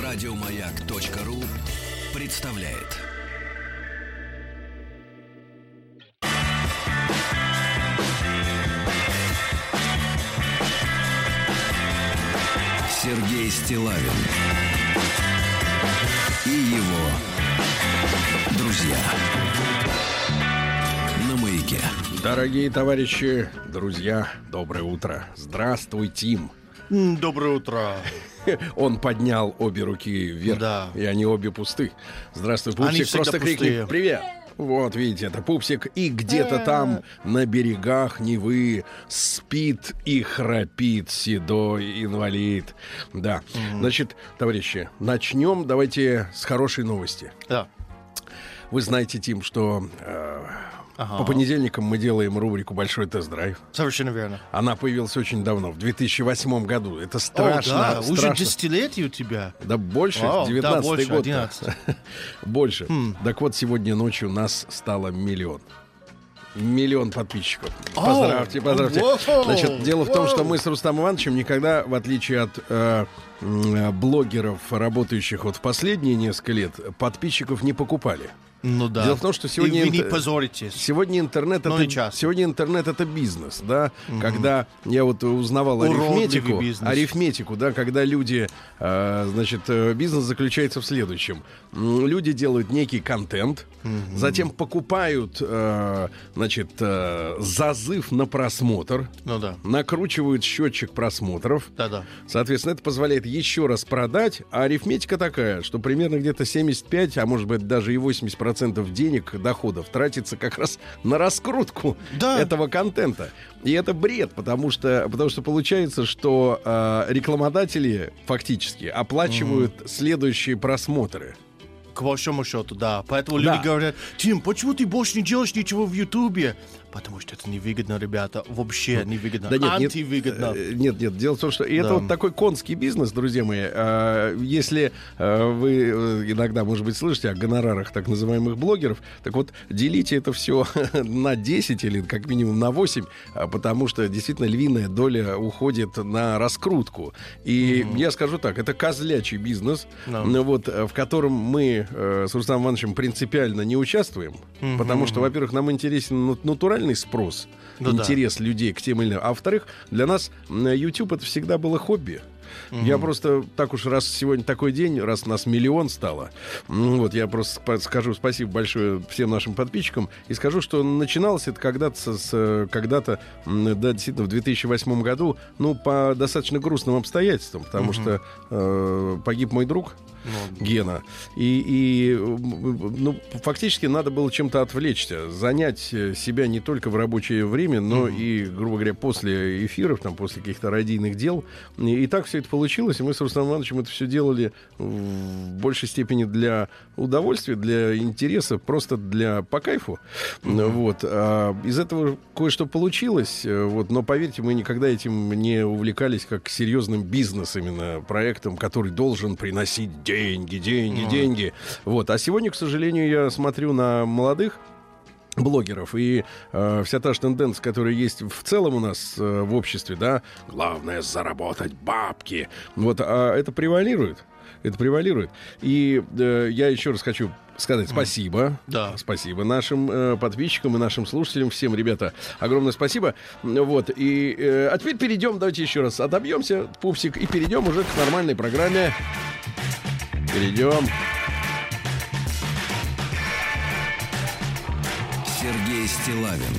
Радиомаяк.ру представляет. Сергей Стиллавин и его друзья на Маяке. Дорогие товарищи, друзья, доброе утро. Здравствуй, Тим. Доброе утро. Он поднял обе руки вверх, да. И они обе пусты. Здравствуй, Пупсик. Они всегда Просто крикни «Привет!». Вот, видите, это Пупсик. И где-то там, на берегах Невы, спит и храпит седой инвалид. Да. Значит, товарищи, начнем давайте с хорошей новости. Да. Вы знаете, Тим, что по понедельникам мы делаем рубрику «Большой тест-драйв». Совершенно верно. Она появилась очень давно, в 2008 году. Это страшно. О, да, уже десятилетие у тебя. Да больше, 19-й да, больше, год. 11. Больше. Так вот, сегодня ночью нас стало 1 миллион. 1 миллион подписчиков. Поздравьте. Значит, дело в том, что мы с Рустамом Ивановичем никогда, в отличие от блогеров, работающих вот в последние несколько лет, подписчиков не покупали. Ну да. Дело в том, что сегодня, вы не позоритесь. сегодня интернет это бизнес, да. Когда я вот узнавал арифметику, да, когда люди, значит, бизнес заключается в следующем: люди делают некий контент, затем покупают, значит, зазыв на просмотр, накручивают счетчик просмотров, соответственно, это позволяет еще раз продать. А арифметика такая, что примерно где-то 75, а может быть даже и 80% денег, доходов тратится как раз на раскрутку этого контента. И это бред, потому что получается, что рекламодатели фактически оплачивают следующие просмотры. К большому счету, да. Поэтому люди говорят: Тим, почему ты больше не делаешь ничего в Ютубе? Потому что это невыгодно, ребята. Вообще невыгодно. Антивыгодно. Нет. Дело в том, что это вот такой конский бизнес, друзья мои. Если вы иногда, может быть, слышите о гонорарах так называемых блогеров, так вот, делите это все на 10 или как минимум на 8, потому что действительно львиная доля уходит на раскрутку. И я скажу так, это козлячий бизнес, вот, в котором мы с Рустамом Ивановичем принципиально не участвуем, потому что, во-первых, нам интересен натуральный спрос, интерес людей к тем или иным. А во-вторых, для нас YouTube это всегда было хобби. Я просто так уж, раз сегодня такой день, раз нас 1 миллион стало, вот я просто скажу спасибо большое всем нашим подписчикам и скажу, что начиналось это когда-то, да, действительно, в 2008 году, ну, по достаточно грустным обстоятельствам, потому что погиб мой друг Гена, и фактически надо было чем-то отвлечься, занять себя не только в рабочее время, но и, грубо говоря, после эфиров, там, после каких-то радийных дел. И так все это получилось, и мы с Рустамом Ивановичем это все делали в большей степени для удовольствия, для интереса, просто по кайфу. Вот. Из этого кое-что получилось, вот, но, поверьте, мы никогда этим не увлекались как серьезным бизнесом, именно проектом, который должен приносить деньги. Вот. А сегодня, к сожалению, я смотрю на молодых блогеров, и вся та же тенденция, которая есть в целом у нас в обществе, да, главное заработать бабки, вот, а это превалирует. И я еще раз хочу сказать спасибо. Спасибо нашим подписчикам и нашим слушателям. Всем, ребята, огромное спасибо. Вот. А теперь перейдем, давайте еще раз отобьемся, Пупсик, и перейдем уже к нормальной программе. Перейдем. Сергей Стиллавин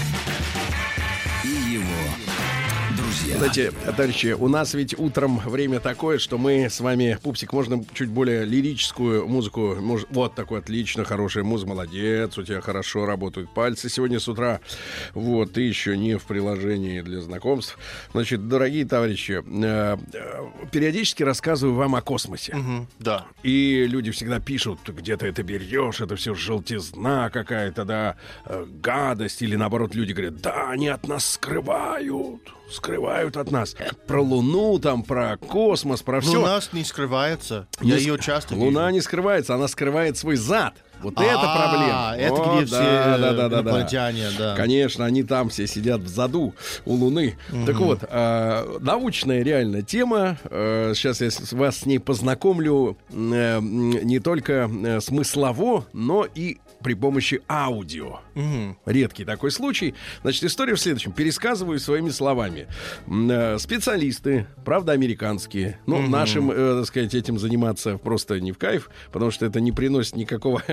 и его друзья. Знаете, товарищи, у нас ведь утром время такое, что мы с вами, Пупсик, можно чуть более лирическую музыку. Вот такой отлично, хорошая музыка. Молодец, у тебя хорошо работают пальцы сегодня с утра. Вот, ты еще не в приложении для знакомств. Значит, дорогие товарищи, периодически рассказываю вам о космосе. Да. И люди всегда пишут: где ты это берешь, это все желтизна какая-то, да, гадость. Или наоборот, люди говорят: да, они от нас скрывают от нас. Про Луну, там, про космос, про все. Луна не скрывается. Я ее часто вижу. Луна не скрывается, она скрывает свой зад. Вот это проблема. Это где все инопланетяне, да. Конечно, они там все сидят в заду у Луны. Так вот, научная реально тема. Сейчас я вас с ней познакомлю не только смыслово, но и при помощи аудио. Редкий такой случай. Значит, история в следующем. Пересказываю своими словами. Специалисты, правда, американские. Ну, нашим, так сказать, этим заниматься просто не в кайф, потому что это не приносит никакого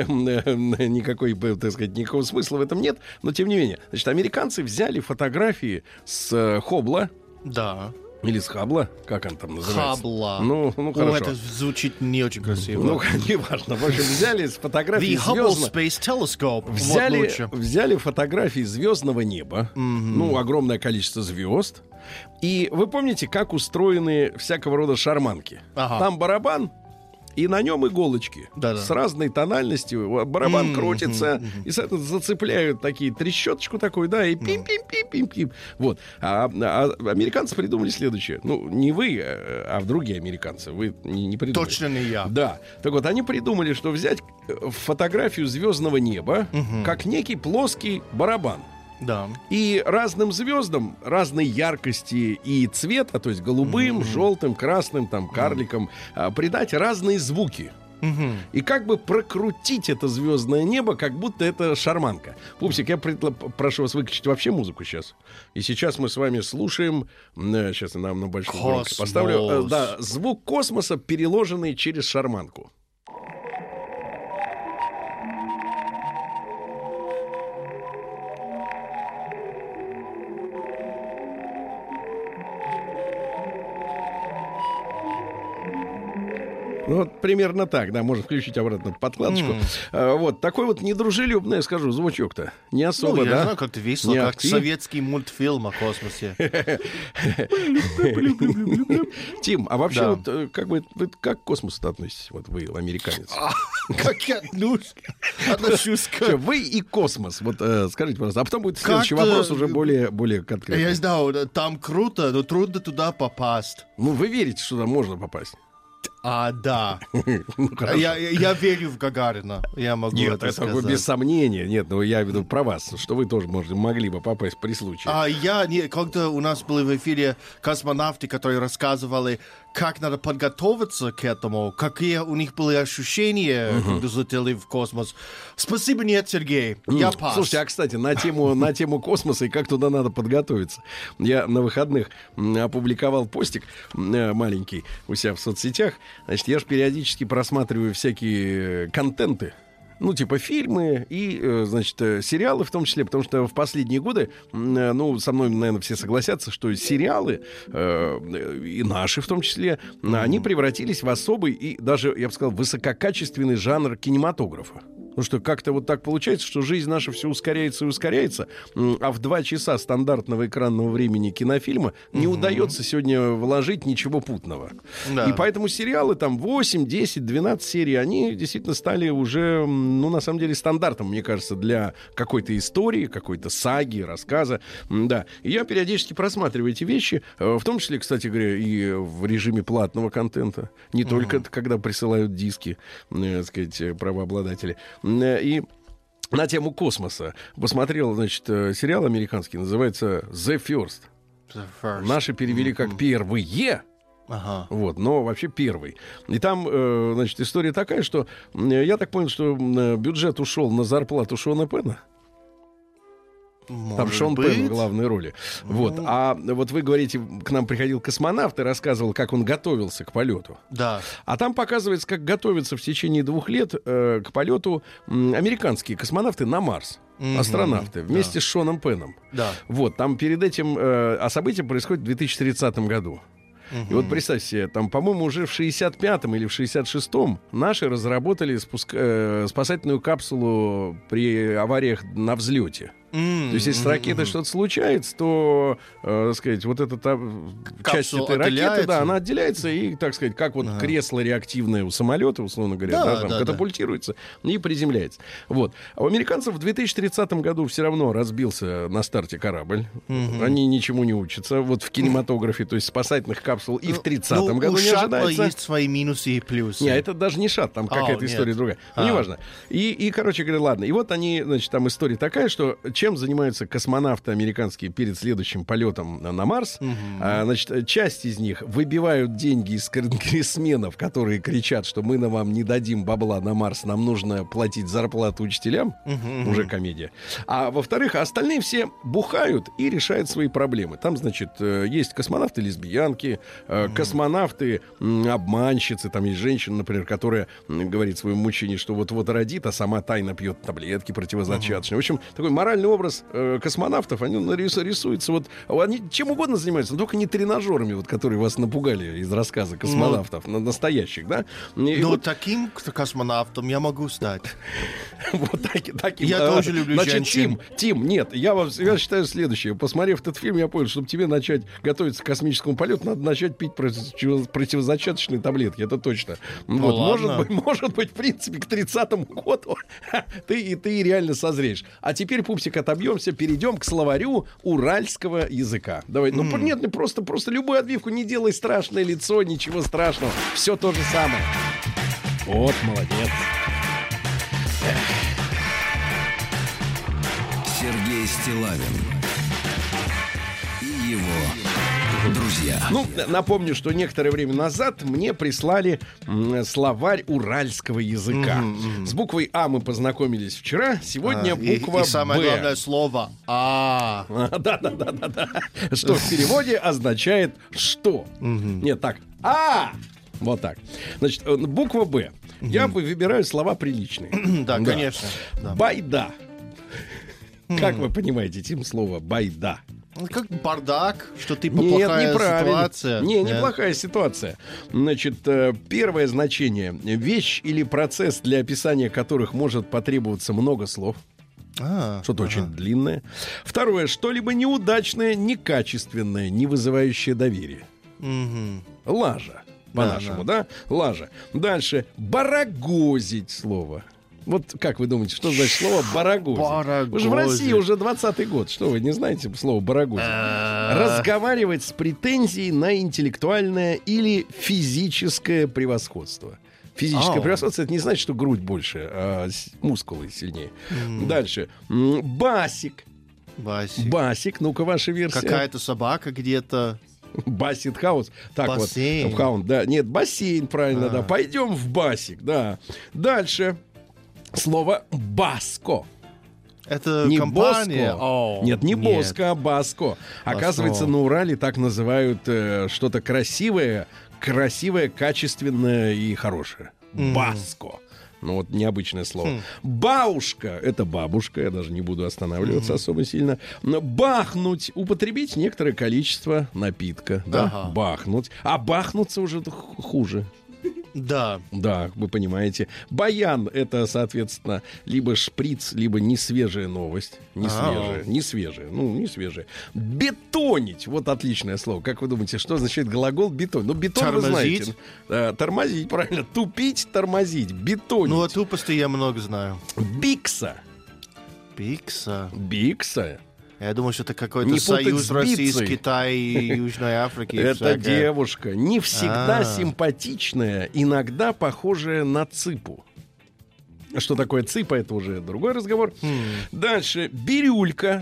смысла в этом нет. Но, тем не менее, значит, американцы взяли фотографии с Хоббла. Да. Или с Хаббла, как он там называется? Хаббла. Ну, хорошо. Это звучит не очень красиво. Ну, неважно. В общем, взяли с фотографии The Hubble Space Telescope. Взяли фотографии звездного неба. Ну, огромное количество звезд. И вы помните, как устроены всякого рода шарманки? Там барабан, и на нем иголочки с разной тональностью. Барабан крутится, и зацепляют такие трещоточку такую, да, и пим-пим-пим-пим-пим. Вот. А американцы придумали следующее. Ну, не вы, а другие американцы. Вы не придумали. Точно не я. Да. Так вот, они придумали, что взять фотографию звездного неба как некий плоский барабан. Да. И разным звездам разной яркости и цвета, то есть голубым, желтым, красным, там, карликом, придать разные звуки. И как бы прокрутить это звездное небо, как будто это шарманка. Пупсик, я прошу вас выключить вообще музыку сейчас. И сейчас мы с вами слушаем. Сейчас я нам на большую громкость поставлю. Звук космоса, переложенный через шарманку. Ну, вот примерно так, да, можно включить обратно подкладочку. Вот, такой вот недружелюбный, я скажу, звучок-то. Не особо, да? Я знаю, как-то весело, не как советский мультфильм о космосе. Тим, а вообще, вот, как бы, вы как к космосу относитесь? Вот вы, американец. Как я отношусь к... Вы и космос, вот скажите, пожалуйста. А потом будет следующий вопрос уже более конкретный. Я знаю, там круто, но трудно туда попасть. Ну, вы верите, что туда можно попасть? Да. Я верю в Гагарина. Я могу это сказать. Без сомнения. Нет, но я веду про вас, что вы тоже могли бы попасть при случае. Когда у нас были в эфире космонавты, которые рассказывали, как надо подготовиться к этому, какие у них были ощущения, когда взлетели в космос. Спасибо, нет, Сергей. Я пас. Слушайте, кстати, на тему космоса и как туда надо подготовиться. Я на выходных опубликовал постик маленький у себя в соцсетях. Значит, я же периодически просматриваю всякие контенты. Ну, типа фильмы и, значит, сериалы в том числе, потому что в последние годы, ну, со мной, наверное, все согласятся, что сериалы, и наши в том числе, они превратились в особый и даже, я бы сказал, высококачественный жанр кинематографа. Потому что как-то вот так получается, что жизнь наша все ускоряется и ускоряется, а в 2 часа стандартного экранного времени кинофильма не удается сегодня вложить ничего путного. Да. И поэтому сериалы там 8, 10, 12 серий, они действительно стали уже, ну, на самом деле, стандартом, мне кажется, для какой-то истории, какой-то саги, рассказа. Да. И я периодически просматриваю эти вещи, в том числе, кстати говоря, и в режиме платного контента. Не только когда присылают диски, так сказать, правообладатели. И на тему космоса посмотрел, значит, сериал американский, называется «The First». Наши перевели как «Первые». Вот, но вообще первый. И там, значит, история такая, что я так понял, что бюджет ушел на зарплату Шона Пенна. Там Шон Пенн в главной роли. Вот. А вот вы говорите, к нам приходил космонавт и рассказывал, как он готовился к полету. Да. А там показывается, как готовятся в течение 2 лет к полету американские космонавты на Марс. Астронавты вместе с Шоном Пенном. Да. Вот, там перед этим, а событие происходит в 2030 году. И вот представьте себе, там, по-моему, уже в 65-м или в 66-м наши разработали спасательную капсулу при авариях на взлете. То есть, если с ракетой что-то случается, то, так сказать, вот эта часть этой ракеты, да, она отделяется и, так сказать, как вот кресло реактивное у самолета, условно говоря, там катапультируется и приземляется. Вот. А у американцев в 2030 году все равно разбился на старте корабль. Они ничему не учатся. Вот в кинематографе, то есть спасательных капсул и в 30-м году не ожидается. Есть свои минусы и плюсы. Нет, это даже не шат, там какая-то история другая. Ну, неважно. И, короче говоря, ладно. И вот они, значит, там история такая, что чем занимаются космонавты американские перед следующим полетом на Марс? Значит, часть из них выбивают деньги из конгрессменов, которые кричат, что мы на вам не дадим бабла на Марс, нам нужно платить зарплату учителям. Уже комедия. А во-вторых, остальные все бухают и решают свои проблемы. Там, значит, есть космонавты-лесбиянки, космонавты-обманщицы. Там есть женщина, например, которая говорит своему мужчине, что вот-вот родит, а сама тайно пьет таблетки противозачаточные. В общем, такой моральный образ космонавтов, они рисуются. Вот, они чем угодно занимаются, но только не тренажерами, вот, которые вас напугали из рассказа космонавтов, настоящих, да? Таким космонавтом я могу стать. Вот таким. Я тоже люблю женщин. Тим, нет, я считаю следующее. Посмотрев этот фильм, я понял, чтобы тебе начать готовиться к космическому полету, надо начать пить противозачаточные таблетки. Это точно. Вот, может быть, в принципе, к 30-му году ты реально созреешь. А теперь, пупсик, отобьемся, перейдем к словарю уральского языка. Давай, нет, просто любую отбивку, не делай страшное лицо, ничего страшного. Все то же самое. Вот, молодец. Сергей Стиллавин и его друзья. Ну, напомню, что некоторое время назад мне прислали словарь уральского языка. С буквой А мы познакомились вчера. Сегодня буква Б. И самое главное слово А. Да. Что в переводе означает «что». Нет, так. А! Вот так. Значит, буква Б. Я выбираю слова приличные. Да, конечно. Байда. Как вы понимаете этим слово «байда»? Как бардак, что ты плохая ситуация. Неплохая ситуация. Значит, первое значение. Вещь или процесс, для описания которых может потребоваться много слов. Что-то очень длинное. Второе. Что-либо неудачное, некачественное, не вызывающее доверия. Лажа. По-нашему, да? Лажа. Дальше. Барагозить слово. Вот как вы думаете, что значит слово «барагозить»? Вы же в России уже 20-й год. Что, вы не знаете слово «барагозить»? Разговаривать с претензией на интеллектуальное или физическое превосходство. Физическое превосходство — это не значит, что грудь больше, а мускулы сильнее. Дальше. Басик. Басик, ну-ка, ваша версия. Какая-то собака где-то. Бассейн хаус. Так бассейн. Вот. Хаун, да. Нет, бассейн, правильно, да. Пойдем в басик, да. Дальше. Слово «баско». Это не компания? Боско. Нет, не Боско, а Баско. Оказывается, на Урале так называют что-то красивое, качественное и хорошее. Баско. Ну вот необычное слово. Баушка — это бабушка. Я даже не буду останавливаться особо сильно. Но бахнуть — употребить некоторое количество напитка. Да? Бахнуть. А бахнуться уже хуже. Да. Да, вы понимаете. Баян — это, соответственно, либо шприц, либо несвежая новость. Не свежая. Бетонить. Вот отличное слово. Как вы думаете, что означает глагол бетон? Ну, бетон тормозить. Вы знаете. Тормозить, правильно. Тупить, тормозить. Бетонить. Ну, о тупости я много знаю. Бикса. Бикса? Я думаю, что это какой-то союз России с Китаем и Южной Африки. Это девушка. Не всегда симпатичная, иногда похожая на цыпу. Что такое цыпа, это уже другой разговор. Дальше. Бирюлька.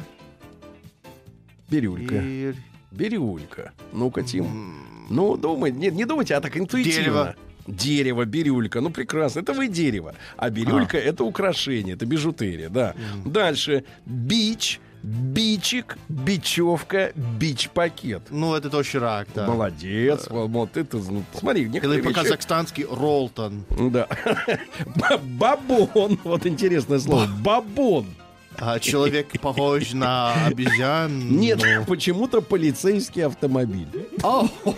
Бирюлька. Ну-ка, Тим. Ну, думайте. Не думайте, а так интуитивно. Дерево, бирюлька. Ну, прекрасно. Это вы дерево. А бирюлька — это украшение, это бижутерия, да. Дальше. Бич. Бичик, бечевка, бич-пакет. Ну, это доширак, да. Молодец. Вот это, смотри, или по-казахстански ролтон. Да. Бабон. Вот интересное слово. Бабон. А человек похож на обезьян? Нет, почему-то полицейский автомобиль.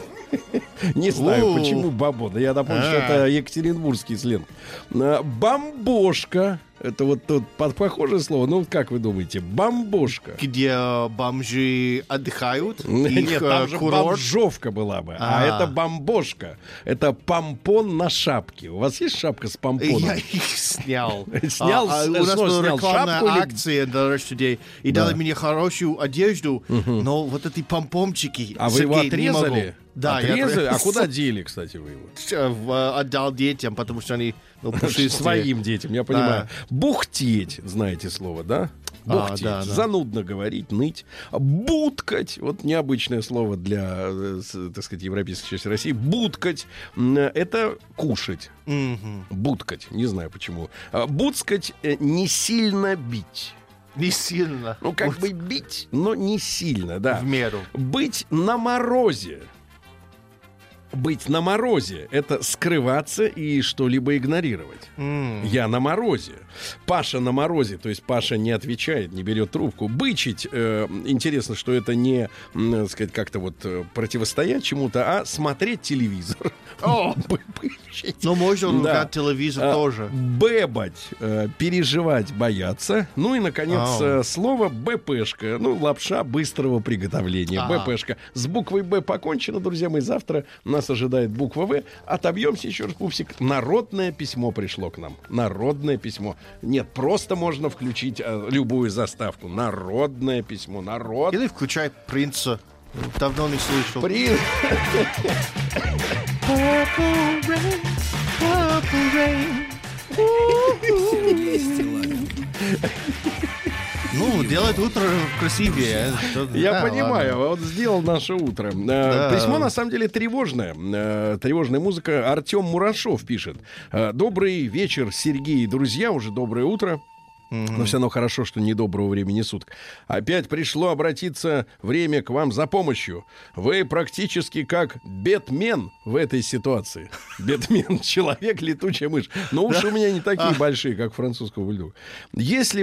Не знаю, почему бабона. Я напомню, что это екатеринбургский сленг. Бомбошка. Это вот тут похожее слово. Ну, как вы думаете? Бомбошка. Где бомжи отдыхают? Нет, там же бомжовка была бы. А это бомбошка. Это помпон на шапке. У вас есть шапка с помпоном? Я их снял. Снял? У нас была рекламная акция для людей. И дали мне хорошую одежду, но вот эти помпончики... А вы его отрезали? Да, отрезали? А куда дели, кстати, вы его? Отдал детям, потому что они... Своим детям, я понимаю. Да. Бухтеть, знаете слово, да? Бухтеть. Да. Занудно говорить, ныть. Будкать. Вот необычное слово для, так сказать, европейской части России. Будкать. Это кушать. Будкать. Не знаю почему. Буцкать не сильно бить. Не сильно. Ну, как бы бить, но не сильно, да. В меру. Быть на морозе. Быть на морозе — это скрываться и что-либо игнорировать. Я на морозе. Паша на морозе, то есть Паша не отвечает, не берет трубку. Бычить, интересно, что это не, так сказать, как-то вот противостоять чему-то, а смотреть телевизор. Ну, можно ругать телевизор тоже. Бэбать, переживать, бояться. Ну и, наконец, слово БПшка. Ну, лапша быстрого приготовления. БПшка. С буквой Б покончено, друзья мои. Завтра нас ожидает буква В. Отобьемся еще раз, пупсик. Народное письмо пришло к нам. Народное письмо. Нет, просто можно включить любую заставку. Народное письмо. Народ. Или включай принца. Давно не слышал. Принц. Ну, делает утро красивее. Я понимаю, вот сделал наше утро. Письмо, на самом деле, тревожное. Тревожная музыка. Артем Мурашов пишет. Добрый вечер, Сергей и друзья. Уже доброе утро. Но все равно хорошо, что не доброго времени суток. Опять пришло обратиться время к вам за помощью. Вы практически как Бэтмен в этой ситуации. Бэтмен — человек, летучая мышь. Но уши у меня не такие большие, как французского бульдога. Если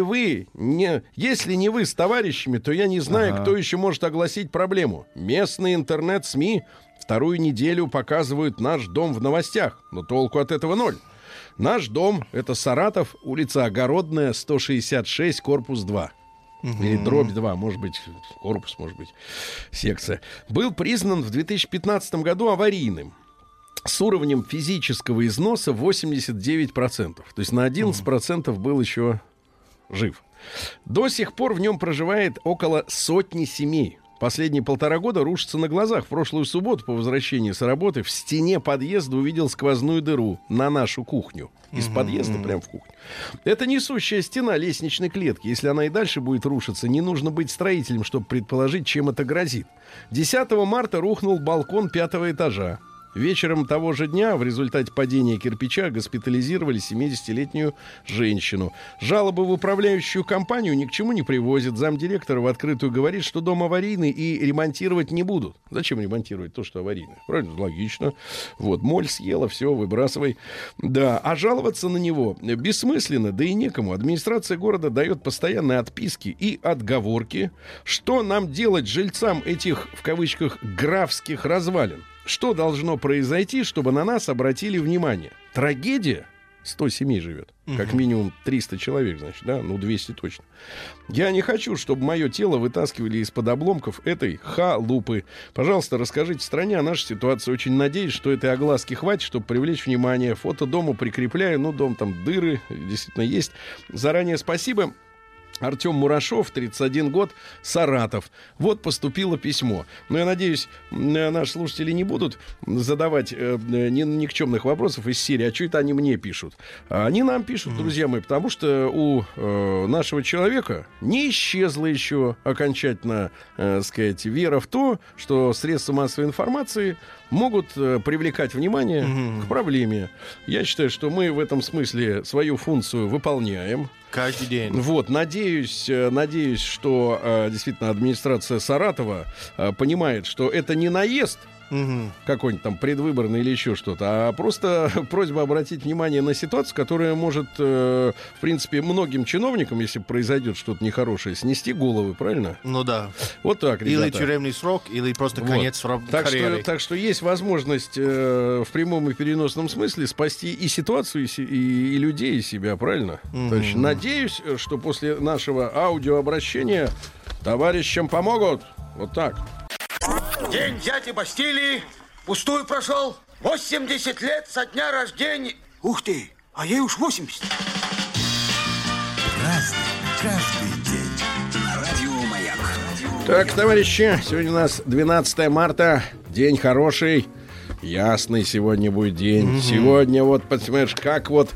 не вы с товарищами, то я не знаю, кто еще может огласить проблему. Местные интернет-СМИ вторую неделю показывают наш дом в новостях. Но толку от этого ноль. Наш дом — это Саратов, улица Огородная, 166, корпус 2. Или дробь 2, может быть, корпус, может быть, секция. Был признан в 2015 году аварийным с уровнем физического износа 89%. То есть на 11% был еще жив. До сих пор в нем проживает около сотни семей. Последние 1,5 года рушится на глазах. В прошлую субботу по возвращении с работы в стене подъезда увидел сквозную дыру на нашу кухню. Из подъезда прямо в кухню. Это несущая стена лестничной клетки. Если она и дальше будет рушиться, не нужно быть строителем, чтобы предположить, чем это грозит. 10 марта рухнул балкон 5-го этажа. Вечером того же дня в результате падения кирпича госпитализировали 70-летнюю женщину. Жалобы в управляющую компанию ни к чему не привозят. Замдиректора в открытую говорит, что дом аварийный и ремонтировать не будут. Зачем ремонтировать то, что аварийное? Правильно, логично. Вот, моль съела, все, выбрасывай. Да, а жаловаться на него бессмысленно, да и некому. Администрация города дает постоянные отписки и отговорки. Что нам делать жильцам этих, в кавычках, графских развалин? Что должно произойти, чтобы на нас обратили внимание? Трагедия? 100 семей живет. Как минимум 300 человек, значит, да? Ну, 200 точно. Я не хочу, чтобы мое тело вытаскивали из-под обломков этой халупы. Пожалуйста, расскажите стране о нашей ситуации. Очень надеюсь, что этой огласки хватит, чтобы привлечь внимание. Фото дома прикрепляю. Ну, дом там дыры действительно есть. Заранее спасибо. Артем Мурашов, 31 год, Саратов. Вот поступило письмо. Но я надеюсь, наши слушатели не будут задавать никчемных вопросов из серии, а что это они мне пишут? Они нам пишут, друзья мои, потому что у нашего человека не исчезла еще окончательно, сказать, вера в то, что средства массовой информации могут привлекать внимание к проблеме. Я считаю, что мы в этом смысле свою функцию выполняем. Каждый день. Вот, надеюсь, что действительно администрация Саратова понимает, что это не наезд какой-нибудь там предвыборный или еще что-то, а просто просьба обратить внимание на ситуацию, которая может, в принципе, многим чиновникам, если произойдет что-то нехорошее, снести головы, правильно? Ну да. Вот так, ребята. Или тюремный срок, или просто конец карьеры. Так что есть возможность в прямом и переносном смысле спасти и ситуацию, и людей, и себя, правильно? То есть, надеюсь, что после нашего аудиообращения товарищам помогут. Вот так. День дяди Бастилии пустую прошел. 80 лет со дня рождения. Ух ты, а ей уж 80. Разный, каждый день. Радио Маяк. Так, товарищи, сегодня у нас 12 марта. День хороший. Ясный сегодня будет день. Сегодня вот, понимаешь, как вот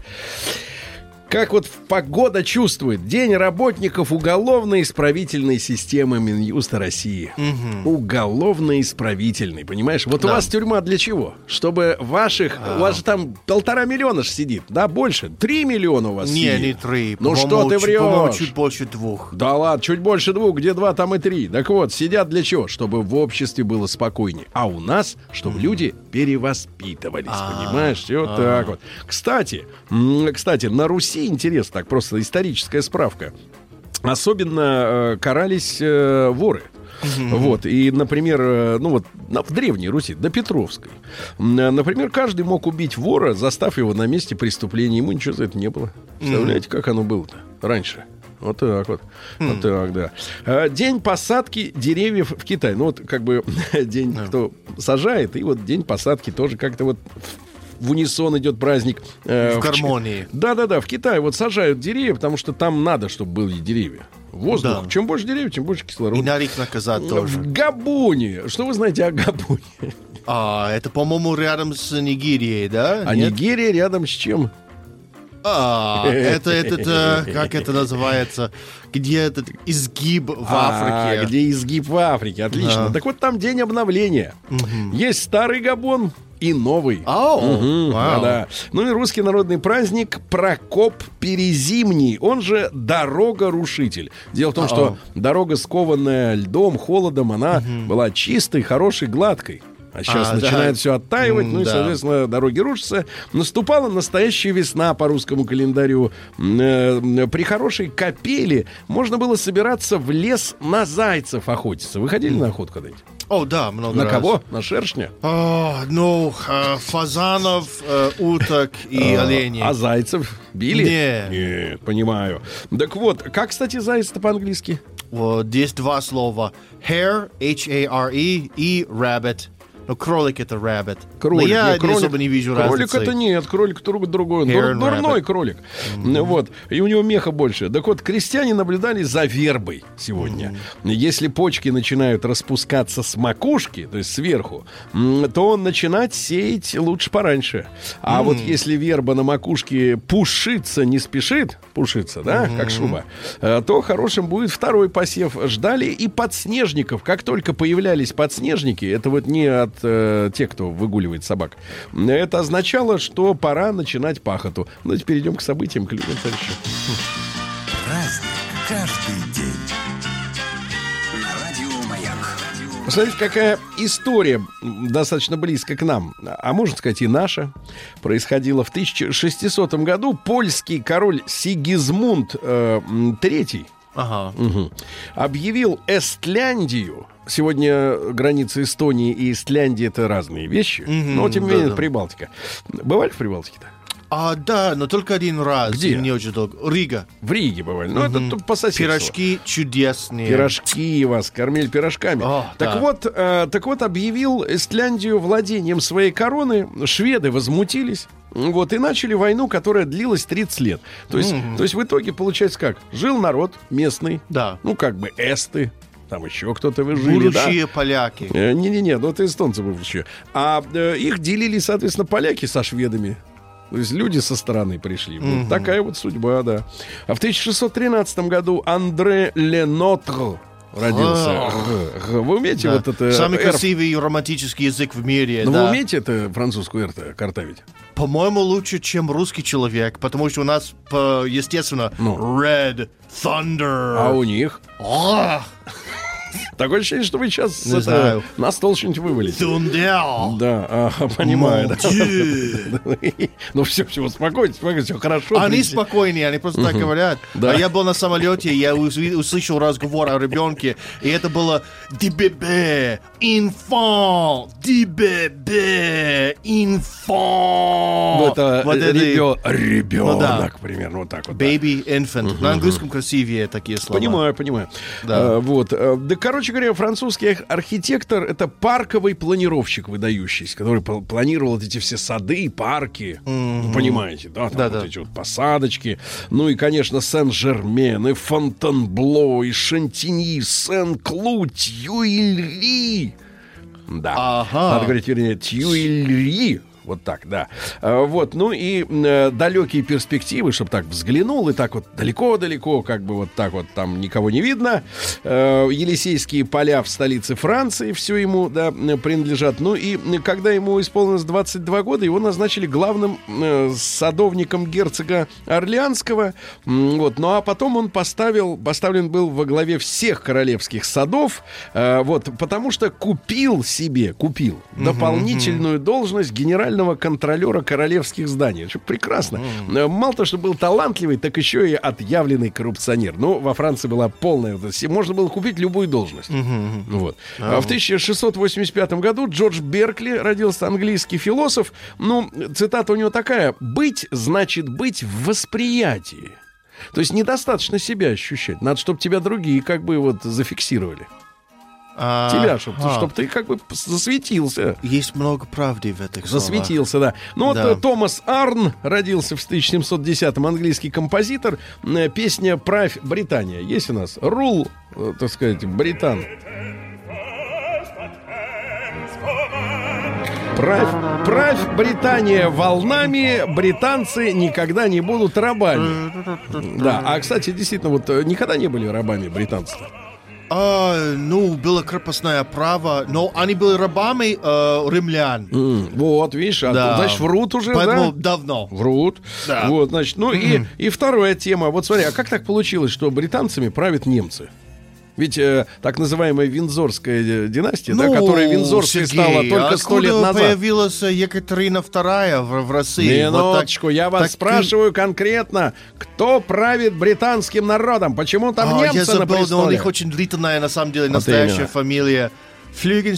погода чувствует. День работников уголовно-исправительной системы Минюста России. Уголовно-исправительной, понимаешь? Вот у вас тюрьма для чего? Чтобы ваших... У вас же там 1,5 миллиона ж сидит, да, больше? 3 миллиона у вас сидит. Не 3. Ну что ты врешь? Чуть больше 2. Да ладно, чуть больше 2, где 2, там и 3. Так вот, сидят для чего? Чтобы в обществе было спокойнее. А у нас, чтобы люди перевоспитывались, понимаешь? Все так вот. Кстати, на Руси интересно, так просто историческая справка. Особенно карались воры. Вот, и, например, в Древней Руси, до Петровской, например, каждый мог убить вора, застав его на месте преступления. Ему ничего за это не было. Представляете, как оно было-то раньше? Вот так вот. Вот так, да. День посадки деревьев в Китае. Ну, вот как бы день, кто сажает, и вот день посадки тоже как-то вот в унисон идет праздник. В гармонии. Да-да-да, в Китае вот сажают деревья, потому что там надо, чтобы были деревья. Воздух. Да. Чем больше деревьев, тем больше кислорода. И на них наказать тоже. В Габоне. Что вы знаете о Габоне? Это, по-моему, рядом с Нигерией, да? А нет? Нигерия рядом с чем? Это как это называется? Где этот изгиб в Африке? Где изгиб в Африке, отлично. Так вот там день обновления. Есть старый Габон и новый. Да. Ну и русский народный праздник Прокоп Перезимний, он же Дорога-рушитель. Дело в том, что дорога, скованная льдом, холодом, она была чистой, хорошей, гладкой. А сейчас начинает все оттаивать, и, соответственно, дороги рушатся. Наступала настоящая весна по русскому календарю. При хорошей капели можно было собираться в лес на зайцев охотиться. Вы ходили на охоту когда-нибудь? Да, много раз. На кого? На шершня? Фазанов, уток и оленей. А зайцев били? Нет, понимаю. Так вот, как, кстати, заяц-то по-английски? Здесь 2 слова. Hare, H-A-R-E, и rabbit. Кролик — это rabbit. Кролик, я особо не вижу разницы. Кролик это нет, кролик другой. Дурной кролик. Вот. И у него меха больше. Так вот, крестьяне наблюдали за вербой сегодня. Если почки начинают распускаться с макушки, то есть сверху, то начинать сеять лучше пораньше. А вот если верба на макушке пушиться не спешит, пушиться, да, как шуба, то хорошим будет второй посев. Ждали и подснежников. Как только появлялись подснежники, это вот не от тех, кто выгуливает собак. Это означало, что пора начинать пахоту. Ну, теперь перейдем к событиям, к людям дальше. Праздник каждый день. На радио Маяк. Посмотрите, какая история достаточно близко к нам, а можно сказать и наша, происходила в 1600 году. Польский король Сигизмунд III объявил Эстляндию. Сегодня границы Эстонии и Исляндии — это разные вещи. Но, тем не менее, Прибалтика. Бывали в Прибалтике-то? Да, но только один раз. Где? Не очень долго. Рига. В Риге бывали. Ну, это по соседству. Пирожки чудесные. Пирожки вас кормили пирожками. Так вот, объявил Исляндию владением своей короны. Шведы возмутились. Вот, и начали войну, которая длилась 30 лет. То есть в итоге получается как? Жил народ местный. Да. Ну, как бы эсты. Там еще кто-то вы жили, будущие поляки. Не-не-не, это эстонцы будущие. А их делили, соответственно, поляки со шведами. То есть люди со стороны пришли. Вот такая вот судьба, да. А в 1613 году Андре Ленотр родился. Вы умеете вот это... Самый красивый и романтический язык в мире. Но вы умеете это французскую «р» картавить? По-моему, лучше, чем русский человек, потому что у нас, естественно, Red Thunder. А у них? Такое ощущение, что вы сейчас Не знаю. на стол что-нибудь вывалите. Дундел. Да, понимаю. Молчи. Ну все, успокойтесь, все хорошо. Они спокойнее, они просто так говорят. Да. А я был на самолете, я услышал разговор о ребенке, и это было «Ди-бебе, инфант, ди-бебе, инфант». Ну, это Вот это и- ребенок, Ну да. примерно, вот так вот. да. Baby, infant. На английском красивее такие слова. Понимаю. Да. Вот. Да, короче говоря, французский архитектор — это парковый планировщик выдающийся, который планировал вот эти все сады, парки. Вы понимаете, да? Там Да-да. вот эти вот посадочки. Ну и, конечно, Сен-Жермен, и Фонтенбло, и Шантиньи, Сен-Клу, Тюильри. Да. Ага. Надо говорить, вернее, Тюильри. Вот так, да. Вот, ну и далекие перспективы, чтобы так взглянул, и так вот далеко-далеко, как бы вот так вот там никого не видно. Елисейские поля в столице Франции, все ему, да, принадлежат. Ну и когда ему исполнилось 22 года, его назначили главным садовником герцога Орлеанского. Вот, ну а потом он поставлен был во главе всех королевских садов, вот, потому что купил дополнительную должность генерального контролера королевских зданий. Это прекрасно. Мало того, что был талантливый, так еще и отъявленный коррупционер. Ну, во Франции была полная... Можно было купить любую должность. Вот. В 1685 году Джордж Беркли родился, английский философ. Ну, цитата у него такая: «Быть значит быть в восприятии». То есть недостаточно себя ощущать. Надо, чтобы тебя другие как бы вот зафиксировали. Тебя, чтобы ты как бы засветился. Есть много правды в этих словах. Засветился, да. Ну Да. вот Томас Арн родился в 1710-м, английский композитор. Песня «Правь Британия». Есть у нас? Рул, так сказать, Британ. Правь Британия волнами, британцы никогда не будут рабами. Да, а, кстати, действительно, вот никогда не были рабами британцы. Ну, было крепостное право, но они были рабами римлян. Вот, видишь, Да. значит, врут уже, Поэтому да? давно. Врут. Да. Вот, значит, ну и вторая тема. Вот смотри, а как так получилось, что британцами правят немцы? Ведь так называемая Виндзорская династия, да, которая Виндзорской стала только 100 лет назад. Появилась Екатерина II в России? Минуточку, Вот так- я вас так- спрашиваю конкретно, кто правит британским народом? Почему там немцы я на забыл, но у престоле? них очень длительная, на самом деле, Вот настоящая именно. фамилия. Флюген,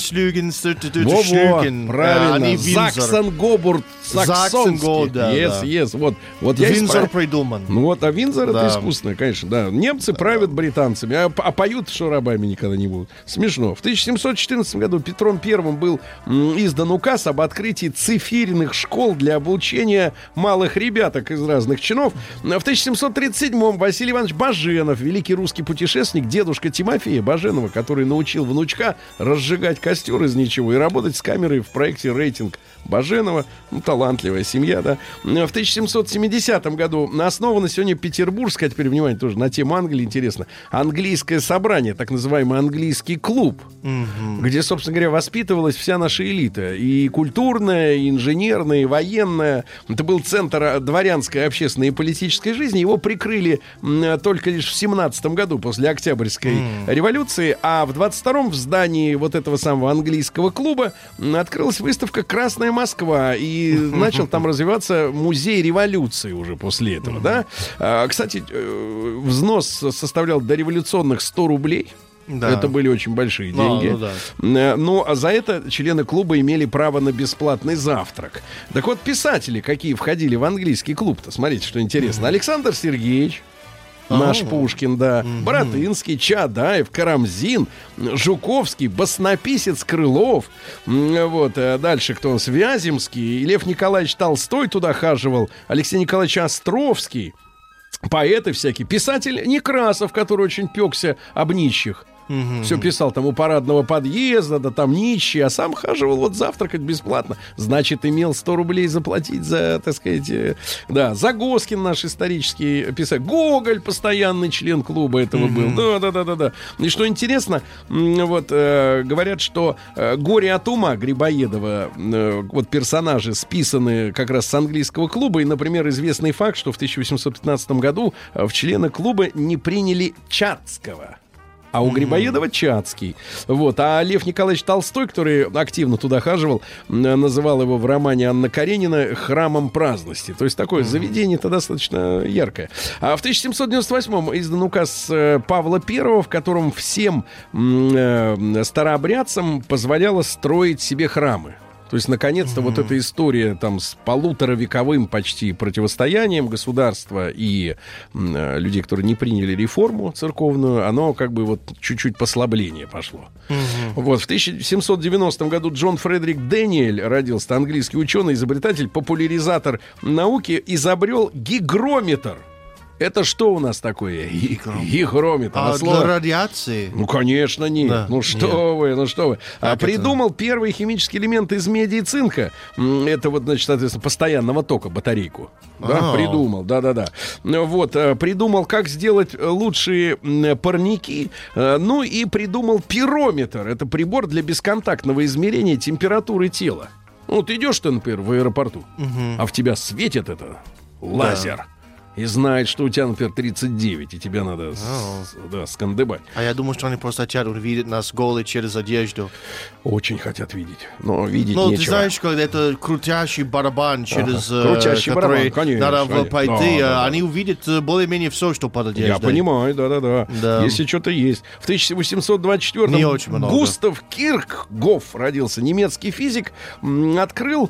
Во-во, Шлюген. правильно. Они Виндзор. Заксен-Гобурт, саксонский. Заксен-Гобурт, да, Yes. Вот я и Виндзор спра- придуман. Ну вот, а Виндзор Да. это искусственно, конечно, да. Немцы правят британцами, а поют, что рабами никогда не будут. Смешно. В 1714 году Петром I был издан указ об открытии цифирных школ для обучения малых ребяток из разных чинов. В 1737 Василий Иванович Баженов, великий русский путешественник, дедушка Тимофея Баженова, который научил внучка разжигать костер из ничего и работать с камерой в проекте «Рейтинг» Баженова. Ну, талантливая семья, да. В 1770 году основано сегодня Петербургское, теперь, внимание, тоже на тему Англии интересно, английское собрание, так называемый английский клуб, где, собственно говоря, воспитывалась вся наша элита. И культурная, и инженерная, и военная. Это был центр дворянской, общественной и политической жизни. Его прикрыли только лишь в 17 году, после Октябрьской революции. А в 22-м в здании вот этого самого английского клуба открылась выставка «Красная Москва», и начал там развиваться музей революции уже после этого, да. Кстати, взнос составлял дореволюционных 100 рублей. Да. Это были очень большие деньги. Ну, а за это члены клуба имели право на бесплатный завтрак. Так вот, писатели, какие входили в английский клуб-то, смотрите, что интересно. Александр Сергеевич, наш Пушкин, да, Боротынский, Чаадаев, Карамзин, Жуковский, баснописец Крылов, вот, дальше кто у нас, Вяземский, Лев Николаевич Толстой туда хаживал, Алексей Николаевич Островский, поэты всякие, писатель Некрасов, который очень пекся об нищих. Все писал там у парадного подъезда, да там нищие, а сам хаживал вот завтракать бесплатно. Значит, имел 100 рублей заплатить за, так сказать, да, Загоскин наш исторический писатель. Гоголь, постоянный член клуба этого был. Да. И что интересно, вот говорят, что «Горе от ума» Грибоедова, вот персонажи списаны как раз с английского клуба. И, например, известный факт, что в 1815 году в члены клуба не приняли Чацкого. а у Грибоедова Чацкий. Вот. А Лев Николаевич Толстой, который активно туда хаживал, называл его в романе Анна Каренина храмом праздности. То есть такое заведение-то достаточно яркое. А в 1798-м издан указ Павла I, в котором всем старообрядцам позволяло строить себе храмы. То есть, наконец-то, вот эта история там с полуторавековым почти противостоянием государства и людей, которые не приняли реформу церковную, оно как бы вот чуть-чуть послабление пошло. Вот, в 1790 году Джон Фредерик Дэниель родился, английский ученый, изобретатель, популяризатор науки, изобрел гигрометр. Это что у нас такое? Гигрометр. А для радиации? Ну, конечно, нет. Да, ну, что вы. Придумал это? первый химический элемент из меди и цинка. Это вот, значит, соответственно, постоянного тока, батарейку. Да, придумал, да-да-да. Вот, придумал, как сделать лучшие парники. Ну, и придумал пирометр. Это прибор для бесконтактного измерения температуры тела. Ну, ты идешь, например, в аэропорту, а в тебя светит это лазер. И знает, что у тебя, например, 39, и тебе надо скандыбать. А я думаю, что они просто хотят увидеть нас голые через одежду. Очень хотят видеть, но видеть нечего. Ты знаешь, когда это крутящий барабан, через крутящий который барабан, конечно, надо пойти, да. они увидят более-менее все, что под одеждой. Я понимаю, да. Если что-то есть. В 1824-м Густав Кирхгоф родился, немецкий физик, открыл...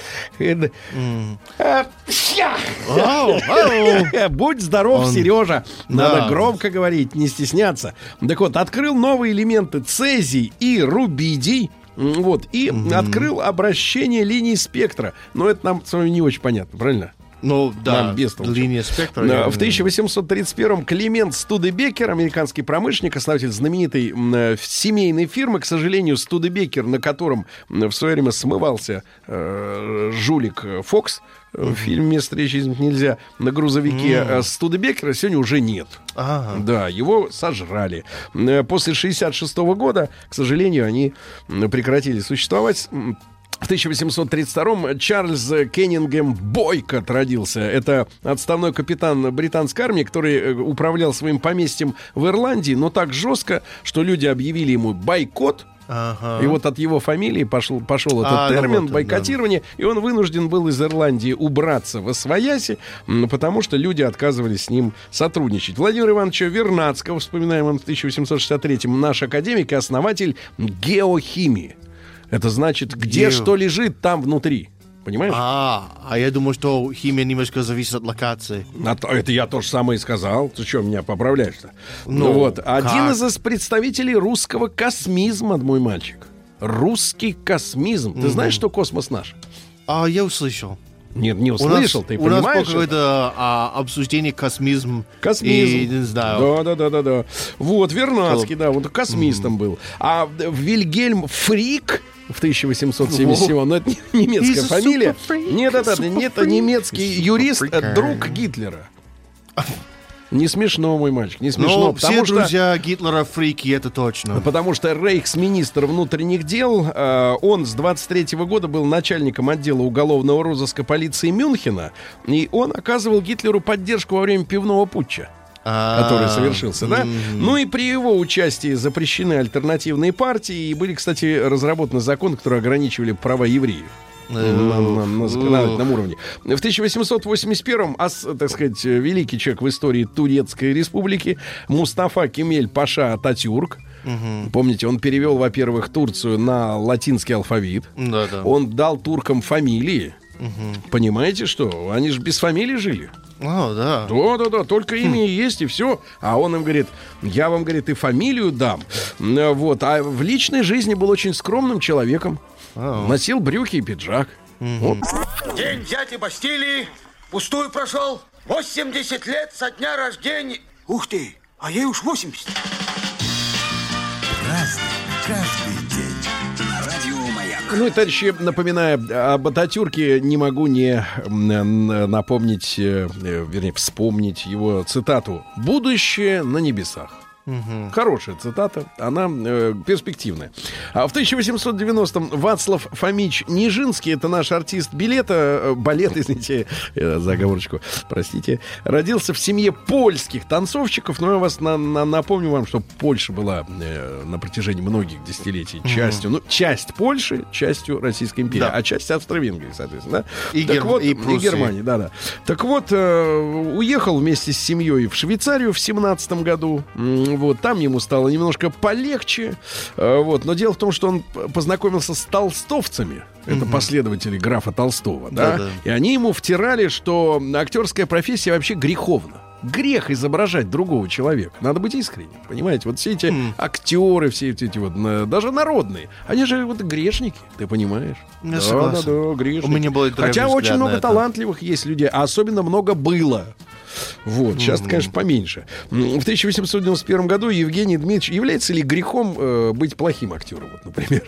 Будь здоров, Сережа. Надо громко говорить, не стесняться. Так вот, открыл новые элементы цезий и рубидий. Вот, и открыл обращение линий спектра. Но это нам с вами не очень понятно, правильно? Ну, да, линия спектра. В 1831-м Климент Студебекер, американский промышленник, основатель знаменитой семейной фирмы, к сожалению, Студебекер, на котором в свое время смывался жулик Фокс, в фильме «Встречи изменить нельзя», на грузовике Студебекера сегодня уже нет. Да, его сожрали. После 1966 года, к сожалению, они прекратили существовать. В 1832-м Чарльз Кеннингем Бойкот родился. Это отставной капитан британской армии, который управлял своим поместьем в Ирландии, но так жестко, что люди объявили ему бойкот. И вот от его фамилии пошел этот термин бойкотирование, и он вынужден был из Ирландии убраться во свояси, потому что люди отказывались с ним сотрудничать. Владимира Ивановича Вернадского, вспоминаем, он в 1863-м наш академик и основатель геохимии. Это значит, где что лежит, там внутри. Понимаешь? А я думаю, что химия немножко зависит от локации. Это я то же самое и сказал. Ты что, меня поправляешь-то? Ну вот. Один из представителей русского космизма, мой мальчик. Русский космизм. Ты знаешь, что космос наш? Я услышал. Нет, не услышал, ты понимаешь? У нас было какое-то обсуждение космизм. И, не знаю. Да. Вот, Вернадский, да, вот космистом был. А Вильгельм Фрик в 1877, но это немецкая фамилия. Нет, это немецкий юрист, друг Гитлера. Не смешно, мой мальчик, не смешно. Но все друзья Гитлера фрики, это точно. Потому что рейхсминистр внутренних дел, он с 23-го года был начальником отдела уголовного розыска полиции Мюнхена, и он оказывал Гитлеру поддержку во время пивного путча, который совершился, да? Ну и при его участии запрещены альтернативные партии, и были, кстати, разработаны законы, которые ограничивали права евреев. На законодательном уровне. В 1881-м, так сказать, великий человек в истории Турецкой республики Мустафа Кемель Паша Ататюрк. Помните, он перевел, во-первых, Турцию на латинский алфавит. Он дал туркам фамилии. Понимаете, что? Они же без фамилии жили. Да, только имя есть и все. А он им говорит, я вам, говорит, и фамилию дам. Вот. А в личной жизни был очень скромным человеком. Носил брюки и пиджак. Вот. День дяди Бастилии пустую прошел. 80 лет со дня рождения. Ух ты, а ей уж 80. Разный, каждый день. Радио Маяк. Ну и, товарищи, напоминая об Ататюрке, не могу не напомнить, вернее, вспомнить его цитату: «Будущее на небесах». Хорошая цитата, она перспективная. А в 1890-м Вацлав Фомич Нижинский, это наш артист балет, извините, заговорочку, простите, родился в семье польских танцовщиков, но я вас напомню вам, что Польша была на протяжении многих десятилетий часть Польши, частью Российской империи, а часть Австро-Венгрии, соответственно. Да? И Германии, да. Так вот, уехал вместе с семьей в Швейцарию в 17-м году. Вот, там ему стало немножко полегче. Вот, но дело в том, что он познакомился с толстовцами. Это последователи графа Толстого. Да? И они ему втирали, что актерская профессия вообще греховна. Грех изображать другого человека. Надо быть искренним, понимаете? Вот все эти актеры, все эти вот, даже народные, они же вот грешники, ты понимаешь? Да, грешники. У меня был Хотя очень много талантливых есть людей, а особенно много было. Вот, сейчас, конечно, поменьше. В 1891 году Евгений Дмитриевич, является ли грехом быть плохим актером, вот, например?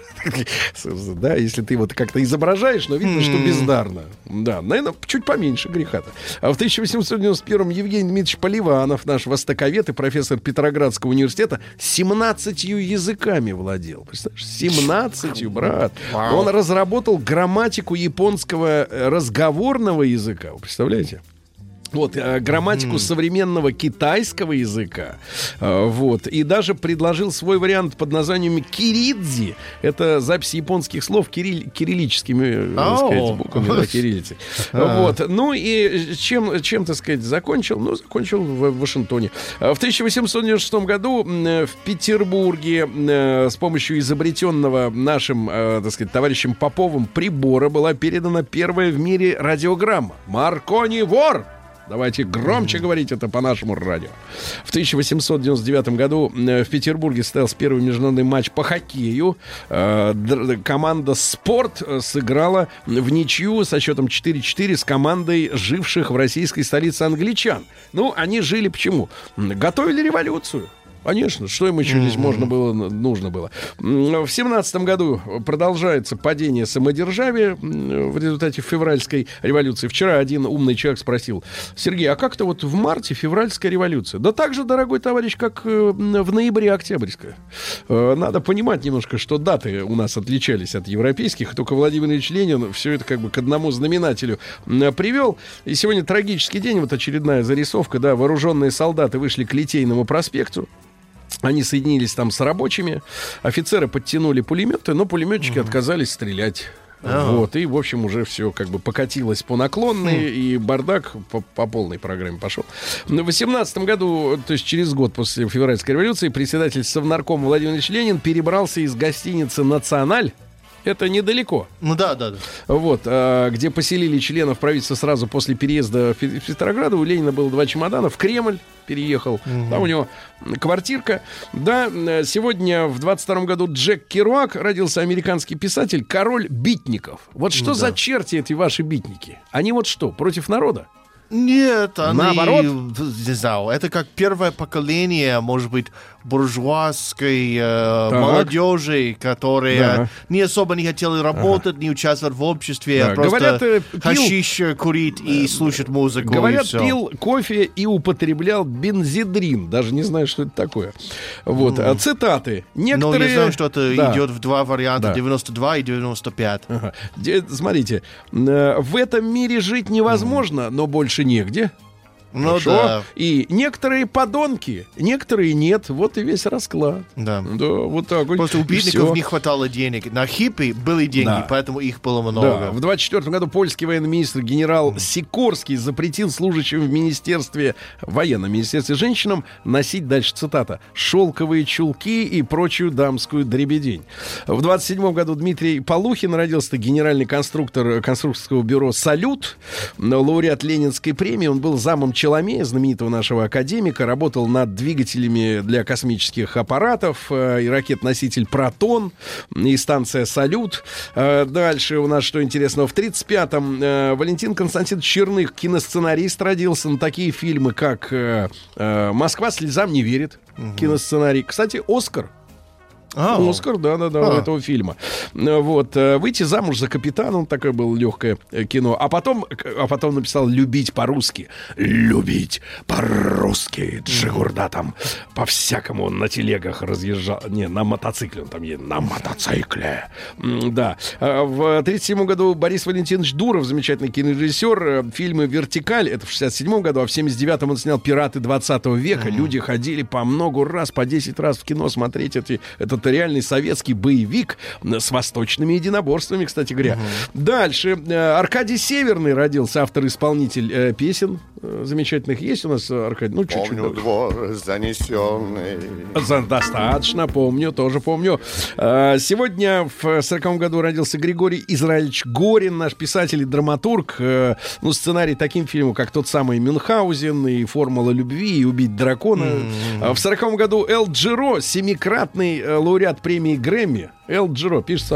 Да, если ты вот как-то изображаешь, но видно, что бездарно. Да, наверное, чуть поменьше греха-то. А в 1891 Евгений Дмитриевич Поливанов, наш востоковед и профессор Петроградского университета, 17 языками владел. Представляешь? 17, брат. Он разработал грамматику японского разговорного языка. Вы представляете? Вот, грамматику современного китайского языка. Вот. И даже предложил свой вариант под названием киридзи. Это запись японских слов кириллическими, так сказать, буквами, да, кириллицей. Вот. Ну и чем, так сказать, закончил? Ну, закончил в Вашингтоне. В 1896 году в Петербурге с помощью изобретенного нашим, так сказать, товарищем Поповым прибора была передана первая в мире радиограмма. «Маркони вор!» Давайте громче говорить это по нашему радио. В 1899 году в Петербурге состоялся первый международный матч по хоккею. Команда «Спорт» сыграла в ничью со счетом 4-4 с командой живших в российской столице англичан. Ну, они жили почему? Готовили революцию. Конечно, что им еще здесь нужно было. В 17 году продолжается падение самодержавия в результате февральской революции. Вчера один умный человек спросил: Сергей, а как-то вот в марте февральская революция? Да так же, дорогой товарищ, как в ноябре октябрьская. Надо понимать немножко, что даты у нас отличались от европейских. Только Владимир Ильич Ленин все это как бы к одному знаменателю привел. И сегодня трагический день, вот очередная зарисовка, да, вооруженные солдаты вышли к Литейному проспекту. Они соединились там с рабочими. Офицеры подтянули пулеметы, но пулеметчики отказались стрелять. Вот, и, в общем, уже все как бы покатилось по наклонной, и бардак по полной программе пошел. В 18 году, то есть через год после февральской революции, председатель Совнаркома Владимир Ильич Ленин перебрался из гостиницы «Националь». Это недалеко. Ну да. Вот, где поселили членов правительства сразу после переезда в Петроград. У Ленина было 2 чемодана. В Кремль переехал. Там у него квартирка. Да, сегодня в 22 году Джек Керуак родился, американский писатель, король битников. Вот что за черти эти ваши битники? Они вот что, против народа? Нет, они... Наоборот? Не знаю, это как первое поколение, может быть, буржуазской молодежи, которые не особо не хотели работать, не участвовать в обществе, а просто говорят, хашиш курить и слушать музыку. Говорят, пил кофе и употреблял бензидрин. Даже не знаю, что это такое. Вот, цитаты. Некоторые... Но я знаю, что это идет в 2 варианта, 92 и 95. Смотрите, в этом мире жить невозможно, но больше негде. Ну хорошо. да. И некоторые подонки, некоторые нет. Вот и весь расклад. Да. Да, вот так вот. Просто у битников не хватало денег. На хиппи были деньги, поэтому их было много. Да. В 24 году польский военный министр генерал Сикорский запретил служащим в министерстве, военном министерстве женщинам носить, дальше цитата, шелковые чулки и прочую дамскую дребедень. В 27 году Дмитрий Полухин родился, генеральный конструктор конструкторского бюро «Салют», лауреат Ленинской премии. Он был замом Челомея, знаменитого нашего академика, работал над двигателями для космических аппаратов, и ракет-носитель «Протон», и станция «Салют». Дальше у нас, что интересного, в 1935-м Валентин Константинович Черных, киносценарист, родился на такие фильмы, как «Москва слезам не верит», киносценарий. Кстати, «Оскар». Оскар, да, у этого фильма. Вот. «Выйти замуж за капитана», такое было легкое кино. А потом написал «Любить по-русски». «Любить по-русски». Джигурда там по-всякому на телегах разъезжал. Не, на мотоцикле он там едет. На мотоцикле. Да. В 1937 году Борис Валентинович Дуров, замечательный кинорежиссер, фильмы «Вертикаль», это в 1967 году, а в 1979 он снял «Пираты 20 века». Люди ходили по много раз, по 10 раз в кино смотреть этот реальный советский боевик с восточными единоборствами, кстати говоря. Дальше. Аркадий Северный родился, автор-исполнитель песен замечательных. Есть у нас, Аркадий? Ну, чуть-чуть. Помню двор занесенный. Достаточно, помню, тоже помню. Сегодня в 1940 году родился Григорий Израильевич Горин, наш писатель и драматург. Сценарий таким фильмам, как тот самый «Мюнхгаузен» и «Формула любви» и «Убить дракона». В 1940 году Эл Джиро, 7-кратный лауреат премии Грэмми. Эл Джиро, пишется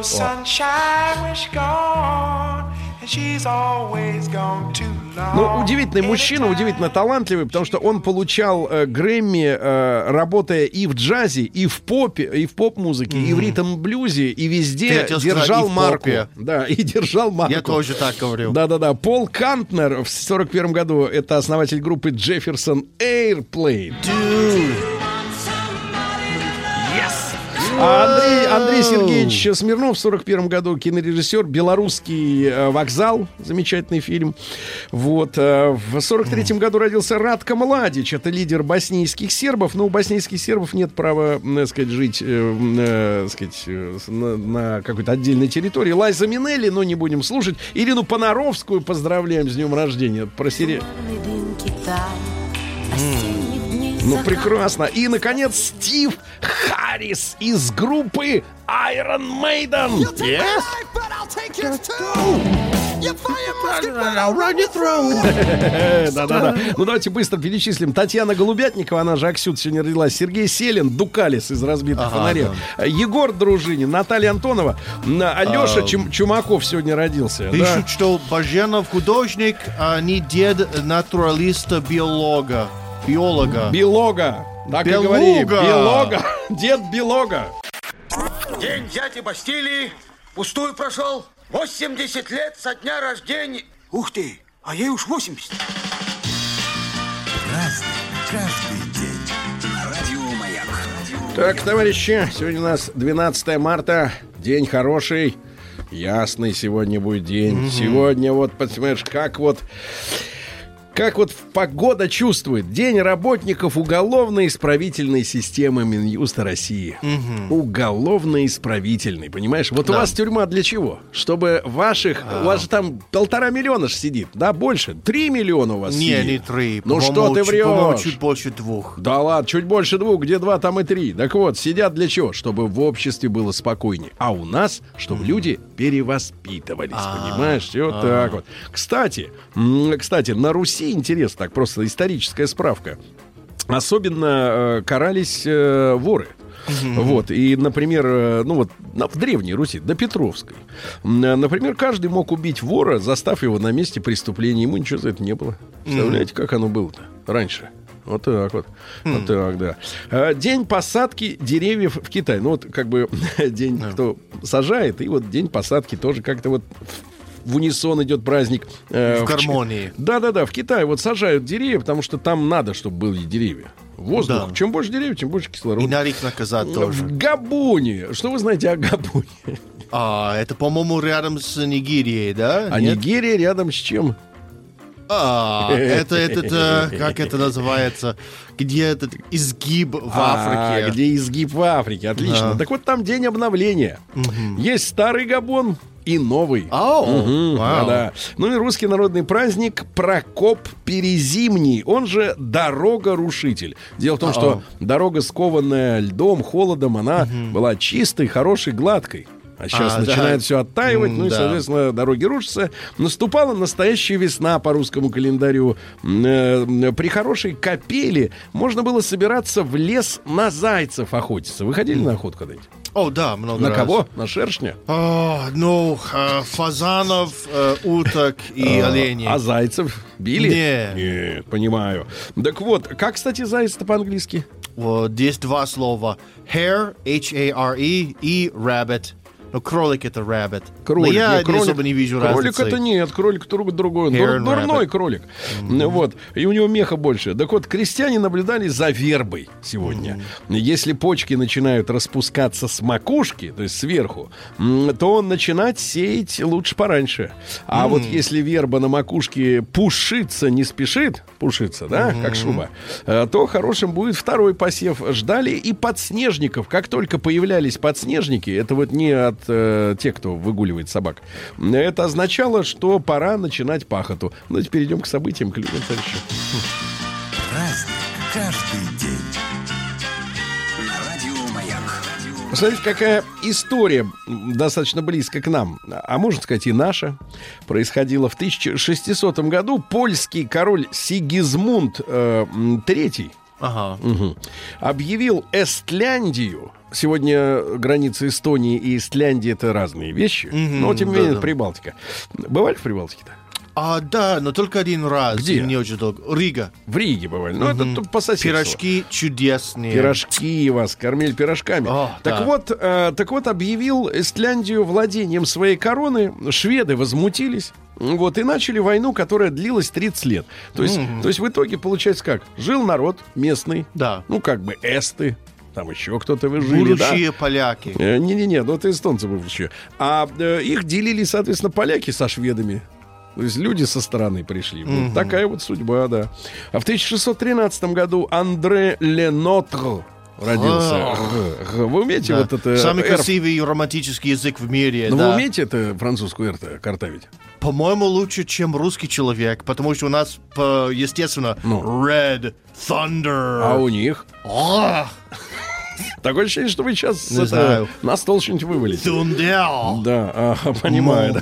удивительный мужчина, удивительно талантливый, потому что он получал Грэмми, работая и в джазе, и в попе, и в поп-музыке, и в ритм-блюзе, и везде держал марку. Да, и держал марку. Я тоже так говорил. Да. Пол Кантнер в 1941 году, это основатель группы Jefferson Airplane. Андрей Сергеевич Смирнов в 1941 году, кинорежиссер, «Белорусский вокзал», замечательный фильм. Вот. В 1943 году родился Радко Младич, это лидер боснийских сербов, но у боснийских сербов нет права, жить на какой-то отдельной территории. Лайза Минелли, но не будем слушать. Ирину Понаровскую поздравляем с днем рождения. Про прекрасно. И, наконец, Стив Харрис из группы Iron Maiden. Да. Ну, давайте быстро перечислим. Татьяна Голубятникова, она же Аксют, сегодня родилась. Сергей Селин, Дукалис из «Разбитых фонарей». Егор Дружинин, Наталья Антонова, Алеша Чумаков сегодня родился. Пишут, что Баженов художник, а не дед натуралиста-биолога. Билога. Так и говори. Билога. Дед Билога. День дяди Бастилии пустую прошел. 80 лет со дня рождения. Ух ты, а ей уж 80. Разный, каждый день. На радио «Маяк». Так, товарищи, сегодня у нас 12 марта. День хороший. Ясный сегодня будет день. Сегодня понимаешь, как погода чувствует. День работников уголовно-исправительной системы Минюста России. Уголовно-исправительной, понимаешь? У вас тюрьма для чего? Чтобы у вас же там 1,5 миллиона ж сидит, да, больше? 3 миллиона у вас сидит. Не 3. Ну что ты врешь? Чуть больше 2. Да ладно, чуть больше 2, где 2, там и 3. Так вот, сидят для чего? Чтобы в обществе было спокойнее. А у нас, чтобы люди перевоспитывались, понимаешь? Вот так вот. Кстати, на Руси интересно, так просто историческая справка. Особенно карались воры. Вот, и, например, в Древней Руси, до Петровской, например, каждый мог убить вора, застав его на месте преступления. Ему ничего за это не было. Представляете, как оно было-то раньше? Вот так вот. Вот так, да. День посадки деревьев в Китае. День, кто сажает, и день посадки тоже как-то в унисон идет праздник. В гармонии. Да. В Китае сажают деревья, потому что там надо, чтобы были деревья. Воздух. Да. Чем больше деревьев, тем больше кислорода. И на них наказать тоже. В Габоне. Что вы знаете о Габоне? Это, по-моему, рядом с Нигерией, да? А нет? Нигерия рядом с чем? Это как это называется? Где этот изгиб в Африке? Где изгиб в Африке, отлично. Так вот, там день обновления. Есть старый Габон и новый. Да. Ну и русский народный праздник Прокоп Перезимний, он же Дорога-рушитель. Дело в том, что дорога, скованная льдом, холодом, она была чистой, хорошей, гладкой. А сейчас начинает все оттаивать, и, соответственно, дороги рушатся. Наступала настоящая весна по русскому календарю. При хорошей капели можно было собираться в лес на зайцев охотиться. Вы ходили на охоту когда-нибудь? Да, много раз. На кого? На шершня? Фазанов, уток и оленей. А зайцев били? Нет. Нет, понимаю. Так вот, как, кстати, заяц-то по-английски? Вот, здесь два слова. Hare, H-A-R-E, и rabbit. Ну, кролик это rabbit. Кролик, Но я нет, кролик, особо не вижу разницы. Кролик это нет, кролик другой. Hare and Дурной rabbit. кролик. Вот. И у него меха больше. Так вот, крестьяне наблюдали за вербой сегодня. Если почки начинают распускаться с макушки, то есть сверху, то начинать сеять лучше пораньше. А вот если верба на макушке пушиться не спешит, пушиться, да, как шуба, то хорошим будет второй посев. Ждали и подснежников. Как только появлялись подснежники, это вот не от тех, кто выгуливает собак, это означало, что пора начинать пахоту. Ну, теперь идем к событиям, к людям, товарищи. Праздник каждый день. На радио Маяк. Посмотрите, какая история достаточно близко к нам, а можно сказать и наша, происходила в 1600 году. Польский король Сигизмунд III объявил Эстляндию. Сегодня границы Эстонии и Исляндии — это разные вещи, но тем не менее Прибалтика. Бывали в Прибалтике-то? Да, но только один раз. Где? И не очень долго. Рига. В Риге бывали. Ну, это тут по соседству. Пирожки чудесные. Пирожки вас кормили пирожками. Так вот, объявил Эстляндию владением своей короны. Шведы возмутились. Вот, и начали войну, которая длилась 30 лет. То есть в итоге получается как? Жил народ местный. Да. Ну, как бы эсты. Там еще кто-то вы жили, Будущие поляки. Не-не-не, ну это эстонцы будущие. А их делили, соответственно, поляки со шведами. То есть люди со стороны пришли. Вот такая вот судьба, да. А в 1613 году Андре Ленотр родился. Вы умеете вот это... Самый красивый и романтический язык в мире. Ну, да. вы умеете это французскую «р» картавить? По-моему, лучше, чем русский человек, потому что у нас, естественно, Red Thunder. А у них? Такое ощущение, что вы сейчас на стол что-нибудь вывалите. Thunder. Да, понимаю.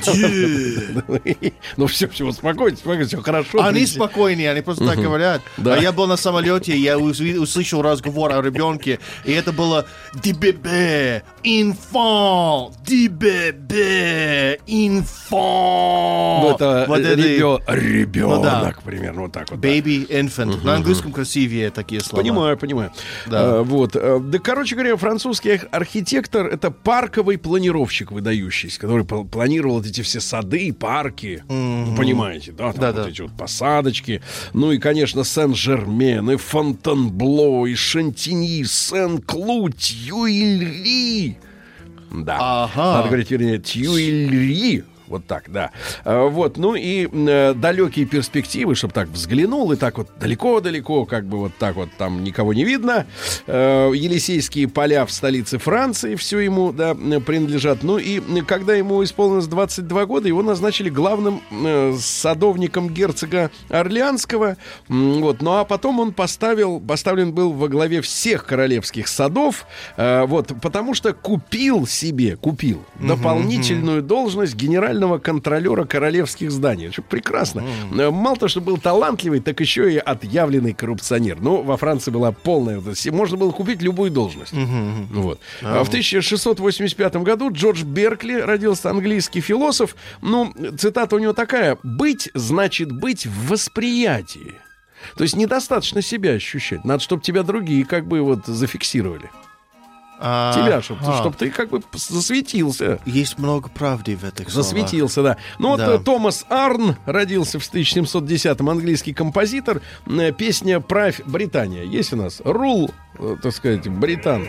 Ну все, успокойтесь, все хорошо. Они спокойнее, они просто так говорят. Да. А я был на самолете, я услышал разговор о ребенке, и это было «Ди-бебе, инфант, ди-бебе, инфант». Ну, это Вот ребенок, примерно, вот так вот. Baby, infant. На английском красивее такие слова. Понимаю. Да. Вот. Да, короче говоря, французский архитектор — это парковый планировщик выдающийся, который планировал эти все сады, парки. Вы понимаете, да? Там вот эти вот посадочки. Ну и, конечно, Сен-Жермен, и Фонтенбло, и Шантиньи, Сен-Клу, Тюильри. Да. Надо говорить, вернее, Тюильри. Вот так, да. Вот, ну и далекие перспективы, чтобы так взглянул, и так вот далеко-далеко, как бы вот так вот там никого не видно. Елисейские поля в столице Франции, все ему, да, принадлежат. Ну и когда ему исполнилось 22 года, его назначили главным садовником герцога Орлеанского. Вот, ну а потом он поставлен был во главе всех королевских садов, вот, потому что купил дополнительную должность генерального контролера королевских зданий. Это прекрасно. Мало того, что был талантливый, так еще и отъявленный коррупционер. Ну, во Франции была полная... Можно было купить любую должность. Вот. В 1685 году Джордж Беркли родился, английский философ. Ну, цитата у него такая: «Быть значит быть в восприятии». То есть недостаточно себя ощущать. Надо, чтобы тебя другие как бы вот зафиксировали. Тебя, чтобы ты как бы засветился. Есть много правды в этих словах. Засветился, да. Ну да. Вот Томас Арн родился в 1710-м, английский композитор. Песня «Правь, Британия». Есть у нас? Рул, так сказать, Британ.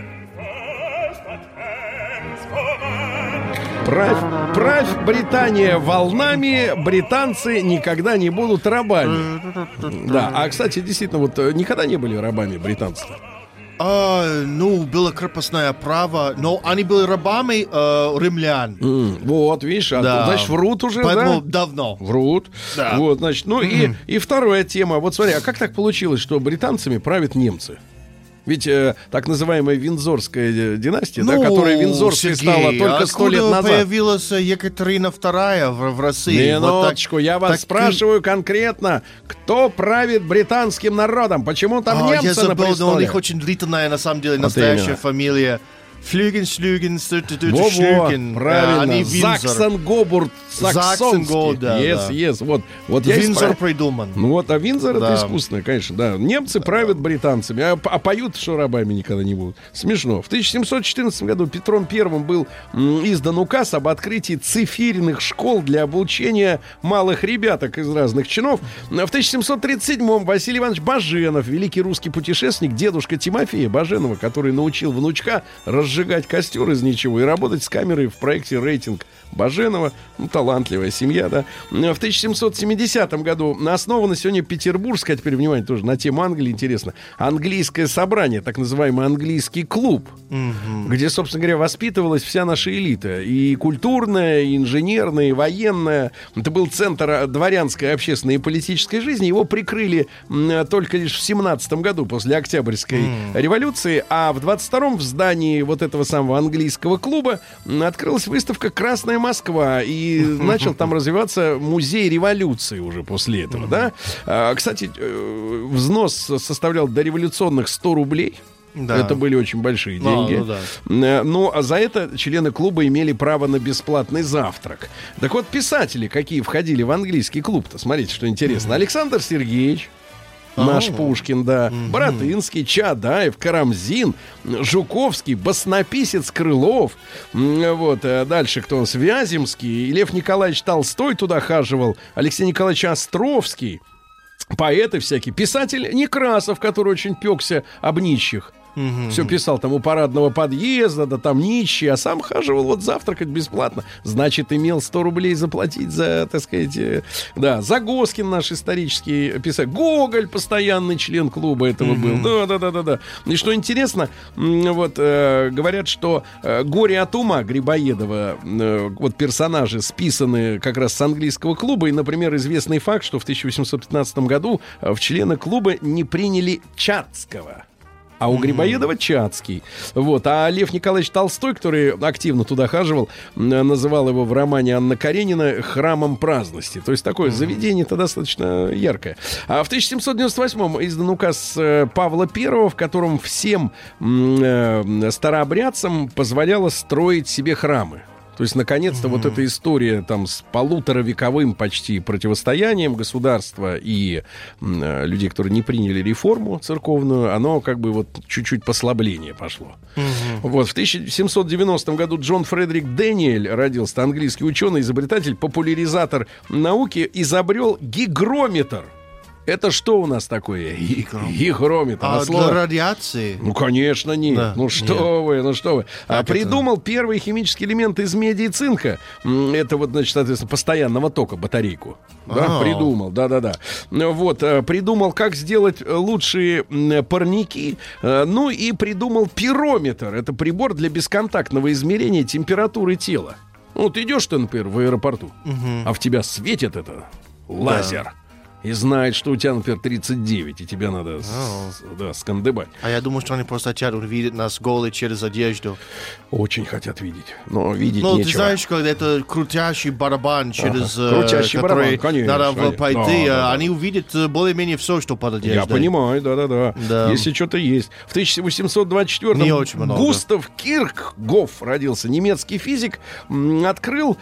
Правь, Британия, волнами, британцы никогда не будут рабами. Да, а, кстати, действительно, вот никогда не были рабами британцы. Ну, было крепостное право, но они были рабами римлян. Вот, видишь, значит, врут уже, поэтому да? давно. Врут. Да. Вот, значит, ну и вторая тема. Вот смотри, а как так получилось, что британцами правят немцы? Ведь так называемая Виндзорская династия, да, которая Виндзорской стала только 100 лет назад. Появилась Екатерина II в России? Минуточку, я вас спрашиваю конкретно, кто правит британским народом? Почему там немцы я забыл, на престоле? но у них очень длительная, на самом деле, настоящая фамилия. Флюген, Правильно. Заксен, Гобурт, Саксонский. да. Yes. Вот я Виндзор придуман. Ну вот, а Виндзор Да. это искусственное, конечно, да. Немцы правят британцами, а поют, что рабами никогда не будут. Смешно. В 1714 году Петром I был издан указ об открытии цифирных школ для обучения малых ребяток из разных чинов. В 1737-м Василий Иванович Баженов, великий русский путешественник, дедушка Тимофея Баженова, который научил внучка разжигать костер из ничего и работать с камерой в проекте «Рейтинг» Баженова. Ну, талантливая семья, да. В 1770 году основано сегодня Петербургское, а теперь, внимание, тоже на тему Англии интересно, английское собрание, так называемый английский клуб, где, собственно говоря, воспитывалась вся наша элита. И культурная, и инженерная, и военная. Это был центр дворянской, общественной и политической жизни. Его прикрыли только лишь в 17 году, после Октябрьской революции. А в 22-м в здании вот этого самого английского клуба открылась выставка «Красная Москва». И начал там развиваться музей революции уже после этого, да. Кстати, взнос составлял до революционных 100 рублей. Да. Это были очень большие деньги. Ну, а за это члены клуба имели право на бесплатный завтрак. Так вот, писатели, какие входили в английский клуб-то, смотрите, что интересно. Александр Сергеевич, наш Пушкин, да, Боротынский, Чаадаев, Карамзин, Жуковский, баснописец Крылов, вот, дальше кто у нас, Вяземский, Лев Николаевич Толстой туда хаживал, Алексей Николаевич Островский, поэты всякие, писатель Некрасов, который очень пекся об нищих. Все писал там у парадного подъезда, да там нищий, а сам хаживал вот завтракать бесплатно. Значит, имел 100 рублей заплатить за, так сказать, да, Загоскин наш исторический писатель. Гоголь, постоянный член клуба этого был. Да. И что интересно, вот говорят, что «Горе от ума» Грибоедова, вот персонажи списаны как раз с английского клуба. И, например, известный факт, что в 1815 году в члены клуба не приняли Чацкого. А у Грибоедова Чацкий. Вот. А Лев Николаевич Толстой, который активно туда хаживал, называл его в романе Анна Каренина «Храмом праздности». То есть такое заведение-то достаточно яркое. А в 1798-м издан указ Павла I, в котором всем старообрядцам позволяло строить себе храмы. То есть, наконец-то, вот эта история там с полуторавековым почти противостоянием государства и людей, которые не приняли реформу церковную, оно как бы вот чуть-чуть послабление пошло. Вот. В 1790 году Джон Фредерик Дэниэль родился, английский ученый, изобретатель, популяризатор науки, изобрел гигрометр. Это что у нас такое? Гигрометр. А для радиации? Ну, конечно, нет. Да, ну, что вы. Придумал это? первый химический элемент из меди и цинка. Это вот, значит, соответственно, постоянного тока, батарейку. Да, придумал, да. Вот, придумал, как сделать лучшие парники. Ну, и придумал пирометр. Это прибор для бесконтактного измерения температуры тела. Ну, вот идешь ты, например, в аэропорту, а в тебя светит это лазер. Да. И знает, что у тебя, например, 39, и тебе надо скандыбать. А я думаю, что они просто хотят увидеть нас голые через одежду. Очень хотят видеть, но видеть нечего. Ты знаешь, когда это крутящий барабан, через крутящий который барабан, конечно, надо пойти, да. они увидят более-менее все, что под одеждой. Я понимаю, да. Если что-то есть. В 1824-м Густав Кирхгоф родился, немецкий физик, открыл...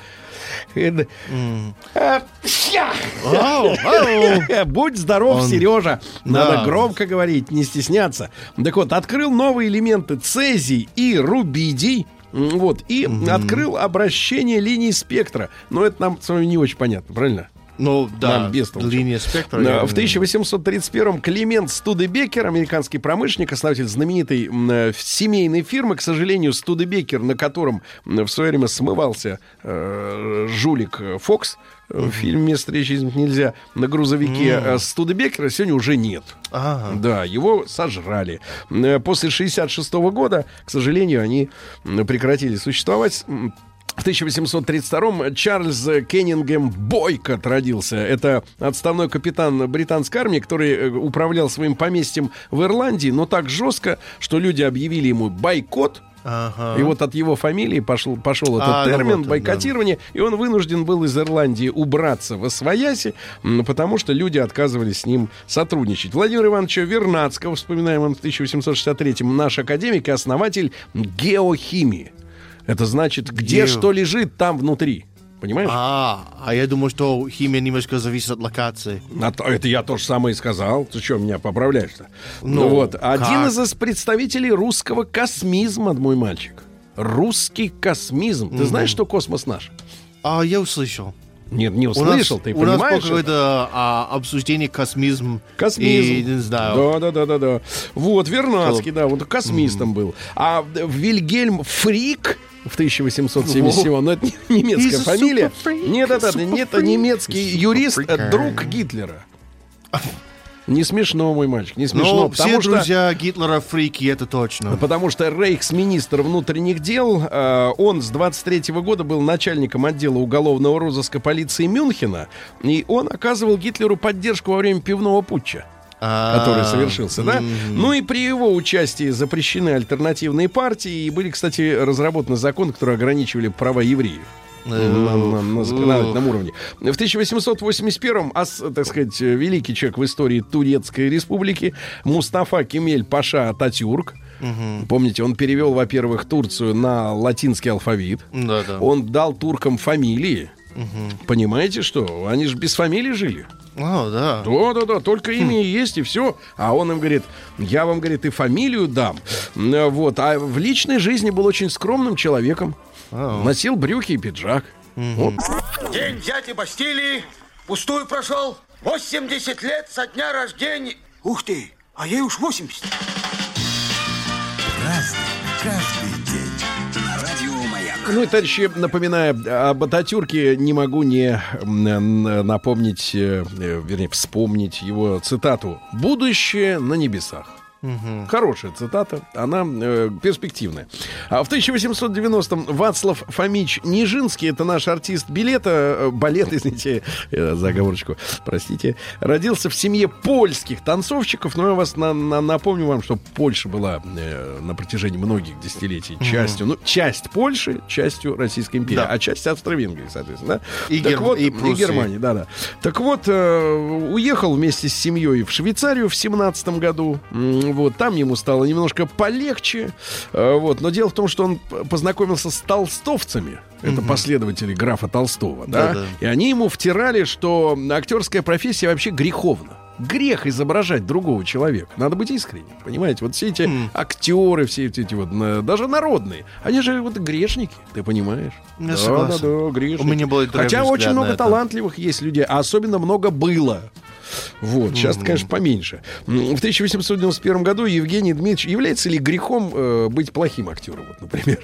Будь здоров, Сережа. Надо громко говорить, не стесняться. Так вот, открыл новые элементы цезий и рубидий. Вот, и открыл обращение линий спектра. Но это нам с вами не очень понятно, правильно? Ну, да, линия спектра. В 1831-м Климент Студебекер, американский промышленник, основатель знаменитой семейной фирмы, к сожалению, Студебекер, на котором в свое время смывался жулик Фокс, в фильме «Встречи изменить нельзя», на грузовике Студебекера сегодня уже нет. Да, его сожрали. После 1966 года, к сожалению, они прекратили существовать. В 1832-м Чарльз Кеннингем Бойкот родился. Это отставной капитан британской армии, который управлял своим поместьем в Ирландии, но так жестко, что люди объявили ему бойкот. И вот от его фамилии пошел этот термин бойкотирование, и он вынужден был из Ирландии убраться во свояси, потому что люди отказывались с ним сотрудничать. Владимира Ивановича Вернадского, вспоминаем, он в 1863-м наш академик и основатель геохимии. Это значит, где что лежит, там внутри. Понимаешь? А я думаю, что химия немножко зависит от локации. Это я то же самое и сказал. Ты что, меня поправляешь-то? Ну, вот. Один как? из представителей русского космизма, мой мальчик. Русский космизм. Ты знаешь, что космос наш? Я услышал. Нет, не услышал, ты понимаешь? У нас было какое-то обсуждение космизм. Космизм. И, не знаю. Да. Вот, Вернадский, да, вот космистом был. А Вильгельм Фрик в 1877, но это немецкая фамилия. Нет, это немецкий юрист, друг Гитлера. Не смешно, мой мальчик, не смешно. Но все друзья Гитлера фрики, это точно. Потому что рейхсминистр внутренних дел, он с 23-го года был начальником отдела уголовного розыска полиции Мюнхена, и он оказывал Гитлеру поддержку во время пивного путча, который совершился, да? Ну и при его участии запрещены альтернативные партии, и были, кстати, разработаны законы, которые ограничивали права евреев. На законодательном уровне. В 1881-м, так сказать, великий человек в истории Турецкой республики Мустафа Кемель Паша Ататюрк. Помните, он перевел, во-первых, Турцию на латинский алфавит. Он дал туркам фамилии. Понимаете, что? Они же без фамилии жили. Да, только имя и есть, и все. А он им говорит, я вам, говорит, и фамилию дам. Вот. А в личной жизни был очень скромным человеком. Носил брюки и пиджак. Вот. День дяди Бастилии пустую прошел. 80 лет со дня рождения. Ух ты, а ей уж 80. Разный, каждый день. Радио Маяк. Ну и, товарищи, напоминая об Ататюрке, не могу не напомнить, вернее, вспомнить его цитату «Будущее на небесах». Хорошая цитата, она перспективная. А в 1890-м Вацлав Фомич Нижинский, это наш артист балет, извините, заговорочку, простите, родился в семье польских танцовщиков, но я вас напомню вам, что Польша была на протяжении многих десятилетий часть Польши, частью Российской империи, а часть Австро-Венгрии, соответственно. Да? И Германии, да. Так вот, уехал вместе с семьей в Швейцарию в 17 году. Вот, там ему стало немножко полегче. Вот. Но дело в том, что он познакомился с толстовцами. Это последователи графа Толстого. Да? И они ему втирали, что актерская профессия вообще греховна. Грех изображать другого человека. Надо быть искренним. Понимаете, вот все эти актеры, все эти вот, даже народные, они же вот грешники, ты понимаешь? Я согласен. Да, грешники. У меня был Хотя очень много талантливых есть людей, а особенно много было. Вот, сейчас, конечно, поменьше. В 1891 году Евгений Дмитриевич, является ли грехом быть плохим актером, вот, например?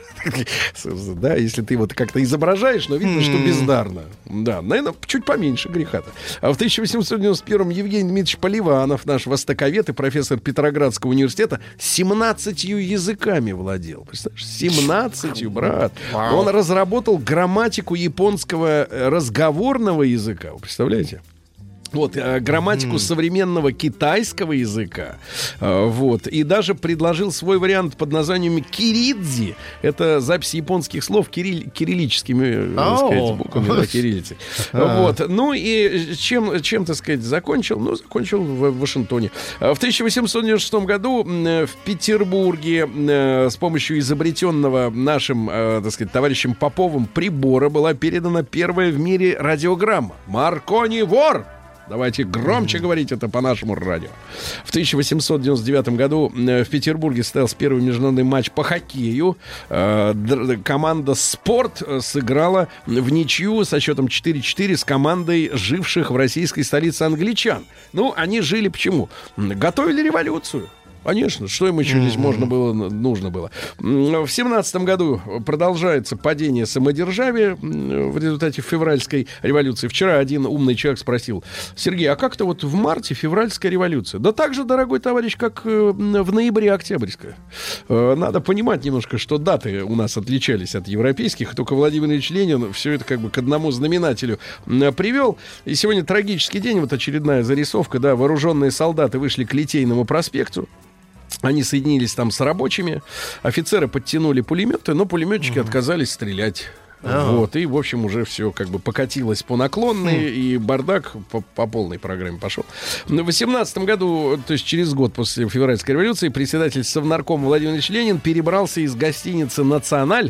Да, если ты вот как-то изображаешь, но видно, что бездарно. Да, наверное, чуть поменьше греха-то. А в 1891 Евгений Дмитриевич Поливанов, наш востоковед и профессор Петроградского университета, 17 языками владел. Представляешь? 17, брат. Он разработал грамматику японского разговорного языка. Вы представляете? Вот, грамматику современного китайского языка. Вот. И даже предложил свой вариант под названием киридзи. Это запись японских слов кириллическими, так сказать, буквами, да, кириллицей. Вот. Ну и чем, так сказать, закончил? Ну, закончил в Вашингтоне. В 1896 году в Петербурге с помощью изобретенного нашим, так сказать, товарищем Поповым прибора была передана первая в мире радиограмма. «Маркони вор!» Давайте громче говорить это по нашему радио. В 1899 году в Петербурге состоялся первый международный матч по хоккею. Команда «Спорт» сыграла в ничью со счетом 4-4 с командой живших в российской столице англичан. Ну, они жили почему? Готовили революцию. Конечно, что им еще здесь нужно было. В 17 году продолжается падение самодержавия в результате февральской революции. Вчера один умный человек спросил: Сергей, а как-то вот в марте февральская революция? Да так же, дорогой товарищ, как в ноябре октябрьская. Надо понимать немножко, что даты у нас отличались от европейских, и только Владимир Ильич Ленин все это как бы к одному знаменателю привел. И сегодня трагический день, вот очередная зарисовка, да, вооруженные солдаты вышли к Литейному проспекту. Они соединились там с рабочими. Офицеры подтянули пулеметы, но пулеметчики отказались стрелять. Вот, и, в общем, уже все как бы покатилось по наклонной, и бардак по полной программе пошел. В 18 году, то есть через год после февральской революции, председатель Совнаркома Владимир Ильич Ленин перебрался из гостиницы «Националь».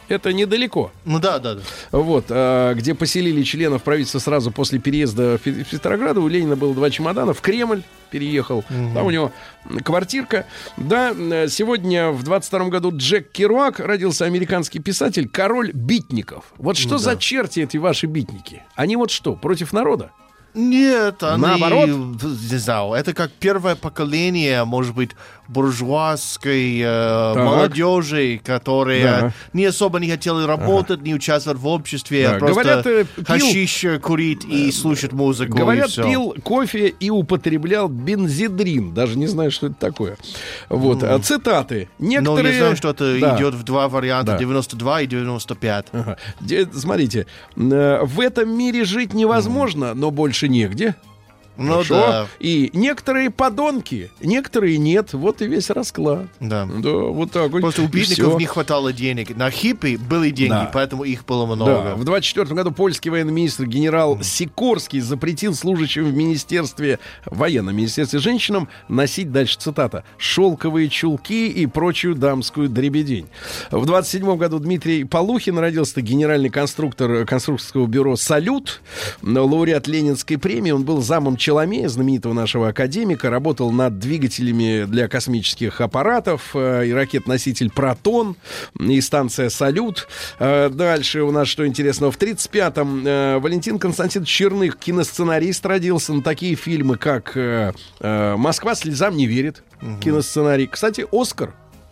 Это недалеко. Ну да. Вот, где поселили членов правительства сразу после переезда в Петроград. У Ленина было 2 чемодана. В Кремль переехал. Там у него квартирка. Да, сегодня в 22 году Джек Керуак родился, американский писатель, король битников. Вот что за черти эти ваши битники? Они вот что, против народа? Нет, они... Наоборот? Не знаю, это как первое поколение, может быть, буржуазской молодежи, которые не особо не хотели работать, не участвовать в обществе, а просто говорят, хашиш курить и слушать музыку. Говорят, пил кофе и употреблял бензидрин. Даже не знаю, что это такое. Вот, цитаты. Некоторые... Но я знаю, что это идет в 2 варианта, 92 и 95. Ага. Смотрите, в этом мире жить невозможно, но больше негде. Ну хорошо. да. И некоторые подонки, некоторые нет. Вот и весь расклад. Да. Да, вот так вот. Просто у битников не хватало денег. На хиппи были деньги, поэтому их было много. Да. В 24 году польский военный министр генерал Сикорский запретил служащим в министерстве, военном министерстве женщинам носить, дальше цитата, шелковые чулки и прочую дамскую дребедень. В 27 году Дмитрий Полухин родился, генеральный конструктор конструкторского бюро «Салют», лауреат Ленинской премии. Он был замом Челомея, знаменитого нашего академика, работал над двигателями для космических аппаратов, и ракет-носитель «Протон», и станция «Салют». Дальше у нас что интересного. В 1935-м Валентин Константинович Черных, киносценарист, родился на такие фильмы, как «Москва слезам не верит», киносценарий. Кстати, «Оскар».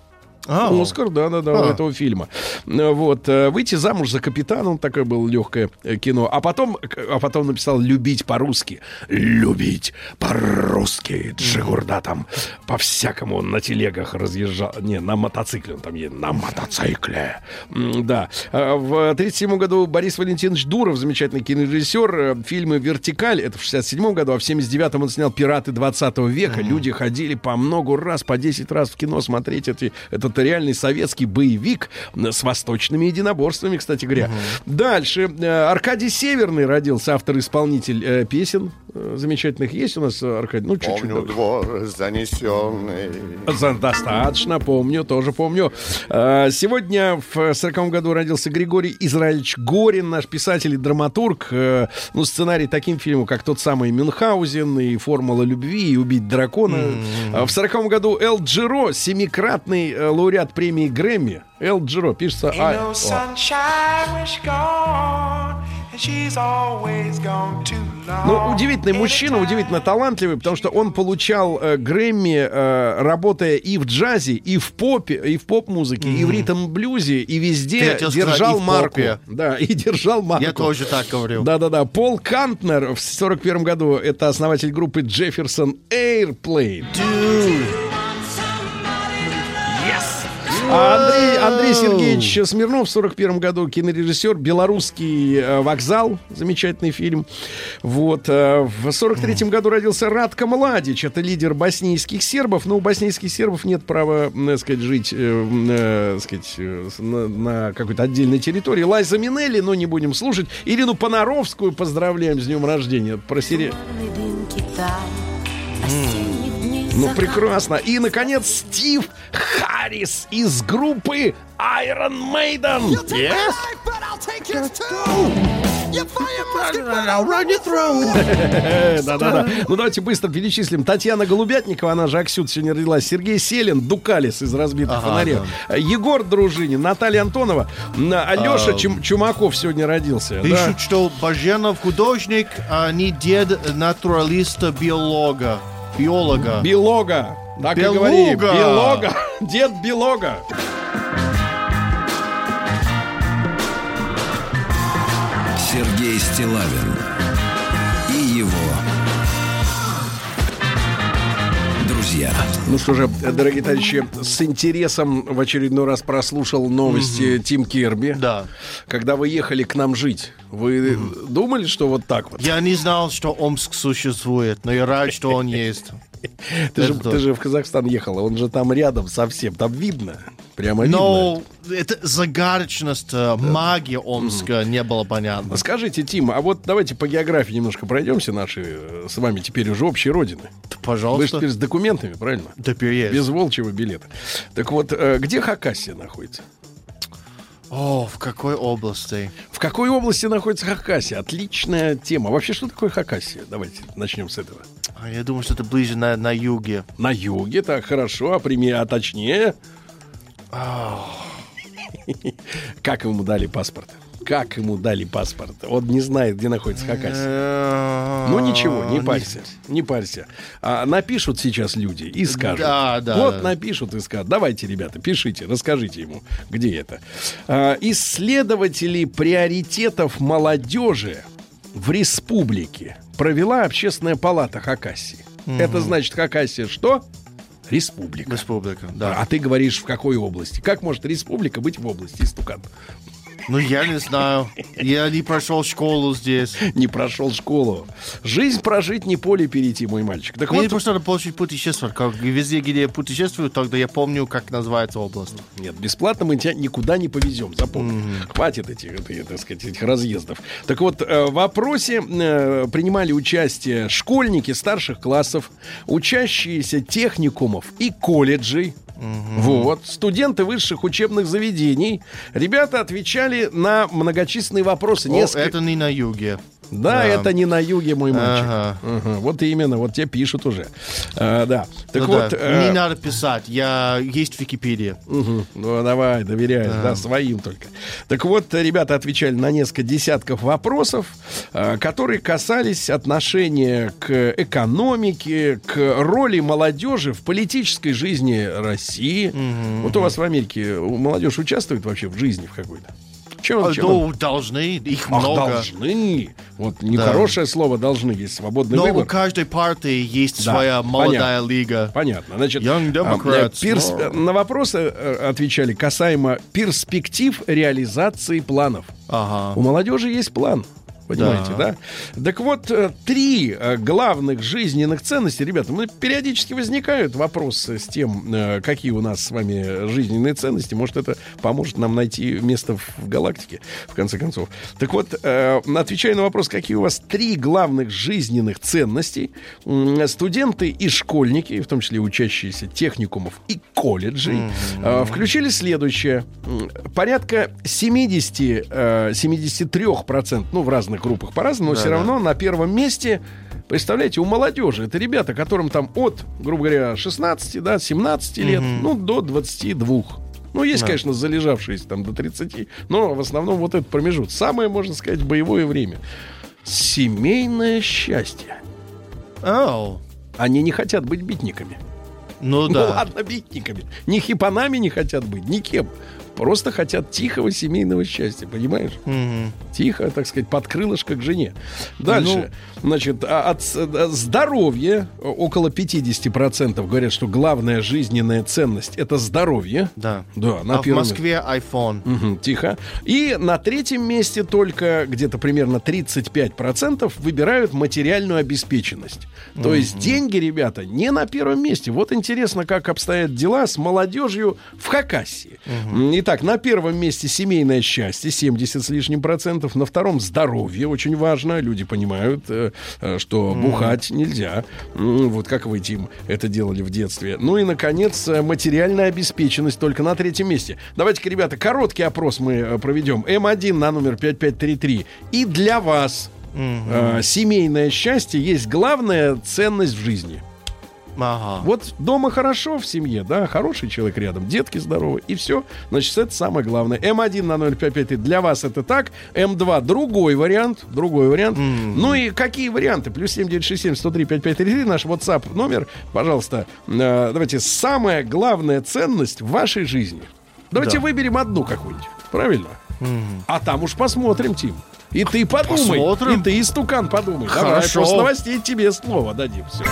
Оскар, да, у этого фильма. Вот, «Выйти замуж за капитана», он такое было легкое кино. А потом написал «Любить по-русски». Любить по-русски. Джигурда там по-всякому он на телегах разъезжал. Не, на мотоцикле он там едет. На мотоцикле. Да. В 1937 году Борис Валентинович Дуров, замечательный кинорежиссер, фильмы «Вертикаль», это в 1967 году, а в 1979 он снял «Пираты 20 века». Люди ходили по много раз, по 10 раз в кино смотреть этот реальный советский боевик с восточными единоборствами, кстати говоря. Дальше. Аркадий Северный родился, автор-исполнитель песен замечательных. Есть у нас, Аркадий? Ну, чуть-чуть. Помню двор занесенный. Достаточно, помню, тоже помню. Сегодня в 40-м году родился Григорий Израильевич Горин, наш писатель и драматург. Ну, сценарий таким фильмам, как тот самый «Мюнхгаузен», и «Формула любви», и «Убить дракона». В 40-м году Эл Джиро, 7-кратный лауреат премии Грэмми. Эл Джиро, пишется Ну, удивительный мужчина, удивительно талантливый, потому что он получал Грэмми, работая и в джазе, и в попе, и в поп-музыке, и в ритм-блюзе, и везде держал марку. Да, и держал марку. Я тоже так говорил. Да-да-да. Пол Кантнер в 41 году, это основатель группы Jefferson Airplane. Андрей Сергеевич Смирнов в 41 году, кинорежиссер, «Белорусский вокзал», замечательный фильм. Вот. В 43 году родился Радко Младич, это лидер боснийских сербов, но у боснийских сербов нет права, сказать, жить сказать, на какой-то отдельной территории. Лайза Минелли, но не будем слушать. Ирину Понаровскую поздравляем с днем рождения. Про Ну, прекрасно. И, наконец, Стив Харрис из группы Iron Maiden. Yes? Да-да-да. Ну, давайте быстро перечислим. Татьяна Голубятникова, она же Аксют, сегодня родилась. Сергей Селин, Дукалис из «Разбитых фонарей». Егор Дружинин, Наталья Антонова, Алеша Чумаков сегодня родился. Пишут, что Баженов художник, а не дед натуралиста-биолога. Биолога. Так и говори. Белога. Дед Белога. Сергей Стиллавин и его друзья. Ну что же, дорогие товарищи, с интересом в очередной раз прослушал новости Тим Керби. Да. Когда вы ехали к нам жить, вы думали, что вот так вот? Я не знал, что Омск существует, но я рад, что он есть. Ты же в Казахстан ехал, он же там рядом совсем, там видно. Прямо видно. Но это загадочность, магия Омска не было понятно. Скажите, Тим, а вот давайте по географии немножко пройдемся наши с вами теперь уже общей родины. Пожалуйста. Вы же теперь с документами, правильно? Теперь есть. Без волчьего билета. Так вот, где Хакасия находится? О, в какой области? В какой области находится Хакасия? Отличная тема. Вообще, что такое Хакасия? Давайте начнем с этого. Я думаю, что это ближе на юге. На юге, так, хорошо. А точнее? Как ему дали паспорт? Как ему дали паспорт? Он не знает, где находится Хакасия. Ну ничего, не парься. Не парься. Напишут сейчас люди и скажут. Да. Напишут и скажут. Давайте, ребята, пишите, расскажите ему, где это. Исследователи приоритетов молодежи в республике провела Общественная палата Хакасии. Это значит, Хакасия что? Республика. Республика, да. А ты говоришь, в какой области? Как может республика быть в области, истукан? Ну, я не знаю. Я не прошел школу здесь. Не прошел школу. Жизнь прожить, не поле перейти, мой мальчик. Так мне вот... просто надо получить путешествие. Как везде, где я путешествую, тогда я помню, как называется область. Нет, бесплатно мы тебя никуда не повезем, запомни. Хватит этих разъездов. Так вот, в вопросе принимали участие школьники старших классов, учащиеся техникумов и колледжей. Вот, студенты высших учебных заведений. Ребята отвечали на многочисленные вопросы. Это не на юге. Да, это не на юге, мой мальчик. Вот именно, вот тебе пишут уже. Да. Так вот, не надо писать, есть Википедия. Ну, давай, доверяй, да, своим только. Так вот, ребята отвечали на несколько десятков вопросов, которые касались отношения к экономике, к роли молодежи в политической жизни России. Вот у вас в Америке молодежь участвует вообще в жизни в какой-то? Должны, их много. Должны. Вот нехорошее слово «должны», есть свободный Но выбор. у каждой партии есть своя молодая лига. Понятно. Значит, Young Democrats. На вопросы отвечали касаемо перспектив реализации планов. У молодежи есть план. Понимаете, да? Так вот, 3 главных жизненных ценности. Ребята, периодически возникают вопросы с тем, какие у нас с вами жизненные ценности. Может, это поможет нам найти место в галактике, в конце концов. Так вот, отвечая на вопрос, какие у вас 3 главных жизненных ценностей, студенты и школьники, в том числе учащиеся техникумов и колледжей, включили следующее. Порядка 73%, ну, в разных группах по-разному, но все равно на первом месте, представляете, у молодежи. Это ребята, которым там от, грубо говоря, 16, да, 17 лет, ну, до 22. Ну, есть, конечно, залежавшиеся там до 30, но в основном вот этот промежуток. Самое, можно сказать, боевое время. Семейное счастье. Они не хотят быть битниками. Ну ладно, битниками. Ни хипанами не хотят быть, никем. Просто хотят тихого семейного счастья, понимаешь? Тихо, так сказать, под крылышко к жене. Дальше. Значит, от здоровья около 50% говорят, что главная жизненная ценность — это здоровье. Да. На в Москве iPhone. Тихо. И на 3-м месте только где-то примерно 35% выбирают материальную обеспеченность. То есть деньги, ребята, не на первом месте. Вот интересно, как обстоят дела с молодежью в Хакасии. Итак, на первом месте семейное счастье, 70 с лишним процентов. На втором здоровье, очень важно. Люди понимают, что бухать нельзя. Вот как вы, Тим, это делали в детстве. Ну и, наконец, материальная обеспеченность только на 3-м месте. Давайте-ка, ребята, короткий опрос мы проведем. М1 на номер 5533. И для вас семейное счастье есть главная ценность в жизни. Вот дома хорошо в семье, да, хороший человек рядом, детки здоровы, и все. Значит, это самое главное. М1 на 0553 для вас это так. М2 другой вариант. Ну и какие варианты? Плюс 7967 103 5533 наш WhatsApp номер. Пожалуйста, давайте, самая главная ценность в вашей жизни. Давайте выберем одну какую-нибудь. Правильно? А там уж посмотрим, Тим. И ты подумай. И ты, истукан, подумай. Хорошо. Давай, после новостей тебе слово дадим. Все.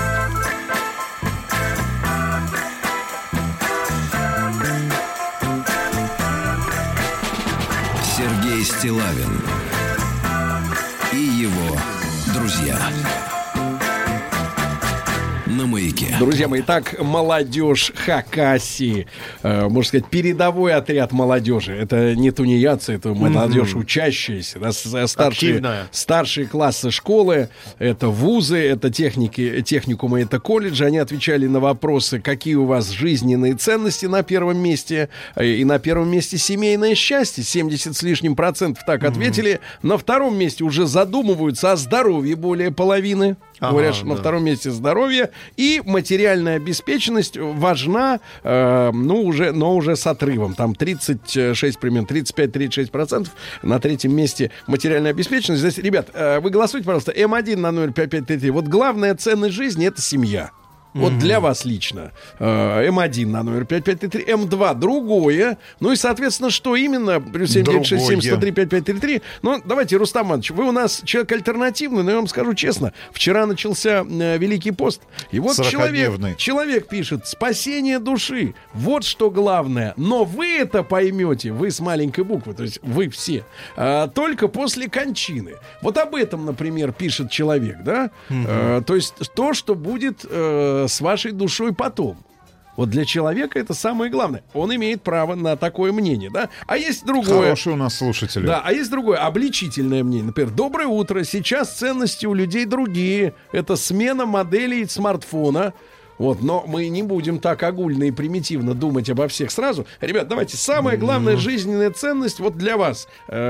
Сергей Стиллавин и его друзья на маяке. Друзья мои, итак, молодежь Хакасии, можно сказать, передовой отряд молодежи. Это не тунеядцы, это молодежь учащаяся, да, старшие классы школы, это вузы, это техникумы, это колледжи. Они отвечали на вопросы, какие у вас жизненные ценности на первом месте. И на первом месте семейное счастье. 70 с лишним процентов так ответили. На втором месте уже задумываются о здоровье более половины. Говорят, что на втором месте здоровье. И материальная обеспеченность важна, но уже с отрывом. Там 36, примерно 35-36%. На третьем месте материальная обеспеченность. Здесь, ребят, вы голосуйте, пожалуйста, М1 на 05533. Вот главная ценность жизни — это семья. Вот для вас лично. М1 на номер 5533, М2 другое. Ну и, соответственно, что именно? Плюс 7967-103-5533. Ну, давайте, Рустам Иванович, вы у нас человек альтернативный, но я вам скажу честно, вчера начался Великий пост. И вот человек пишет: спасение души. Вот что главное. Но вы это поймете, вы с маленькой буквы, то есть вы все, только после кончины. Вот об этом, например, пишет человек, да? То есть то, что будет с вашей душой потом. Вот для человека это самое главное. Он имеет право на такое мнение, да? А есть другое. Хорошие у нас слушатели. Да, а есть другое, обличительное мнение. Например, доброе утро. Сейчас ценности у людей другие. Это смена моделей смартфона. Вот, но мы не будем так огульно и примитивно думать обо всех сразу. Ребят, давайте, самая главная жизненная ценность вот для вас.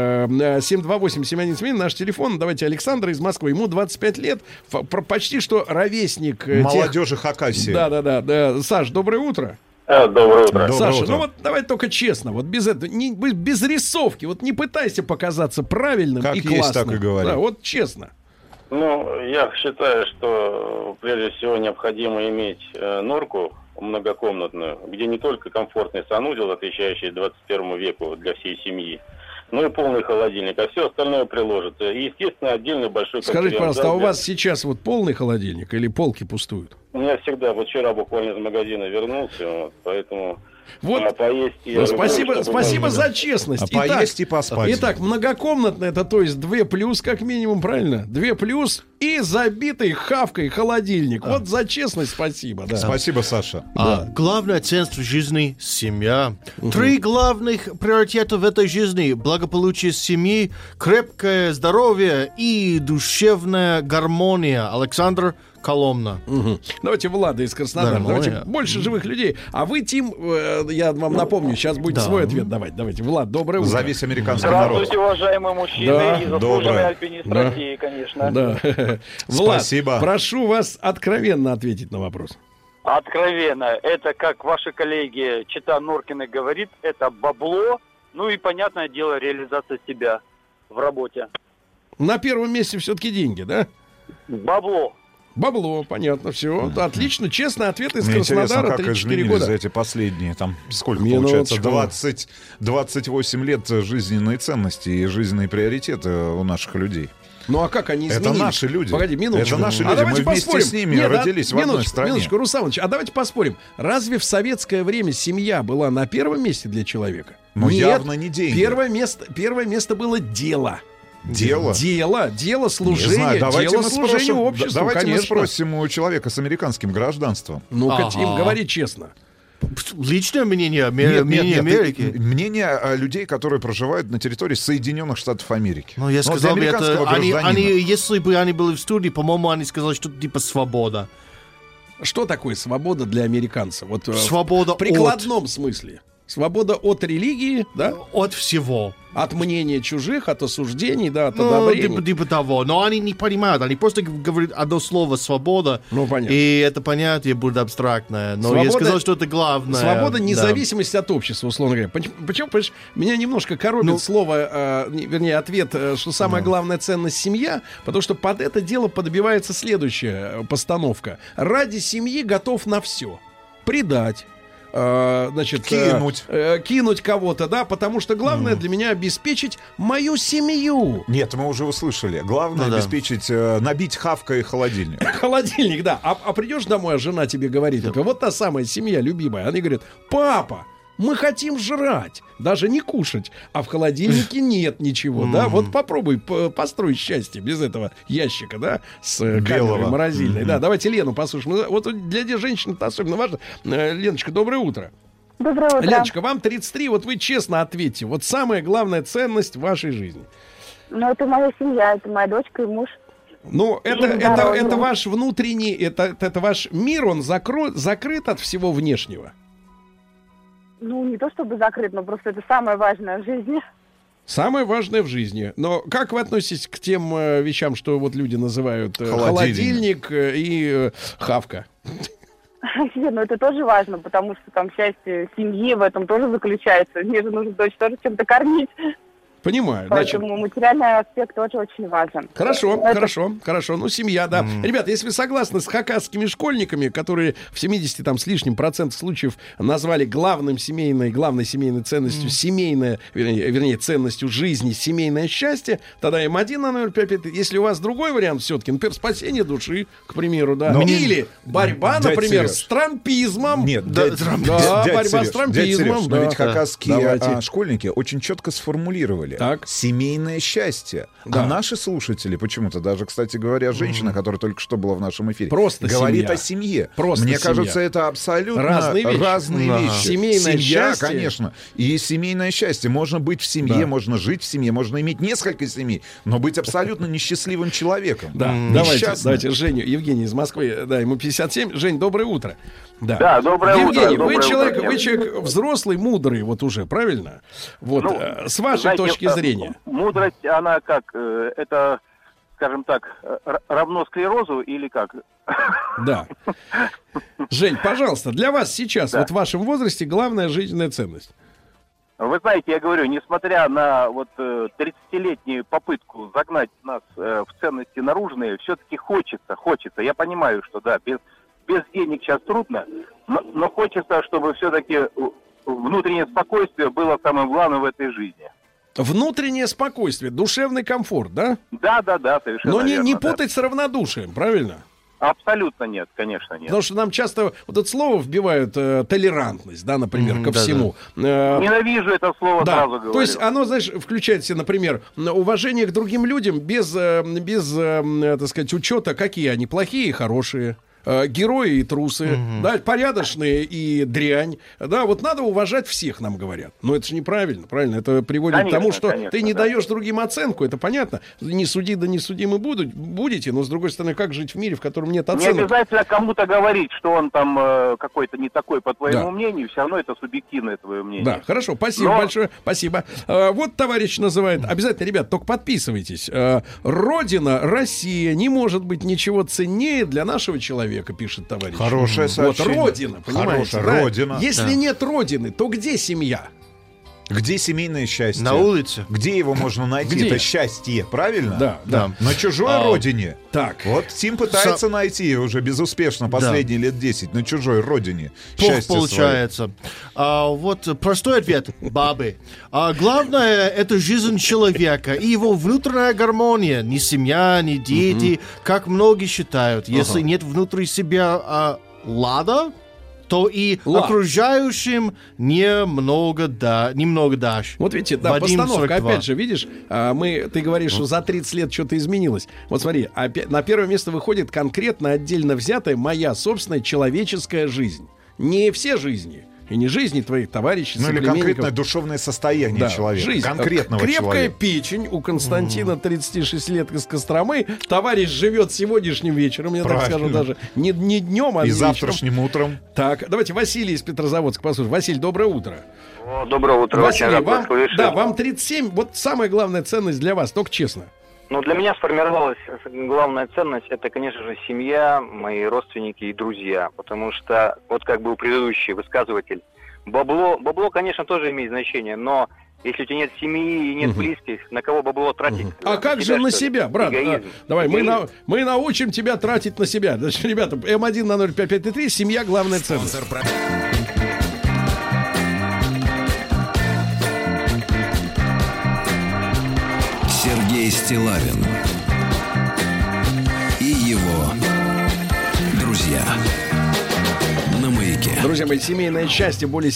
728-7171, наш телефон. Давайте Александр из Москвы. Ему 25 лет. Почти что ровесник. Молодежи Хакасии. Да. Саш, доброе утро. Доброе утро. Саша, ну вот давай только честно, вот без этого, без рисовки. Вот не пытайся показаться правильным как и классным. Есть, так и говори. Да, вот честно. Ну, я считаю, что прежде всего необходимо иметь норку многокомнатную, где не только комфортный санузел, отвечающий 21 веку для всей семьи, но и полный холодильник, а все остальное приложится. И, естественно, отдельный большой... Скажите, пожалуйста, а у вас сейчас вот полный холодильник или полки пустуют? У меня всегда, вот вчера буквально из магазина вернулся, вот, поэтому... Вот. Поесть, спасибо за честность. Поесть и поспать. Итак, многокомнатная, это то есть 2+, как минимум, правильно? 2+, и забитый хавкой холодильник. Вот за честность спасибо. Да. Спасибо, Саша. Главное ценство жизни — семья. 3 главных приоритета в этой жизни: благополучие семьи, крепкое здоровье и душевная гармония. Александр Коломна. Давайте Влада из Краснодара. Давайте больше живых людей. А вы, Тим, я вам напомню, сейчас будет свой ответ давать. Давайте, Влад, доброе утро. За весь американский народ. Здравствуйте, уважаемые мужчины и заслуженный альпинист России, конечно. Да. Влад, спасибо. Прошу вас откровенно ответить на вопрос. Откровенно. Это, как ваши коллеги Чита Норкины говорит, это бабло, ну и, понятное дело, реализация себя в работе. На первом месте все-таки деньги, да? Бабло, понятно, все. Отлично, честный ответ из Мне Краснодара, интересно, как 3-4 изменились года. за эти последние, там, сколько Минуточку. получается, 28 лет жизненной ценности и жизненные приоритеты у наших людей. Ну а как они изменились? Это наши люди. Погоди, минуточку. Это наши люди. Мы вместе с ними родились в одной стране. Минуточку, Русалыч, а давайте поспорим. Разве в советское время семья была на первом месте для человека? Ну, Нет, явно не деньги. Первое место было дело. Дело, служение, дело служения обществу, давайте конечно. мы спросим у человека с американским гражданством. Ну-ка, Тим, говори честно. Личное мнение Нет, Америки. Мнение людей, которые проживают на территории Соединенных Штатов Америки. Ну, я сказал бы, это они, если бы они были в студии, по-моему, они сказали что-то типа свобода. Что такое свобода для американца? Вот свобода в прикладном смысле. Свобода от религии, да? От всего. От мнения чужих, от осуждений, да, от одобрений. Типа того. Но они не понимают. Они просто говорят одно слово «свобода». Ну, понятно. И это понятие будет абстрактное. Но я сказал, что это главное. Свобода, независимость от общества, условно говоря. Почему, понимаешь, меня немножко коробит слово, вернее, ответ, что самая главная ценность — семья, потому что под это дело подбивается следующая постановка. Ради семьи готов на все. Предать. Значит, кинуть кого-то, да, потому что главное для меня обеспечить мою семью. Нет, мы уже услышали. Главное обеспечить, набить хавкой холодильник. Холодильник, да. А придешь домой, а жена тебе говорит, вот та самая семья любимая, они говорят: папа, Мы хотим жрать, даже не кушать, а в холодильнике нет ничего, да? Вот попробуй построить счастье без этого ящика, да, с камерой морозильной. Да, давайте Лену послушаем. Вот для женщин это особенно важно. Леночка, доброе утро. Доброе утро. Леночка, вам 33, вот вы честно ответьте. Вот самая главная ценность в вашей жизни. Ну, это моя семья, это моя дочка и муж. Ну, это ваш внутренний, это ваш мир, он закрыт от всего внешнего. Ну, не то чтобы закрыт, но просто это самое важное в жизни. Самое важное в жизни. Но как вы относитесь к тем вещам, что вот люди называют холодильник и хавка? Ну, это тоже важно, потому что там счастье семьи в этом тоже заключается. Мне же нужно дочь тоже чем-то кормить. Понимаю. Поэтому материальный аспект тоже очень важен. Хорошо. Ну, семья, да. Ребята, если вы согласны с хакасскими школьниками, которые в 70 там с лишним процентов случаев назвали главной семейной ценностью вернее, ценностью жизни семейное счастье, тогда М1 на номер 55. Если у вас другой вариант все-таки, например, спасение души, к примеру, да. Или борьба, например, с трампизмом. Нет, борьба с трампизмом. Но ведь хакасские школьники очень четко сформулировали. Так. Семейное счастье. Да. А наши слушатели, почему-то даже, кстати говоря, женщина, которая только что была в нашем эфире, говорит о семье. Мне кажется, это абсолютно разные вещи. Семейное счастье, конечно. И семейное счастье. Можно быть в семье, можно жить в семье, можно иметь несколько семей, но быть абсолютно несчастливым человеком. Да. Давайте Женю, Евгений из Москвы, да, ему 57. Жень, доброе утро. Да, доброе утро. Евгений, вы человек взрослый, мудрый, вот уже, правильно? Вот, с вашей точки зрения. Мудрость, она как, это, скажем так, равно склерозу или как? Да. Жень, пожалуйста, для вас сейчас, вот в вашем возрасте, главная жизненная ценность? Вы знаете, я говорю, несмотря на вот 30-летнюю попытку загнать нас в ценности наружные, все-таки хочется. Я понимаю, что да, без денег сейчас трудно, но хочется, чтобы все-таки внутреннее спокойствие было самым главным в этой жизни. Внутреннее спокойствие, душевный комфорт, да? Да, совершенно но верно. Не путать с равнодушием, правильно? Абсолютно нет, конечно, нет. Потому что нам часто вот это слово вбивают толерантность, да, например, ко всему. Ненавижу это слово, сразу говорю. То есть оно, знаешь, включает в себя, например, уважение к другим людям без так сказать, учета, какие они, плохие и хорошие. Герои и трусы, да, порядочные и дрянь. Да, вот надо уважать всех, нам говорят. Но это же неправильно, правильно? Это приводит к тому, что ты не даешь другим оценку, это понятно. Не суди, да не судимы будете, но, с другой стороны, как жить в мире, в котором нет оценок? Не обязательно кому-то говорить, что он там какой-то не такой, по твоему мнению, все равно это субъективное твое мнение. Да, хорошо, спасибо большое, спасибо. Вот товарищ называет, обязательно, ребят, только подписывайтесь. Родина, Россия, не может быть ничего ценнее для нашего человека, пишет товарищ. Хорошее сообщение. Вот Родина, понимаете? Хорошая Родина. Если нет Родины, то где семья? Где семейное счастье? На улице. Где его можно найти? Где? Это счастье, правильно? Да. На чужой родине. Так. Вот Тим пытается найти уже безуспешно последние лет 10 на чужой родине. Плохо получается. Вот простой ответ. Бабы. Главное, это жизнь человека и его внутренняя гармония. Не семья, не дети, как многие считают. Если нет внутри себя лада, то и окружающим немного дашь. Вот видите, да, Вадим, постановка, 42. опять же, видишь, ты говоришь, что за 30 лет что-то изменилось. Вот смотри, на первое место выходит конкретно отдельно взятая моя собственная человеческая жизнь. Не все жизни. И не жизни твоих товарищей, или соплеменников. конкретное душевное состояние человека. Жизнь. Конкретного Крепкая человека. печень у Константина, 36 лет, из Костромы. Товарищ живет сегодняшним вечером, я так скажу, даже не днем, а и вечером. завтрашним утром. Так, давайте Василий из Петрозаводска послушаем. Василий, доброе утро. Доброе утро. Василий, вам 37. Вот самая главная ценность для вас, только честно. Ну, для меня сформировалась главная ценность, это, конечно же, семья, мои родственники и друзья. Потому что, вот как был предыдущий высказыватель, бабло, конечно, тоже имеет значение, но если у тебя нет семьи и нет близких, на кого бабло тратить? А как же на себя, брат? Давай, мы научим тебя тратить на себя. Значит, ребята, М1 на 0553, семья главная ценность. Сергей Стиллавин и его друзья на Маяке. Друзья мои, семейное счастье более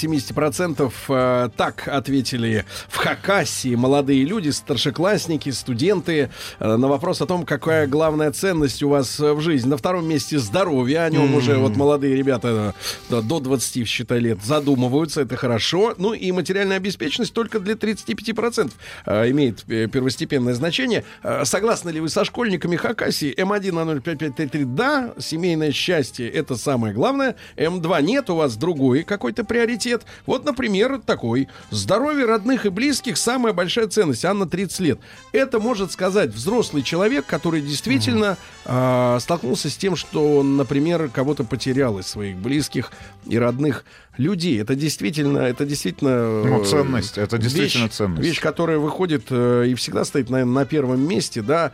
70%. Так ответили в Хакассии молодые люди, старшеклассники, студенты на вопрос о том, какая главная ценность у вас в жизни. На втором месте здоровье. О нем уже вот молодые ребята до 20, считай, лет задумываются. Это хорошо. Ну и материальная обеспеченность только для 35% имеет первостепенное значение. Согласны ли вы со школьниками Хакассии? М1 на 05533 да, семейное счастье — это самое главное. М2 нет, у вас другой какой-то приоритет. Вот, например, такой. Здоровье родных и близких — самая большая ценность. Анна, 30 лет. Это может сказать взрослый человек, который действительно столкнулся с тем, что он, например, кого-то потерял из своих близких и родных людей. Это действительно ценность. Это действительно ценность. Вещь, которая выходит и всегда стоит, наверное, на первом месте, да.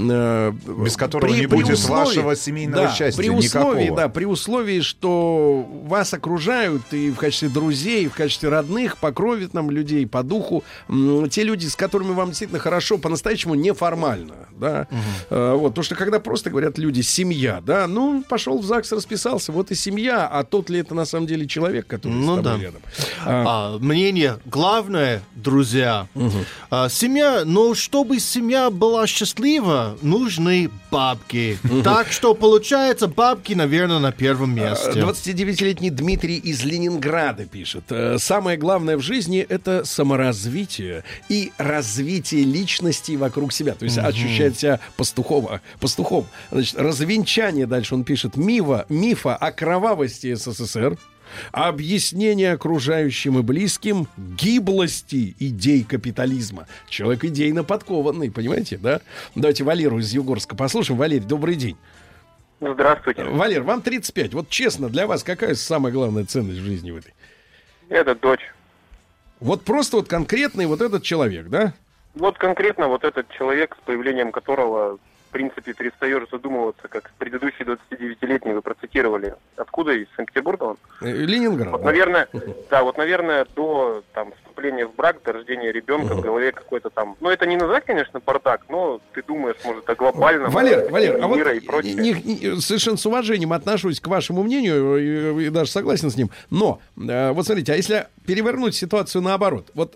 Без которого не будет вашего семейного счастья никакого. При условии, что вас окружают и в качестве друзей, и в качестве родных, по крови нам людей, по духу, те люди, с которыми вам действительно хорошо, по-настоящему неформально, да. Вот, потому что когда просто говорят люди «семья», да, ну, пошел в ЗАГС, расписался, вот и семья, а тот ли это на самом деле человек, который с тобой рядом? Мнение главное, друзья, семья, но чтобы семья была счастлива, нужны бабки. Так что получается, бабки, наверное, на первом месте. 29-летний Дмитрий из Ленинграда пишет: самое главное в жизни — это саморазвитие и развитие личности вокруг себя. То есть ощущать себя пастухом. Значит, развенчание, дальше он пишет, мифа о кровавости СССР, объяснение окружающим и близким гиблости идей капитализма. Человек идейно подкованный, понимаете, да? Давайте Валеру из Югорска послушаем. Валерий, добрый день. Здравствуйте. Валер, вам 35. Вот честно, для вас какая самая главная ценность в жизни в этой? Это дочь. Вот просто вот конкретный вот этот человек, да? Вот конкретно вот этот человек, с появлением которого, в принципе, перестаешь задумываться, как предыдущий 29-летний вы процитировали. Откуда? Из Санкт-Петербурга он? Ленинград. Вот, наверное, наверное, до вступления в брак, до рождения ребенка в голове какой-то там... Ну, это не назвать, конечно, бардак, но ты думаешь, может, о глобальном Валер, мира а вот и прочее. Совершенно с уважением отношусь к вашему мнению и даже согласен с ним. Но, вот смотрите, а если перевернуть ситуацию наоборот, вот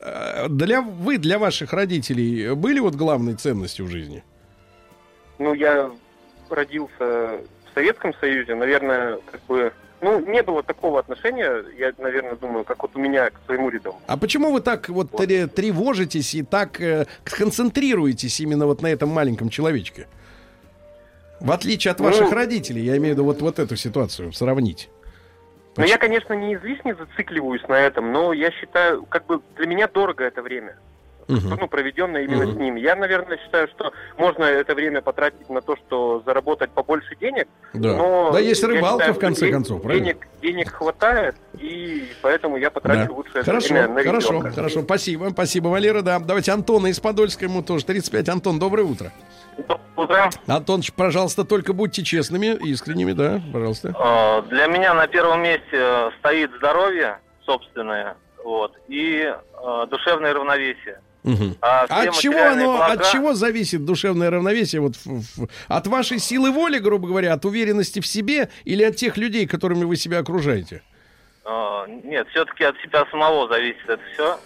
для ваших родителей были вот главной ценностью в жизни? Ну, я родился в Советском Союзе, наверное, не было такого отношения, я, наверное, думаю, как вот у меня к своему ребенку. А почему вы так вот тревожитесь и так концентрируетесь именно вот на этом маленьком человечке? В отличие от ваших родителей, я имею в виду вот эту ситуацию сравнить. Ну, я, конечно, не излишне зацикливаюсь на этом, но я считаю, для меня дорого это время. Проведенное именно с ним. Я, наверное, считаю, что можно это время потратить на то, что заработать побольше денег. Да, но есть рыбалка, в конце концов, правильно? Денег хватает, и поэтому я потрачу лучше это время на ребенка. Хорошо, спасибо, Валера, да. Давайте Антона из Подольска, ему тоже 35. Антон, доброе утро. Доброе утро. Антон, пожалуйста, только будьте честными, искренними, да, пожалуйста. Для меня на первом месте стоит здоровье собственное, и душевное равновесие. От чего зависит душевное равновесие? От вашей силы воли, грубо говоря, от уверенности в себе или от тех людей, которыми вы себя окружаете? Нет, все-таки от себя самого зависит это все.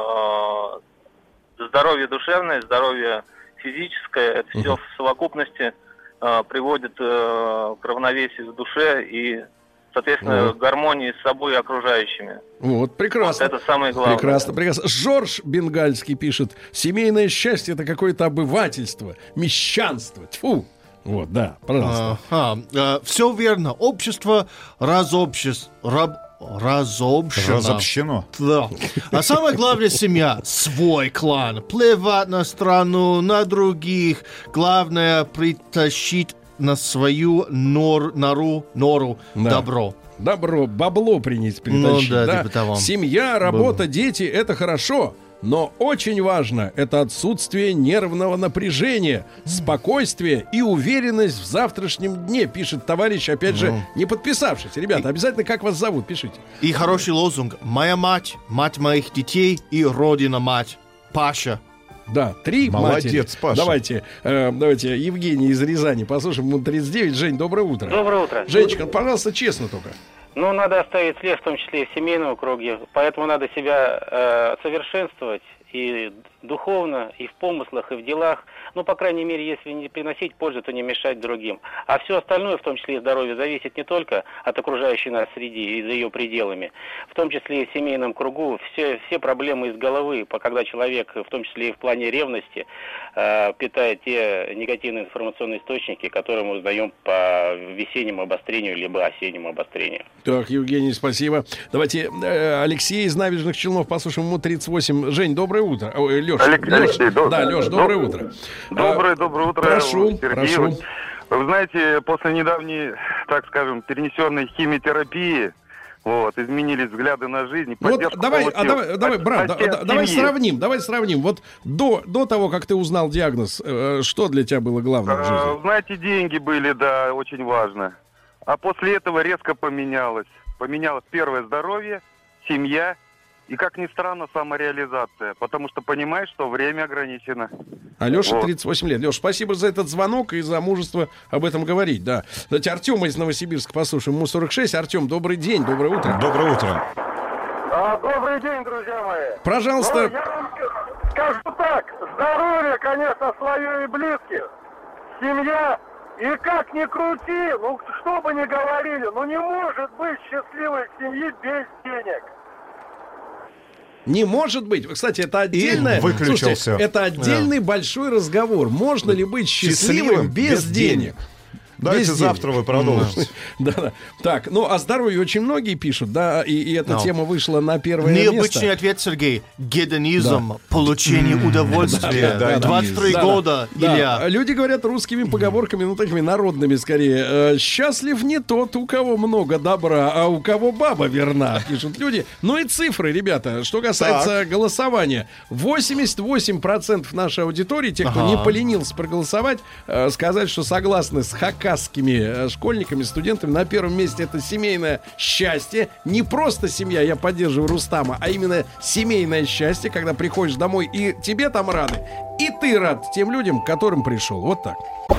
Здоровье душевное, здоровье физическое, это все в совокупности приводит к равновесию в душе и, соответственно, гармонии с собой и окружающими. Вот, прекрасно. Вот это самое главное. Прекрасно. Жорж Бенгальский пишет: семейное счастье — это какое-то обывательство, мещанство. Тьфу. Вот, да, пожалуйста. Все верно. Общество разобщено. Да. А самое главное — семья. Свой клан. Плевать на страну, на других. Главное — притащить на свою нору добро. Добро, бабло притащить. Типа того. Семья, работа, дети — это хорошо. Но очень важно — это отсутствие нервного напряжения, спокойствие и уверенность в завтрашнем дне, пишет товарищ, опять же, не подписавшийся. Ребята, обязательно, как вас зовут, пишите. И хороший лозунг: моя мать, мать моих детей и родина мать. Паша. Да, 3 Молодец, матери. Паша. Давайте Евгений из Рязани послушаем, ему 39. Жень, доброе утро. Доброе утро. Женечка, пожалуйста, честно только. Ну, надо оставить след, в том числе и в семейном круге. Поэтому надо себя совершенствовать и духовно, и в помыслах, и в делах. Ну, по крайней мере, если не приносить пользу, то не мешать другим. А все остальное, в том числе и здоровье, зависит не только от окружающей нас среды и за ее пределами. В том числе и в семейном кругу. Все проблемы из головы, когда человек, в том числе и в плане ревности, питает те негативные информационные источники, которые мы узнаем по весеннему обострению либо осеннему обострению. Так, Евгений, спасибо. Давайте Алексей из Набережных Челнов послушаем, ему 38. Жень, доброе утро. Ой, Лёш, Лёш, доброе утро. Доброе утро, прошу, Сергей. Прошу. Вы знаете, после недавней, так скажем, перенесенной химиотерапии, изменились взгляды на жизнь. Вот давай, брат, давай сравним. Вот до того, как ты узнал диагноз, что для тебя было главным в жизни? Знаете, деньги были, да, очень важно. А после этого резко поменялось. Поменялось первое здоровье, семья и, как ни странно, самореализация. Потому что понимаешь, что время ограничено. А Леша 38 лет. Леша, спасибо за этот звонок и за мужество об этом говорить. Да. Давайте Артема из Новосибирска послушаем. Ему 46. Артем, добрый день, доброе утро. Доброе утро. Добрый день, друзья мои. Пожалуйста. Я вам скажу так. Здоровье, конечно, свое и близких. Семья. И как ни крути, что бы ни говорили, не может быть счастливой семьи без денег. Не может быть. Кстати, это отдельное... Слушайте, это отдельный большой разговор. Можно ли быть счастливым без денег? Давайте завтра вы продолжите. Да. Так, о здоровье очень многие пишут, да, и эта тема вышла на первое место. Необычный ответ, Сергей. Гедонизм, получение удовольствия. 23 года, Илья. Люди говорят русскими поговорками, такими народными скорее. Счастлив не тот, у кого много добра, а у кого баба верна, пишут люди. Ну и цифры, ребята, что касается голосования. 88% нашей аудитории, те, кто не поленился проголосовать, сказать, что согласны с хакасскими школьниками, студентами. На первом месте это семейное счастье. Не просто семья, я поддерживаю Рустама, а именно семейное счастье, когда приходишь домой и тебе там рады, и ты рад тем людям, к которым пришел. Вот так.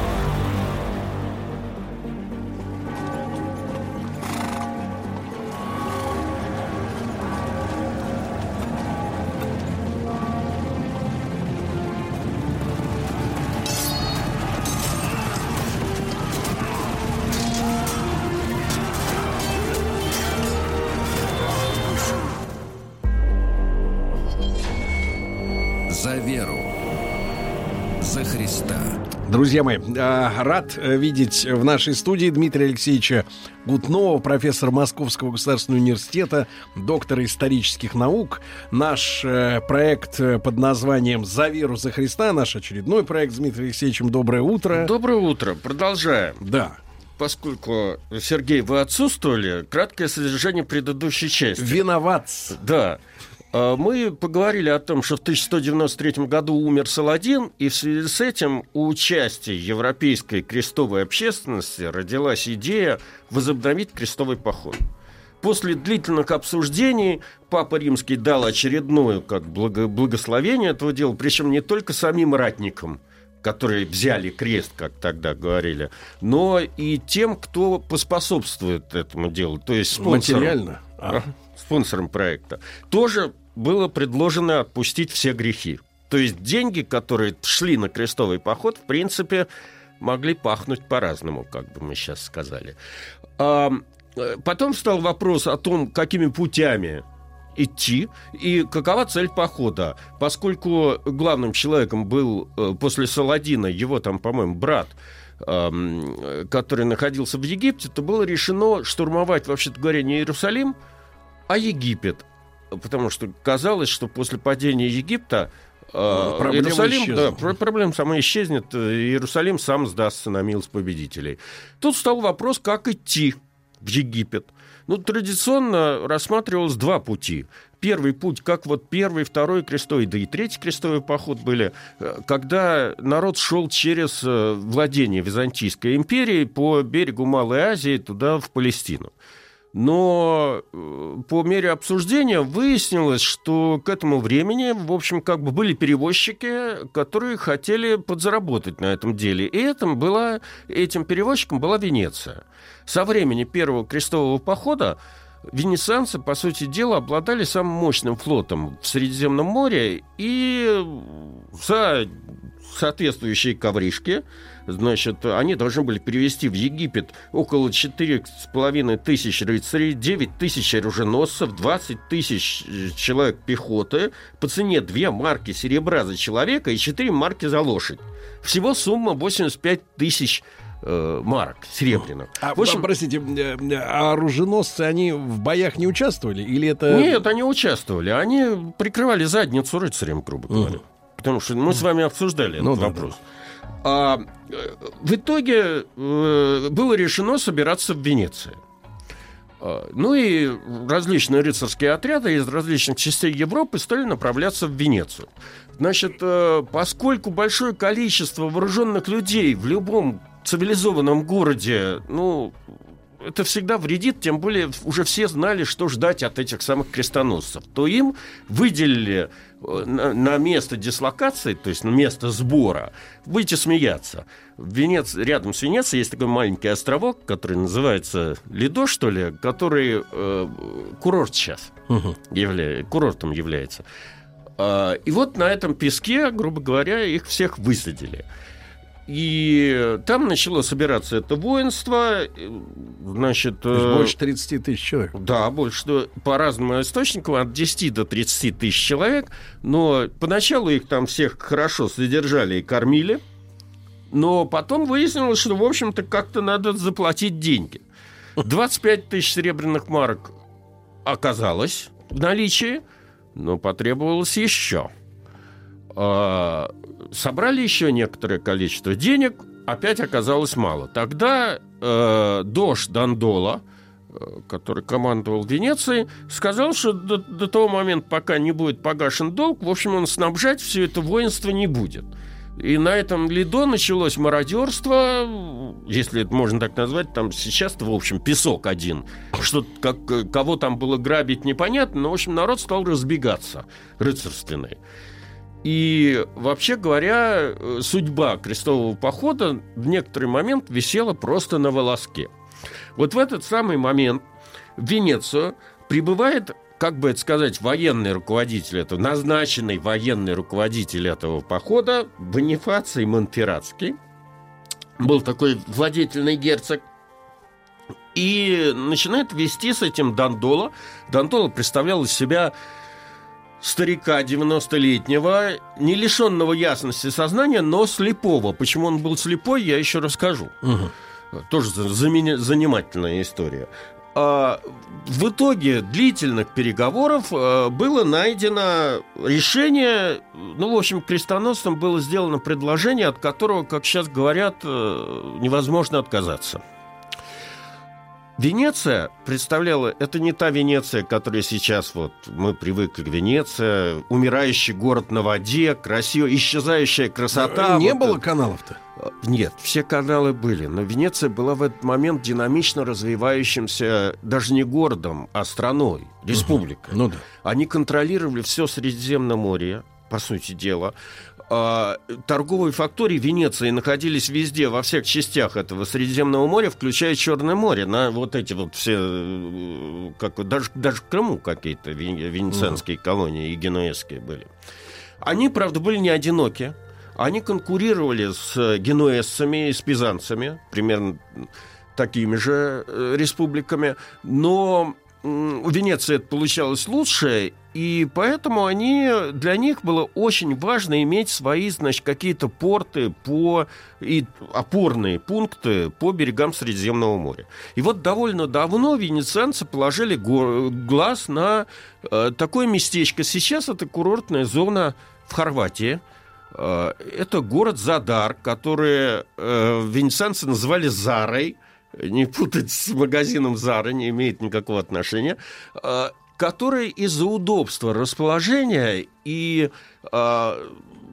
За веру, за Христа. Друзья мои, рад видеть в нашей студии Дмитрия Алексеевича Гутнова, профессора Московского государственного университета, доктора исторических наук. Наш проект под названием «За веру, за Христа», наш очередной проект с Дмитрием Алексеевичем. Доброе утро. Доброе утро. Продолжаем. Да. Поскольку, Сергей, вы отсутствовали, краткое содержание предыдущей части. Виноват. Да. Мы поговорили о том, что в 1193 году умер Саладин, и в связи с этим у части европейской крестовой общественности родилась идея возобновить крестовый поход. После длительных обсуждений Папа Римский дал очередное благословение этого дела, причем не только самим ратникам, которые взяли крест, как тогда говорили, но и тем, кто поспособствует этому делу, то есть спонсорам. Материально? Спонсором проекта. Тоже было предложено отпустить все грехи. То есть деньги, которые шли на крестовый поход, в принципе, могли пахнуть по-разному, как бы мы сейчас сказали. Потом встал вопрос о том, какими путями идти и какова цель похода. Поскольку главным человеком был после Саладина его там, по-моему, брат, который находился в Египте, то было решено штурмовать, вообще-то говоря, не Иерусалим, а Египет. Потому что казалось, что после падения Египта проблема сама исчезнет, Иерусалим сам сдастся на милость победителей. Тут стал вопрос, как идти в Египет. Традиционно рассматривалось два пути. Первый путь, как первый, второй крестовый, да и третий крестовый поход были, когда народ шел через владение Византийской империи по берегу Малой Азии туда, в Палестину. Но по мере обсуждения выяснилось, что к этому времени, в общем, как бы были перевозчики, которые хотели подзаработать на этом деле. И этим перевозчиком была Венеция. Со времени первого крестового похода венецианцы, по сути дела, обладали самым мощным флотом в Средиземном море, и за соответствующие ковришки, значит, они должны были перевести в Египет около 4,5 тысяч рыцарей, 9 тысяч оруженосцев, 20 тысяч человек пехоты, по цене 2 марки серебра за человека и 4 марки за лошадь. Всего сумма 85 тысяч марок серебряных. Простите, а оруженосцы, они в боях не участвовали? Или это... Нет, они участвовали. Они прикрывали задницу рыцарям, грубо говоря. Потому что мы с вами обсуждали этот вопрос. Да. В итоге было решено собираться в Венеции. Ну и различные рыцарские отряды из различных частей Европы стали направляться в Венецию. Значит, поскольку большое количество вооруженных людей в любом цивилизованном городе, это всегда вредит, тем более уже все знали, что ждать от этих самых крестоносцев, то им выделили на место дислокации, то есть на место сбора, будете смеяться, рядом с Венецией есть такой маленький островок, который называется Лидо, что ли, который курорт сейчас курортом является. И вот на этом песке, грубо говоря, их всех высадили. И там начало собираться это воинство, значит... Больше 30 тысяч человек. Да, больше, по разным источникам, от 10 до 30 тысяч человек. Но поначалу их там всех хорошо содержали и кормили. Но потом выяснилось, что, в общем-то, как-то надо заплатить деньги. 25 тысяч серебряных марок оказалось в наличии, но потребовалось еще. Собрали еще некоторое количество денег, опять оказалось мало. Тогда дож Дандола, который командовал Венецией, сказал, что до того момента, пока не будет погашен долг, в общем, он снабжать все это воинство не будет. И на этом Лидо началось мародерство, если это можно так назвать. Там сейчас-то, в общем, песок один. Кого там было грабить, непонятно, но, в общем, народ стал разбегаться, рыцарственный. И, вообще говоря, судьба крестового похода в некоторый момент висела просто на волоске. Вот в этот самый момент в Венецию прибывает, как бы это сказать, военный руководитель, назначенный военный руководитель этого похода, Бонифаций Монферратский. Был такой владетельный герцог. И начинает вести с этим Дандола. Дандола представлял из себя старика 90-летнего, не лишенного ясности сознания, но слепого. Почему он был слепой, я еще расскажу. Тоже занимательная история. В итоге длительных переговоров было найдено решение. В общем, крестоносцам было сделано предложение, от которого, как сейчас говорят, невозможно отказаться. Венеция представляла... Это не та Венеция, которая сейчас мы привыкли к Венеции. Умирающий город на воде, красиво, исчезающая красота. Не было каналов-то? Нет, все каналы были. Но Венеция была в этот момент динамично развивающимся даже не городом, а страной, республикой. Да. Они контролировали все Средиземноморье, по сути дела. Торговые фактории Венеции находились везде, во всех частях этого Средиземного моря, включая Черное море, на вот эти все, даже в Крыму какие-то венецианские колонии и генуэзские были. Они, правда, были не одиноки. Они конкурировали с генуэзцами и с пизанцами, примерно такими же республиками, но у Венеции это получалось лучше, и поэтому для них было очень важно иметь свои, какие-то порты и опорные пункты по берегам Средиземного моря. И вот довольно давно венецианцы положили глаз на такое местечко. Сейчас это курортная зона в Хорватии. Это город Задар, который венецианцы называли Зарой. Не путать с магазином Зара, не имеет никакого отношения, который из-за удобства расположения и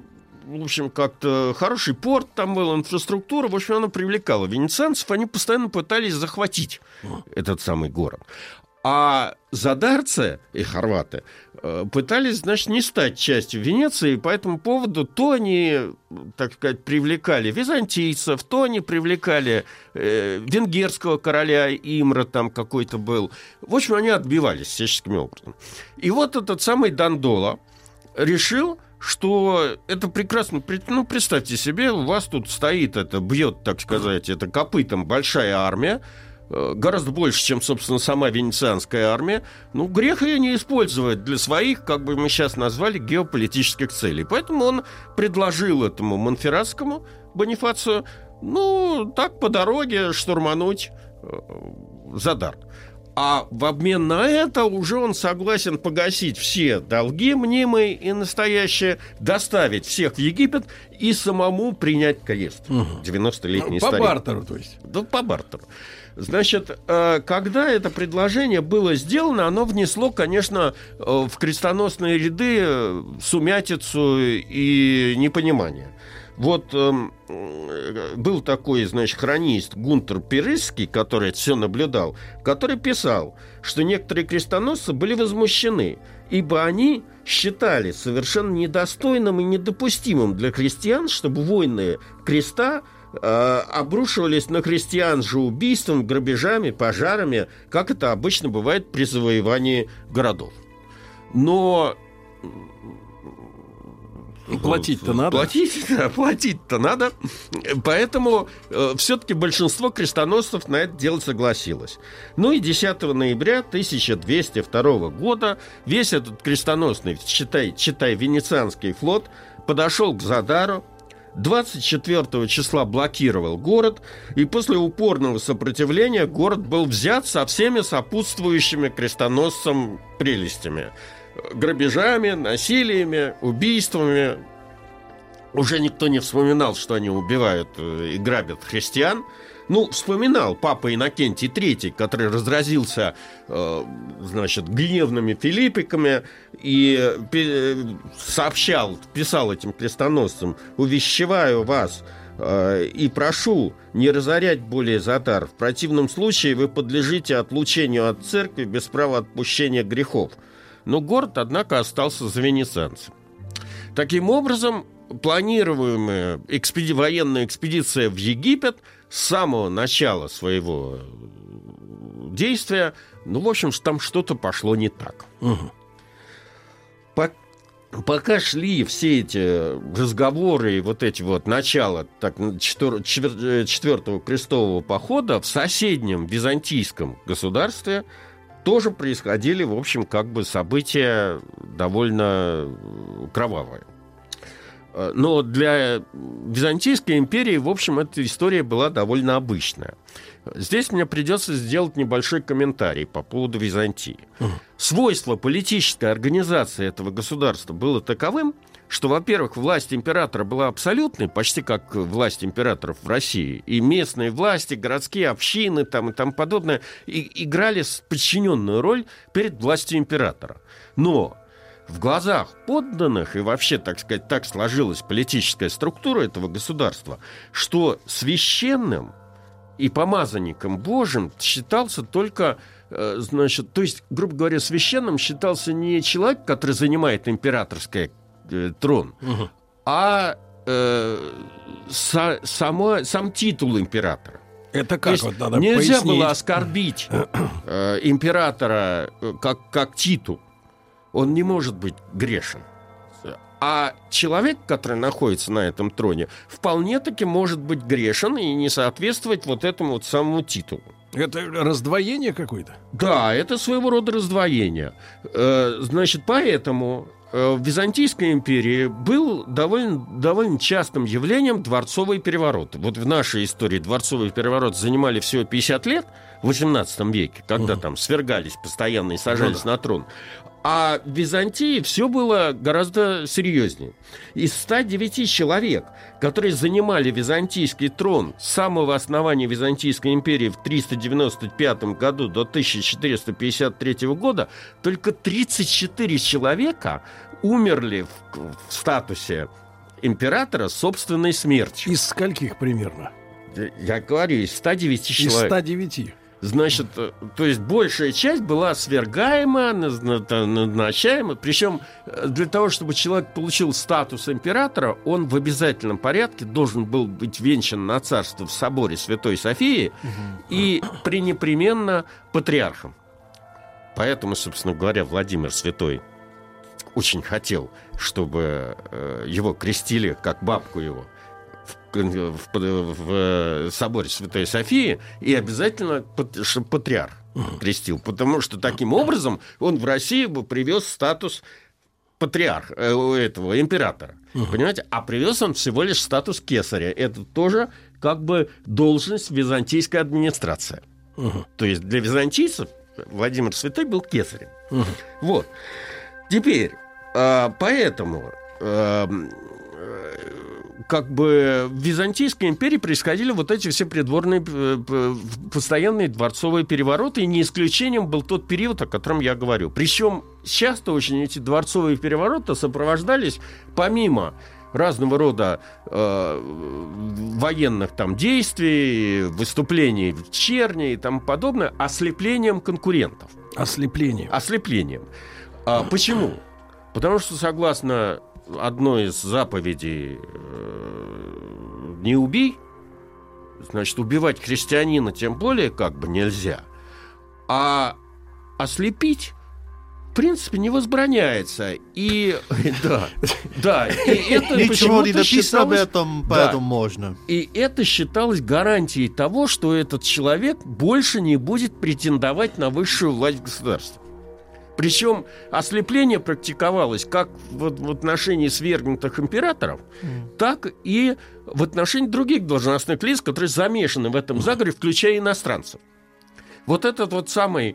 в общем, как-то хороший порт там был, инфраструктура, в общем, она привлекала венецианцев, они постоянно пытались захватить этот самый город. А задарцы и хорваты пытались, значит, не стать частью Венеции, и по этому поводу то они, так сказать, привлекали византийцев, то они привлекали венгерского короля, Имра там какой-то был. В общем, они отбивались всяческим образом. И вот этот самый Дандола решил, что это прекрасно. Ну, представьте себе, у вас тут стоит, бьет, так сказать, это копытом большая армия, гораздо больше, чем, собственно, сама венецианская армия. Ну, грех ее не использовать для своих, как бы мы сейчас назвали, геополитических целей. Поэтому он предложил этому Монферратскому Бонифацию, ну, так по дороге штурмануть Задар. А в обмен на это уже он согласен погасить все долги, мнимые и настоящие, доставить всех в Египет и самому принять крест. 90-летний старик. По бартеру, то есть? Да, по бартеру. Значит, когда это предложение было сделано, оно внесло, конечно, в крестоносные ряды сумятицу и непонимание. Вот был такой, значит, хронист Гунтер Пирысский, который это все наблюдал, который писал, что некоторые крестоносцы были возмущены, ибо они считали совершенно недостойным и недопустимым для христиан, чтобы войны креста обрушивались на христиан же убийством, грабежами, пожарами, как это обычно бывает при завоевании городов. Но платить-то надо. Платить-то надо. Поэтому все-таки большинство крестоносцев на это дело согласилось. Ну и 10 ноября 1202 года весь этот крестоносный, читай, венецианский флот подошел к Задару, 24 числа блокировал город, и после упорного сопротивления город был взят со всеми сопутствующими крестоносцам прелестями. Грабежами, насилиями, убийствами. Уже никто не вспоминал, что они убивают и грабят христиан. Ну, вспоминал папа Иннокентий III, который разразился, значит, гневными филиппиками и писал этим крестоносцам: «Увещеваю вас и прошу не разорять более Задар. В противном случае вы подлежите отлучению от церкви без права отпущения грехов». Но город, однако, остался за венецианцем. Таким образом, планируемая военная экспедиция в Египет с самого начала своего действия, ну, в общем, там что-то пошло не так. Пока шли все эти разговоры и вот эти вот начала четвертого крестового похода, в соседнем византийском государстве тоже происходили, в общем, как бы события довольно кровавые. Но для Византийской империи, в общем, эта история была довольно обычная. Здесь мне придется сделать небольшой комментарий по поводу Византии. Свойство политической организации этого государства было таковым, что, во-первых, власть императора была абсолютной, почти как власть императоров в России, и местные власти, городские общины там, и тому подобное играли подчиненную роль перед властью императора. Но в глазах подданных, и вообще, так сказать, так сложилась политическая структура этого государства, что священным и помазанником Божьим считался только, значит, то есть, грубо говоря, священным считался не человек, который занимает императорский трон, а сам титул императора. Это как? Вот надо нельзя пояснить. было оскорбить императора как титул. Он не может быть грешен. А человек, который находится на этом троне, вполне-таки может быть грешен и не соответствовать вот этому вот самому титулу. Это раздвоение какое-то? Да, это своего рода раздвоение. Значит, поэтому в Византийской империи был довольно частым явлением дворцовые перевороты. Вот в нашей истории дворцовые перевороты занимали всего 50 лет в XVIII веке, когда там свергались постоянно и сажались на трон. А в Византии все было гораздо серьезнее. Из 109 человек, которые занимали византийский трон с самого основания Византийской империи в 395 году до 1453 года, только 34 человека умерли в статусе императора собственной смертью. Из скольких примерно? Я говорю, из 109 человек. Из 109. Значит, то есть большая часть была свергаема, назначаема. Причем для того, чтобы человек получил статус императора, он в обязательном порядке должен был быть венчан на царство в соборе Святой Софии и пренепременно патриархом. Поэтому, собственно говоря, Владимир Святой очень хотел, чтобы его крестили, как бабку его, в соборе Святой Софии, и обязательно, чтобы патриарх крестил, потому что таким образом он в Россию бы привез статус патриарха, этого императора. Понимаете? А привез он всего лишь статус кесаря. Это тоже как бы должность византийской администрации. То есть для византийцев Владимир Святой был кесарем. Вот. Теперь, поэтому как бы в Византийской империи происходили вот эти все придворные, постоянные дворцовые перевороты, и не исключением был тот период, о котором я говорю. Причем часто очень эти дворцовые перевороты сопровождались, помимо разного рода военных там действий, выступлений в черни и тому подобное, ослеплением конкурентов. Ослеплением. Почему? Потому что, согласно одной из заповедей «не убий», значит, убивать христианина тем более как бы нельзя, а ослепить в принципе не возбраняется. И да, и это ничего не написано об этом, поэтому можно. И это считалось гарантией того, что этот человек больше не будет претендовать на высшую власть государства. Причем ослепление практиковалось как в отношении свергнутых императоров, так и в отношении других должностных лиц, которые замешаны в этом заговоре, включая иностранцев. Вот этот вот самый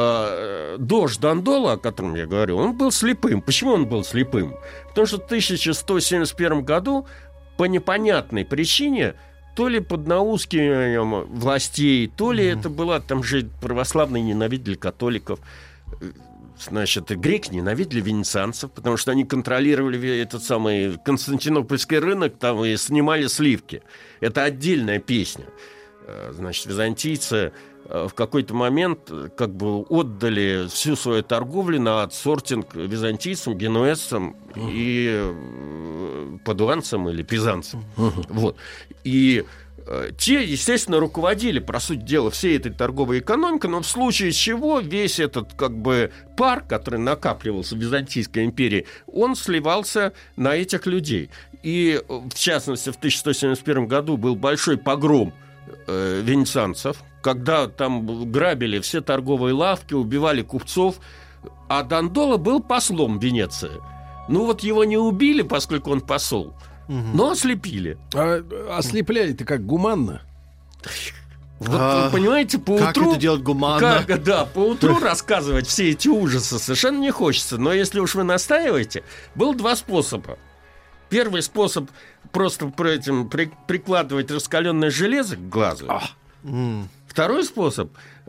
дож Дандола, о котором я говорю, он был слепым. Почему он был слепым? Потому что в 1171 году по непонятной причине, то ли под наускиванием властей, то ли это была, там же православные ненавидели католиков, значит, греки ненавидели венецианцев, потому что они контролировали этот самый Константинопольский рынок там и снимали сливки. Это отдельная песня. Значит, византийцы в какой-то момент как бы отдали всю свою торговлю на аутсортинг византийцам, генуэзцам и падуанцам или пизанцам. Вот. И те, естественно, руководили, по сути дела, всей этой торговой экономикой, но в случае чего весь этот как бы пар, который накапливался в Византийской империи, он сливался на этих людей. И, в частности, в 1171 году был большой погром венецианцев, когда там грабили все торговые лавки, убивали купцов, а Дандола был послом в Венеции. Ну вот его не убили, поскольку он посол, но ослепили. А ослепляли-то как, гуманно? Вот, вы понимаете, поутру... Как это делать гуманно? Поутру рассказывать все эти ужасы совершенно не хочется. Но если уж вы настаиваете, было два способа. Первый способ — просто прикладывать раскаленное железо к глазу. Второй способ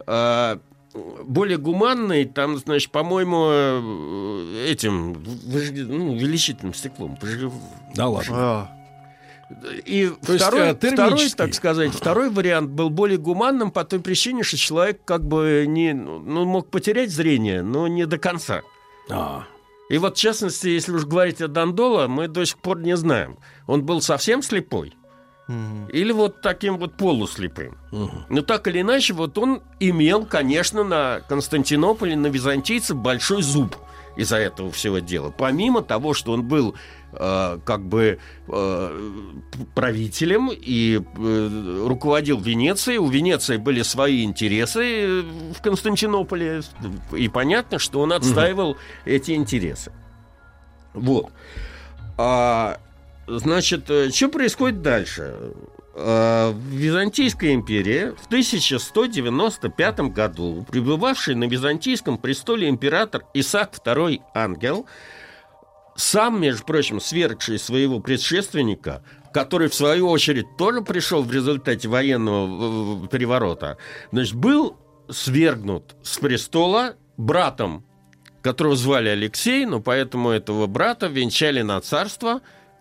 более гуманный, там, значит, по-моему, этим увеличительным стеклом. Да ладно. И второй, так сказать, второй вариант был более гуманным по той причине, что человек как бы мог потерять зрение, но не до конца. И вот, в частности, если уж говорить о Дандола, мы до сих пор не знаем, он был совсем слепой или вот таким вот полуслепым. Но так или иначе, вот он имел, конечно, на Константинополе, на византийцев большой зуб из-за этого всего дела. Помимо того, что он был правителем и руководил Венецией, у Венеции были свои интересы в Константинополе, и понятно, что он отстаивал эти интересы. Вот. Значит, что происходит дальше? В Византийской империи в 1195 году пребывавший на византийском престоле император Исаак II Ангел, сам, между прочим, свергший своего предшественника, который, в свою очередь, тоже пришел в результате военного переворота, значит, был свергнут с престола братом, которого звали Алексей, но поэтому этого брата венчали на царство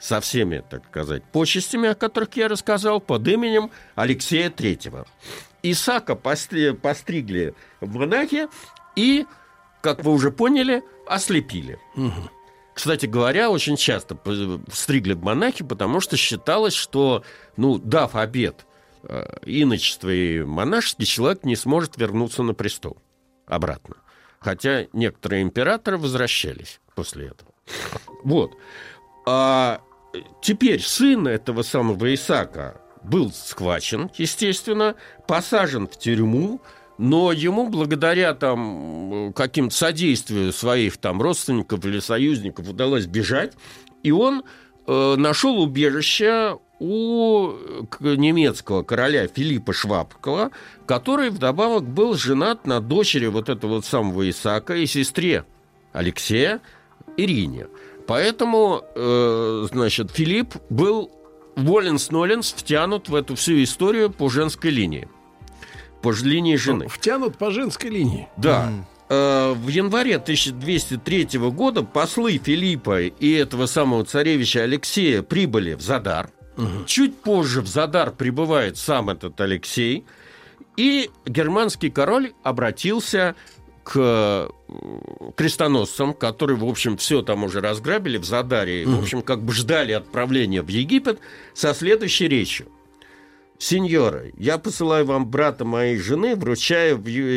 со всеми, так сказать, почестями, о которых я рассказал, под именем Алексея III. Исаака постригли в монахи и, как вы уже поняли, ослепили. Кстати говоря, очень часто стригли в монахи, потому что считалось, что, дав обет иночества и монашеский, человек не сможет вернуться на престол обратно. Хотя некоторые императоры возвращались после этого. Вот. А теперь сын этого самого Исаака был схвачен, естественно, посажен в тюрьму, но ему, благодаря каким-то содействию своих родственников или союзников, удалось бежать, и он нашел убежище у немецкого короля Филиппа Швабского, который вдобавок был женат на дочери вот этого самого Исаака и сестре Алексея Ирине. Поэтому, Филипп был воленс-ноленс втянут в эту всю историю по женской линии. По линии жены. Втянут по женской линии. Да. В январе 1203 года послы Филиппа и этого самого царевича Алексея прибыли в Задар. Чуть позже в Задар прибывает сам этот Алексей. И германский король обратился к крестоносцам, которые, в общем, все там уже разграбили в Задаре, в общем, как бы ждали отправления в Египет, со следующей речью. «Сеньоры, я посылаю вам брата моей жены, вручаю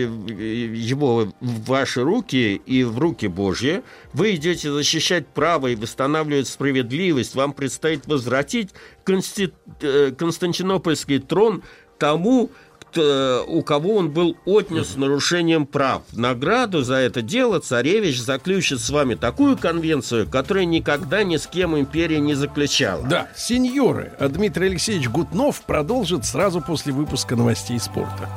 его в ваши руки и в руки Божьи. Вы идете защищать право и восстанавливать справедливость. Вам предстоит возвратить Константинопольский трон тому, у кого он был отнят с нарушением прав. В награду за это дело царевич заключит с вами такую конвенцию, которая никогда ни с кем империя не заключала». Да, сеньоры, Дмитрий Алексеевич Гутнов продолжит сразу после выпуска новостей спорта.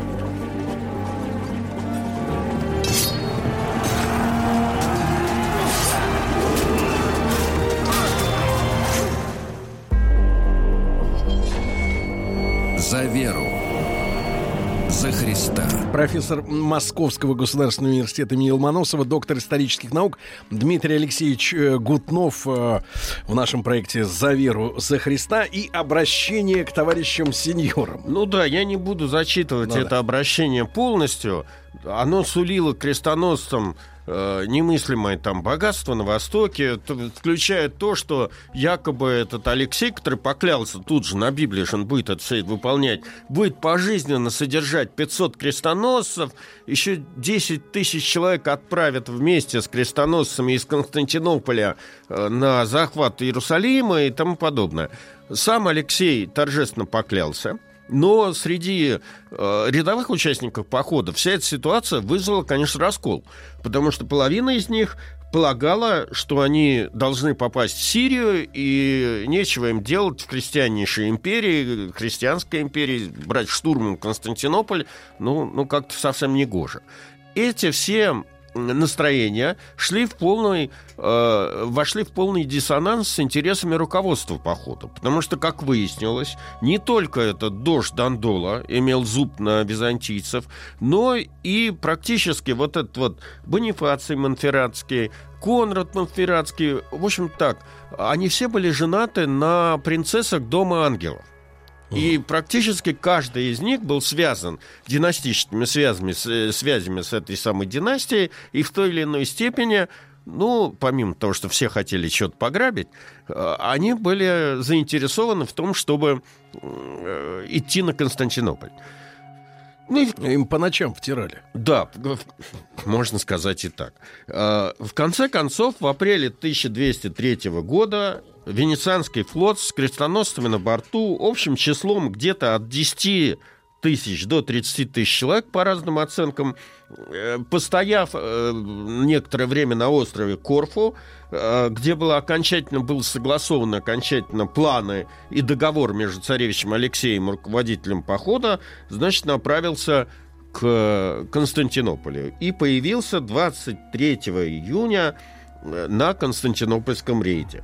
За веру. За Христа. Профессор Московского государственного университета имени Ломоносова, доктор исторических наук Дмитрий Алексеевич Гутнов в нашем проекте «За веру, за Христа» и обращение к товарищам-сеньорам. Я не буду зачитывать это обращение полностью. Оно сулило крестоносцам немыслимое богатство на Востоке, включая то, что якобы этот Алексей, который поклялся тут же на Библии, что он будет это все выполнять, будет пожизненно содержать 500 крестоносцев, еще 10 тысяч человек отправят вместе с крестоносцами из Константинополя на захват Иерусалима и тому подобное. Сам Алексей торжественно поклялся. Но среди рядовых участников похода вся эта ситуация вызвала, конечно, раскол, потому что половина из них полагала, что они должны попасть в Сирию, и нечего им делать в христианнейшей империи, христианской империи, брать штурмом Константинополь, как-то совсем не гоже. Эти все настроения вошли в полный диссонанс с интересами руководства похода. Потому что, как выяснилось, не только этот дождь Дандола имел зуб на византийцев, но и практически этот Бонифаций Монферратский, Конрад Монферратский, в общем так, они все были женаты на принцессах Дома ангелов. И практически каждый из них был связан династическими связями с этой самой династией, и в той или иной степени, помимо того, что все хотели что-то пограбить, они были заинтересованы в том, чтобы идти на Константинополь. Им по ночам втирали. Да, можно сказать и так. В конце концов, в апреле 1203 года Венецианский флот с крестоносцами на борту общим числом где-то от 10 тысяч до 30 тысяч человек, по разным оценкам, постояв некоторое время на острове Корфу, где был согласованы окончательно планы и договор между царевичем Алексеем и руководителем похода, направился к Константинополю и появился 23 июня на Константинопольском рейде.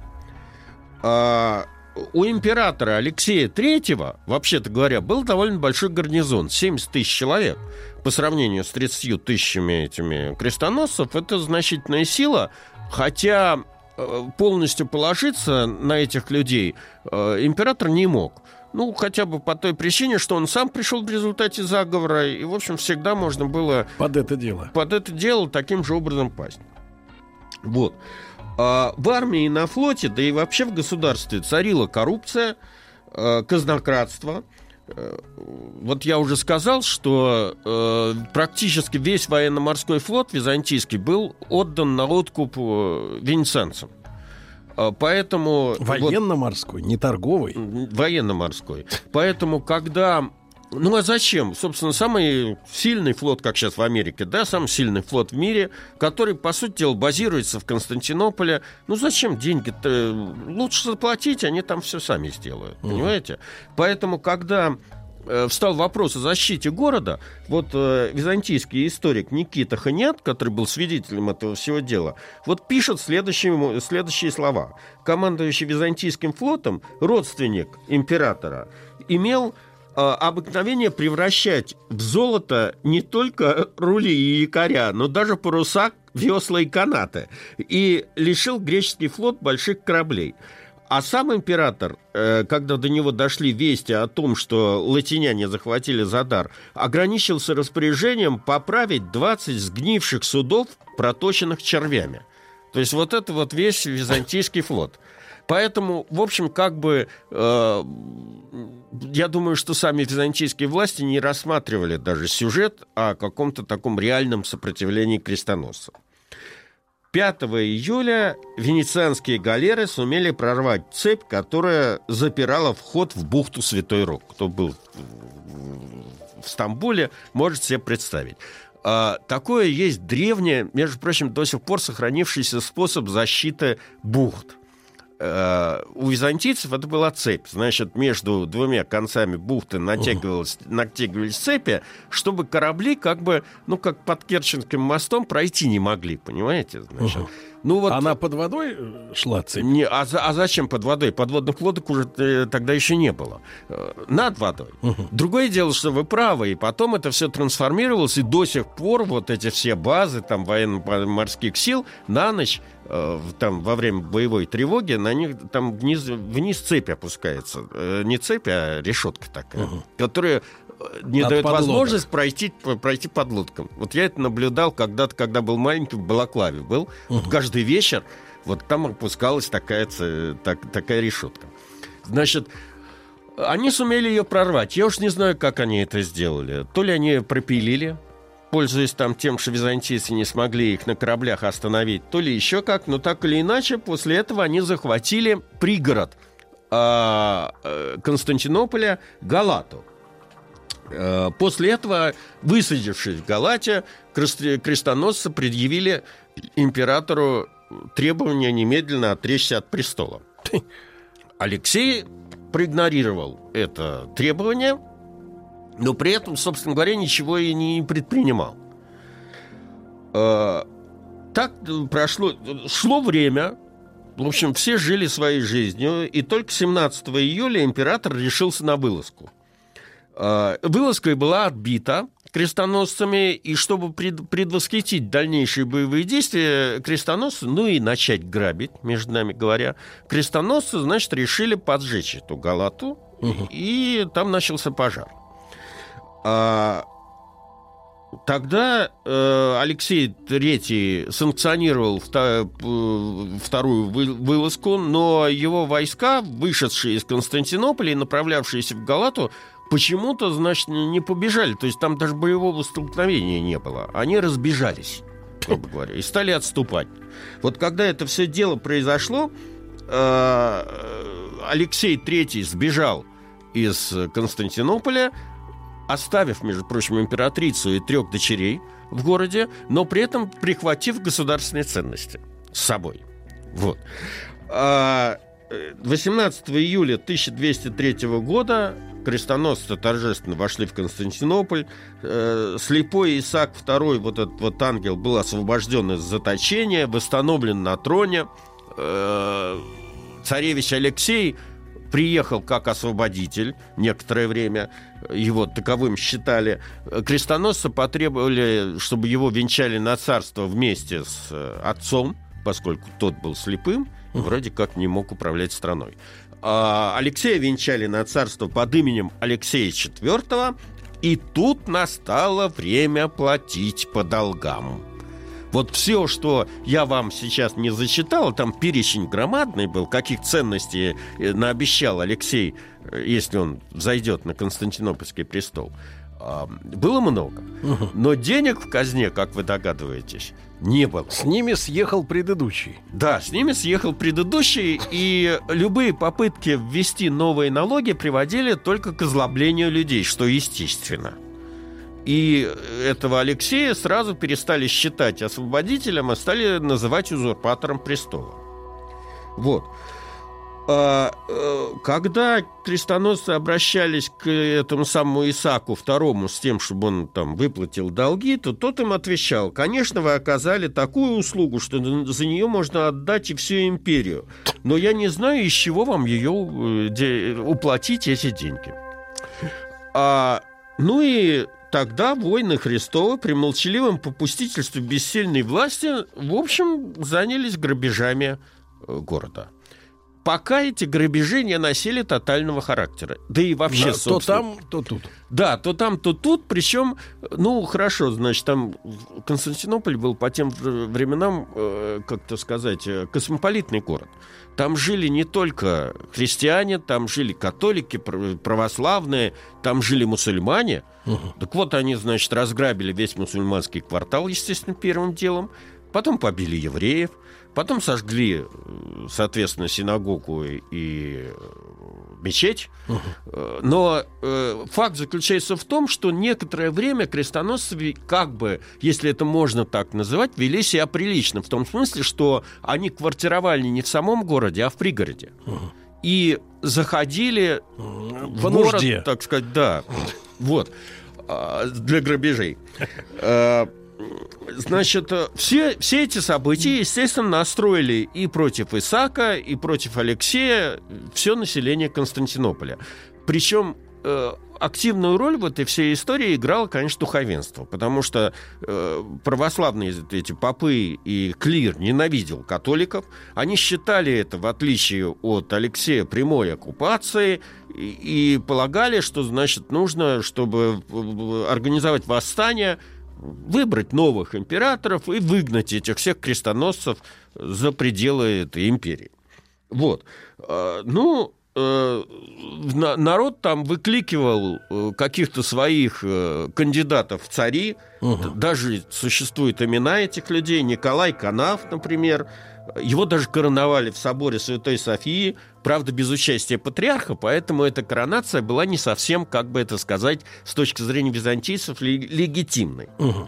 У императора Алексея III, вообще-то говоря, был довольно большой гарнизон, 70 тысяч человек. По сравнению с 30 тысячами этими крестоносцев, это значительная сила, хотя полностью положиться на этих людей император не мог. Ну, хотя бы по той причине, что он сам пришел в результате заговора, и, в общем, всегда можно было под это дело таким же образом пасть. Вот. В армии и на флоте, да и вообще в государстве царила коррупция, казнократство. Вот я уже сказал, что практически весь военно-морской флот византийский был отдан на откуп венецианцам. Поэтому... Военно-морской, не торговый. Военно-морской. Поэтому, когда... Ну, а зачем? Собственно, самый сильный флот, как сейчас в Америке, да, самый сильный флот в мире, который, по сути дела, базируется в Константинополе. Ну, зачем деньги-то? Лучше заплатить, они там все сами сделают, понимаете? Поэтому, когда встал вопрос о защите города, вот византийский историк Никита Ханиат, который был свидетелем этого всего дела, вот пишет следующие слова. Командующий византийским флотом, родственник императора, имел обыкновение превращать в золото не только рули и якоря, но даже паруса, весла и канаты, и лишил греческий флот больших кораблей. А сам император, когда до него дошли вести о том, что латиняне захватили Задар, ограничился распоряжением поправить 20 сгнивших судов, проточенных червями. То есть вот это вот весь византийский флот. Поэтому, в общем, как бы, я думаю, что сами византийские власти не рассматривали даже сюжет о каком-то таком реальном сопротивлении крестоносцам. 5 июля венецианские галеры сумели прорвать цепь, которая запирала вход в бухту Святой Рок. Кто был в Стамбуле, может себе представить. Такое есть древнее, между прочим, до сих пор сохранившийся способ защиты бухт. У византийцев это была цепь. Значит, между двумя концами бухты натягивались цепи, чтобы корабли как бы, ну, как под Керченским мостом пройти не могли, понимаете? Значит, ну, вот... Она под водой шла цепь? А зачем под водой? Подводных лодок уже тогда еще не было. Над водой. Другое дело, что вы правы, и потом это все трансформировалось, и до сих пор вот эти все базы там, военно-морских сил на ночь, там, во время боевой тревоги, на них там вниз цепь опускается. Не цепь, а решетка такая, которая не дает возможность пройти под лодкам. Вот я это наблюдал когда-то, когда был маленький, в Балаклаве был. Вот каждый вечер вот там опускалась такая решетка. Значит, они сумели ее прорвать. Я уж не знаю, как они это сделали. То ли они пропилили, пользуясь там тем, что византийцы не смогли их на кораблях остановить, то ли еще как, но так или иначе, после этого они захватили пригород Константинополя Галату. После этого, высадившись в Галате, крестоносцы предъявили императору требование немедленно отречься от престола. Алексей проигнорировал это требование, но при этом, собственно говоря, ничего и не предпринимал. Так шло время, в общем, все жили своей жизнью, и только 17 июля император решился на вылазку. Вылазка была отбита крестоносцами, и чтобы предвосхитить дальнейшие боевые действия, крестоносцы, ну и начать грабить, между нами говоря, крестоносцы, значит, решили поджечь эту Галату, и там начался пожар. Тогда Алексей III санкционировал вторую вылазку, но его войска, вышедшие из Константинополя и направлявшиеся в Галату, почему-то, значит, не побежали. То есть там даже боевого столкновения не было. Они разбежались, грубо говоря, и стали отступать. Вот когда это все дело произошло, Алексей III сбежал из Константинополя, оставив, между прочим, императрицу и 3 дочерей в городе, но при этом прихватив государственные ценности с собой. Вот. 18 июля 1203 года крестоносцы торжественно вошли в Константинополь. Слепой Исаак II, вот этот вот ангел, был освобожден из заточения, восстановлен на троне. Царевич Алексей приехал как освободитель некоторое время, его таковым считали. Крестоносцы потребовали, чтобы его венчали на царство вместе с отцом, поскольку тот был слепым, вроде как не мог управлять страной. Алексея венчали на царство под именем Алексея IV, и тут настало время платить по долгам. Вот все, что я вам сейчас не зачитал, там перечень громадный был, каких ценностей наобещал Алексей, если он взойдет на Константинопольский престол. Было много. Но денег в казне, как вы догадываетесь, не было. С ними съехал предыдущий. Да, с ними съехал предыдущий, и любые попытки ввести новые налоги приводили только к озлоблению людей, что естественно. И этого Алексея сразу перестали считать освободителем, а стали называть узурпатором престола. Вот. Когда крестоносцы обращались к этому самому Исааку II с тем, чтобы он там выплатил долги, то тот им отвечал: конечно, вы оказали такую услугу, что за нее можно отдать и всю империю, но я не знаю, из чего вам ее уплатить, эти деньги. Ну и тогда воины Христовы при молчаливом попустительстве бессильной власти, в общем, занялись грабежами города. Пока эти грабежи не носили тотального характера. Да и вообще, да, собственно... То там, то тут. Да, то там, то тут. Причем, ну, хорошо, значит, там Константинополь был по тем временам, как-то сказать, космополитный город. Там жили не только христиане, там жили католики, православные, там жили мусульмане. Так вот, они, значит, разграбили весь мусульманский квартал, естественно, первым делом. Потом побили евреев. Потом сожгли, соответственно, синагогу и мечеть. Но факт заключается в том, что некоторое время крестоносцы, как бы, если это можно так называть, вели себя прилично. В том смысле, что они квартировали не в самом городе, а в пригороде. И заходили в город, так сказать, да, вот, для грабежей. Значит, все эти события, естественно, настроили и против Исаака, и против Алексея все население Константинополя. Причем активную роль в этой всей истории играло, конечно, духовенство, потому что православные эти попы и клир ненавидел католиков. Они считали это, в отличие от Алексея, прямой оккупацией и полагали, что, значит, нужно, чтобы организовать восстание, выбрать новых императоров и выгнать этих всех крестоносцев за пределы этой империи. Вот. Ну, народ там выкликивал каких-то своих кандидатов в цари. Даже существуют имена этих людей. Николай Канав, например. Его даже короновали в соборе Святой Софии, правда, без участия патриарха, поэтому эта коронация была не совсем, как бы это сказать, с точки зрения византийцев, легитимной.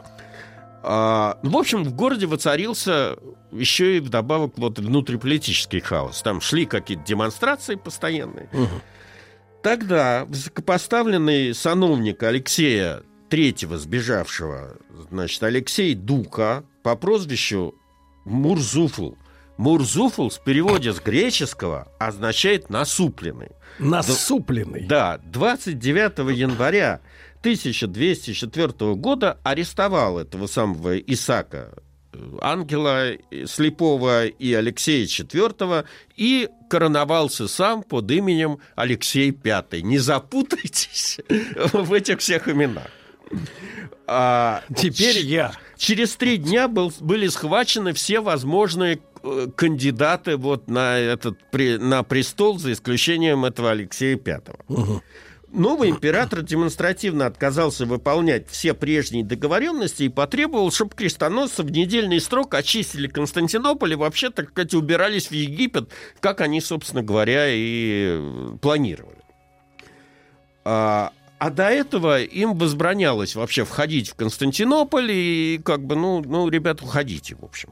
В общем, в городе воцарился еще и вдобавок вот внутриполитический хаос. Там шли какие-то демонстрации постоянные. Тогда высокопоставленный сановник Алексея III, сбежавшего, значит, Алексей Дука по прозвищу Мурзуфул. Мурзуфул в переводе с греческого означает «насупленный». Насупленный? Да. 29 января 1204 года арестовал этого самого Исаака, ангела слепого, и Алексея IV, и короновался сам под именем Алексей V. Не запутайтесь в этих всех именах. Теперь я. Через 3 дня были схвачены все возможные кандидаты вот на престол, за исключением этого Алексея V. Новый император демонстративно отказался выполнять все прежние договоренности и потребовал, чтобы крестоносцы в недельный срок очистили Константинополь и вообще, так сказать, убирались в Египет, как они, собственно говоря, и планировали. А до этого им возбранялось вообще входить в Константинополь, и как бы, ну, ребята, уходите, в общем.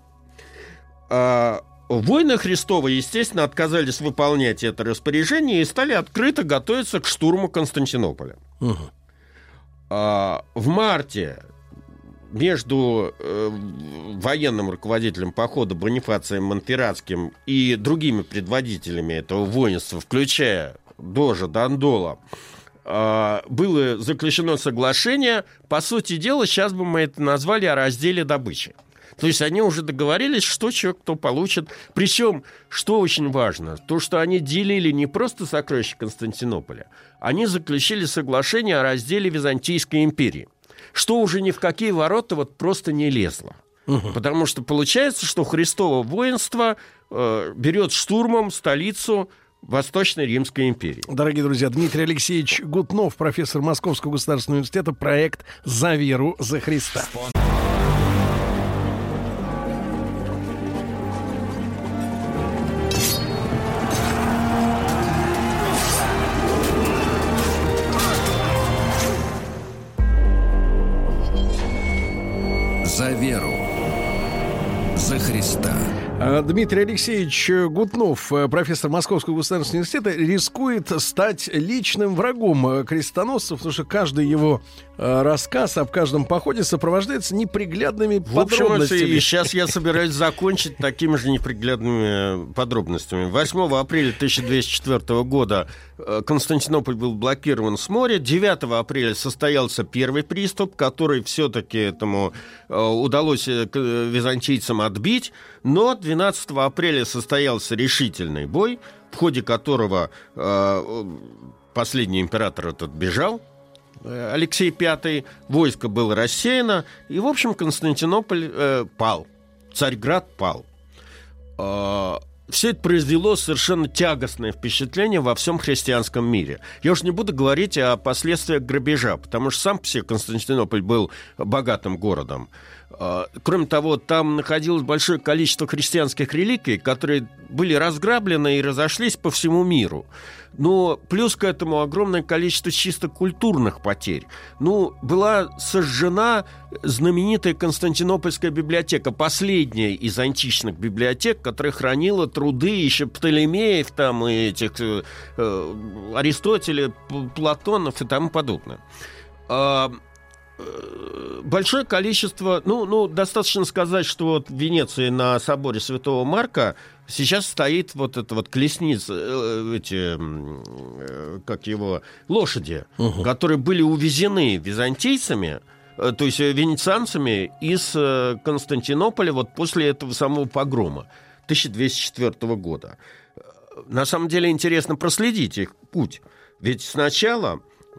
Воины Христовы, естественно, отказались выполнять это распоряжение и стали открыто готовиться к штурму Константинополя. В марте между военным руководителем похода Бонифацием Монферратским и другими предводителями этого воинства, включая Дожа Дандола, было заключено соглашение. По сути дела, сейчас бы мы это назвали о разделе добычи. То есть они уже договорились, что человек кто получит. Причем, что очень важно, то, что они делили не просто сокровища Константинополя, они заключили соглашение о разделе Византийской империи, что уже ни в какие ворота вот просто не лезло. Потому что получается, что Христово воинство берет штурмом столицу Восточной Римской империи. Дорогие друзья, Дмитрий Алексеевич Гутнов, профессор Московского государственного университета, проект «За веру, за Христа». За веру, за Христа. Дмитрий Алексеевич Гутнов, профессор Московского государственного университета, рискует стать личным врагом крестоносцев, потому что каждый его рассказ об каждом походе сопровождается неприглядными подробностями. И сейчас я собираюсь закончить такими же неприглядными подробностями. 8 апреля 1204 года Константинополь был блокирован с моря. 9 апреля состоялся первый приступ, который все-таки этому удалось византийцам отбить. Но 12 апреля состоялся решительный бой, в ходе которого последний император этот бежал, Алексей V, войско было рассеяно, и, в общем, Константинополь пал, Царьград пал. Все это произвело совершенно тягостное впечатление во всем христианском мире. Я уж не буду говорить о последствиях грабежа, потому что сам по себе Константинополь был богатым городом. Кроме того, там находилось большое количество христианских реликвий, которые были разграблены и разошлись по всему миру. Но плюс к этому огромное количество чисто культурных потерь. Была сожжена знаменитая Константинопольская библиотека, последняя из античных библиотек, которая хранила труды еще Птолемеев, там, и этих Аристотеля, Платонов и тому подобное. Большое количество, достаточно сказать, что вот в Венеции на соборе Святого Марка сейчас стоит вот эта вот колесница, лошади, которые были увезены византийцами, то есть венецианцами из Константинополя вот после этого самого погрома 1204 года. На самом деле интересно проследить их путь, ведь сначала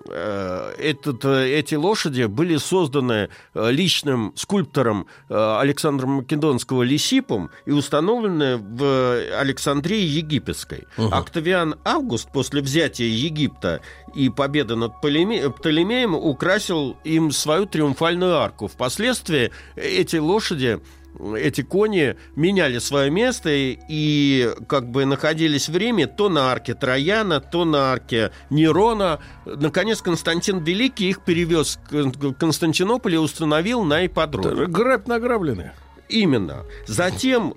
эти лошади были созданы личным скульптором Александра Македонского Лисиппом и установлены в Александрии Египетской. Октавиан Август после взятия Египта и победы над Птолемеем украсил им свою триумфальную арку. Впоследствии эти лошади, эти кони меняли свое место и как бы находились в Риме то на арке Трояна, то на арке Нерона. Наконец Константин Великий их перевез в Константинополь и установил на ипподроме. Грабь награбленные. Именно. Затем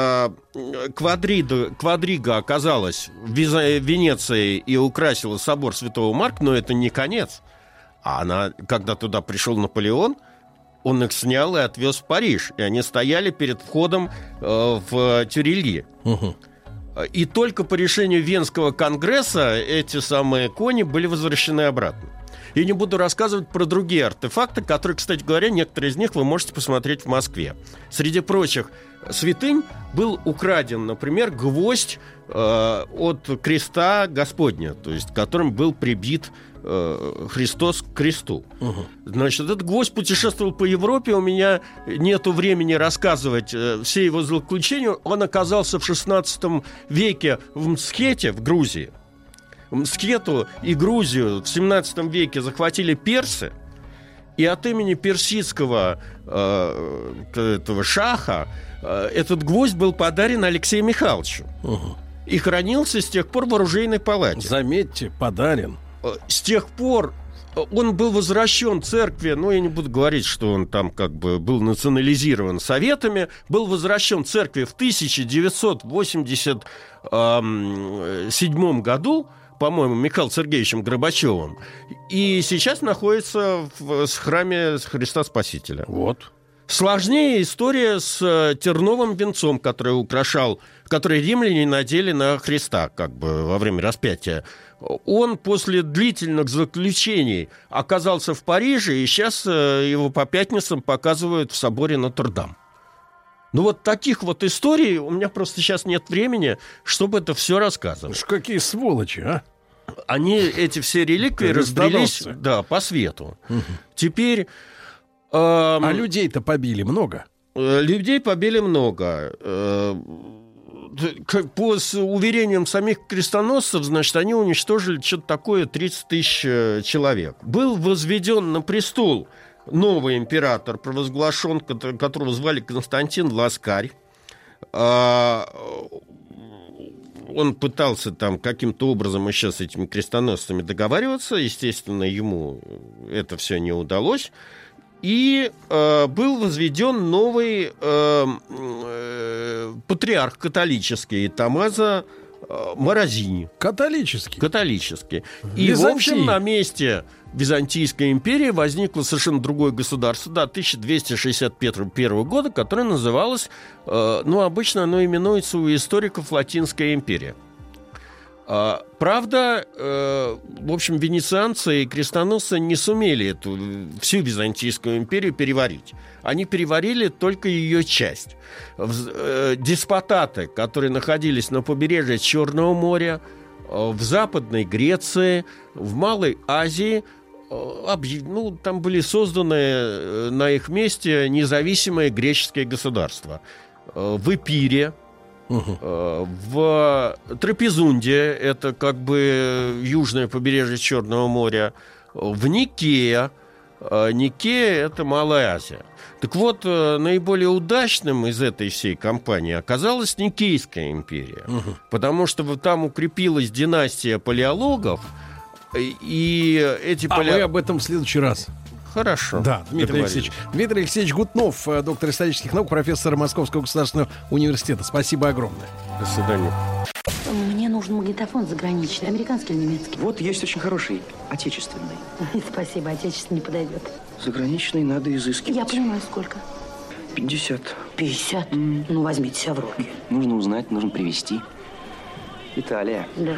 Квадрига оказалась в Венеции и украсила собор Святого Марка, но это не конец. Когда туда пришел Наполеон, он их снял и отвез в Париж. И они стояли перед входом в Тюрильи. И только по решению Венского конгресса эти самые кони были возвращены обратно. Я не буду рассказывать про другие артефакты, которые, кстати говоря, некоторые из них вы можете посмотреть в Москве. Среди прочих святынь был украден, например, гвоздь от креста Господня, то есть которым был прибит Христос к кресту. Значит, этот гвоздь путешествовал по Европе. У меня нету времени рассказывать все его злоключения. Он оказался в XVI веке в Мсхете, в Грузии. Мсхету и Грузию в XVII веке захватили персы. И от имени персидского этого шаха этот гвоздь был подарен Алексею Михайловичу. И хранился с тех пор в оружейной палате. Заметьте, подарен. С тех пор он был возвращен церкви, я не буду говорить, что он там как бы был национализирован советами, был возвращен церкви в 1987 году, по-моему, Михаилом Сергеевичем Горбачевым, и сейчас находится в храме Христа Спасителя. Вот. Сложнее история с терновым венцом, который римляне надели на Христа как бы во время распятия. Он после длительных заключений оказался в Париже, и сейчас его по пятницам показывают в соборе Нотр-Дам. Ну вот таких вот историй у меня просто сейчас нет времени, чтобы это все рассказывать. Какие сволочи, а? Они, эти все реликвии, разбрелись по свету. Теперь... А людей-то побили много? Людей побили много. По уверениям самих крестоносцев, значит, они уничтожили что-то такое 30 тысяч человек. Был возведен на престол новый император, провозглашен, которого звали Константин Ласкарь. Он пытался там каким-то образом еще с этими крестоносцами договариваться. Естественно, ему это все не удалось. И был возведен новый патриарх католический Томмазо Морозини. Католический. И, в общем, на месте Византийской империи возникло совершенно другое государство до 1261 года, которое называлось, обычно оно именуется у историков Латинская империя. Правда, в общем, венецианцы и крестоносцы не сумели всю Византийскую империю переварить. Они переварили только ее часть. Деспотаты, которые находились на побережье Черного моря, в Западной Греции, в Малой Азии, там были созданы на их месте независимые греческие государства. В Эпире, в Трапезунде, это как бы южное побережье Черного моря, в Никее, это Малая Азия. Так вот, наиболее удачным из этой всей кампании оказалась Никейская империя, потому что там укрепилась династия палеологов, и эти мы об этом в следующий раз. Хорошо. Да, Дмитрий Алексеевич Гутнов, доктор исторических наук, профессор Московского государственного университета. Спасибо огромное. До свидания. Мне нужен магнитофон заграничный, американский или немецкий? Вот есть очень хороший, отечественный. Спасибо, отечественный не подойдет. Заграничный надо изыскивать. Я понимаю, сколько? 50. 50? Ну, возьмите себя в руки. Нужно узнать, нужно привезти. Италия. Да.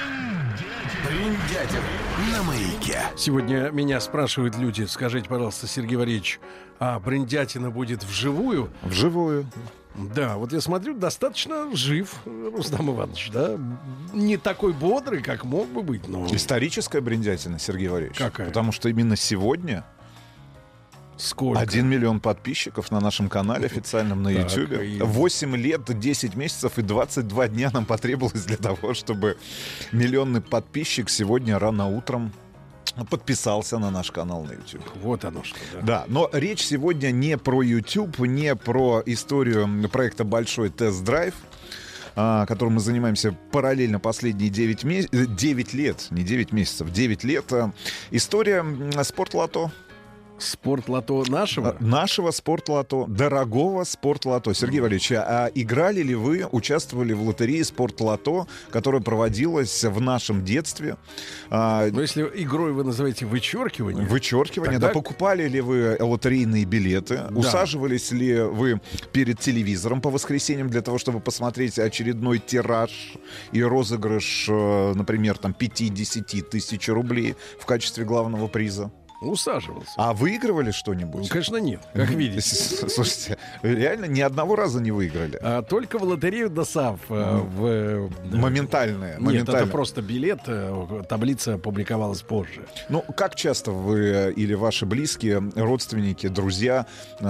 Бриндятин на маяке. Сегодня меня спрашивают люди: скажите, пожалуйста, Сергей Валерьевич, а Бриндятина будет вживую? Вживую. Да, вот я смотрю, достаточно жив Рустам Иванович, да? Не такой бодрый, как мог бы быть, но... Историческая Бриндятина, Сергей Валерьевич. Какая? Потому что именно сегодня... Сколько? 1 миллион подписчиков на нашем канале официальном на YouTube. 8 лет, 10 месяцев и 22 дня нам потребовалось для того, чтобы миллионный подписчик сегодня рано утром подписался на наш канал на YouTube. Вот оно что. Да, но речь сегодня не про YouTube, не про историю проекта «Большой тест-драйв», которым мы занимаемся параллельно последние 9 лет, не 9 месяцев, 9 лет. История спортлото. Спортлото нашего? Нашего спортлото, дорогого спортлото. Сергей Валерьевич, а играли ли вы, участвовали в лотерее спортлото, которая проводилась в нашем детстве? Но если игрой вы называете вычеркивание... Вычеркивание, тогда... да. Покупали ли вы лотерейные билеты? Да. Усаживались ли вы перед телевизором по воскресеньям для того, чтобы посмотреть очередной тираж и розыгрыш, например, там 5-10 тысяч рублей в качестве главного приза? Усаживался. А выигрывали что-нибудь? Ну, конечно, нет, как видите. Слушайте, реально ни одного раза не выиграли. Только в лотерею ДОСАВ. Моментальная. Нет, это просто билет. Таблица публиковалась позже. Ну, как часто вы или ваши близкие, родственники, друзья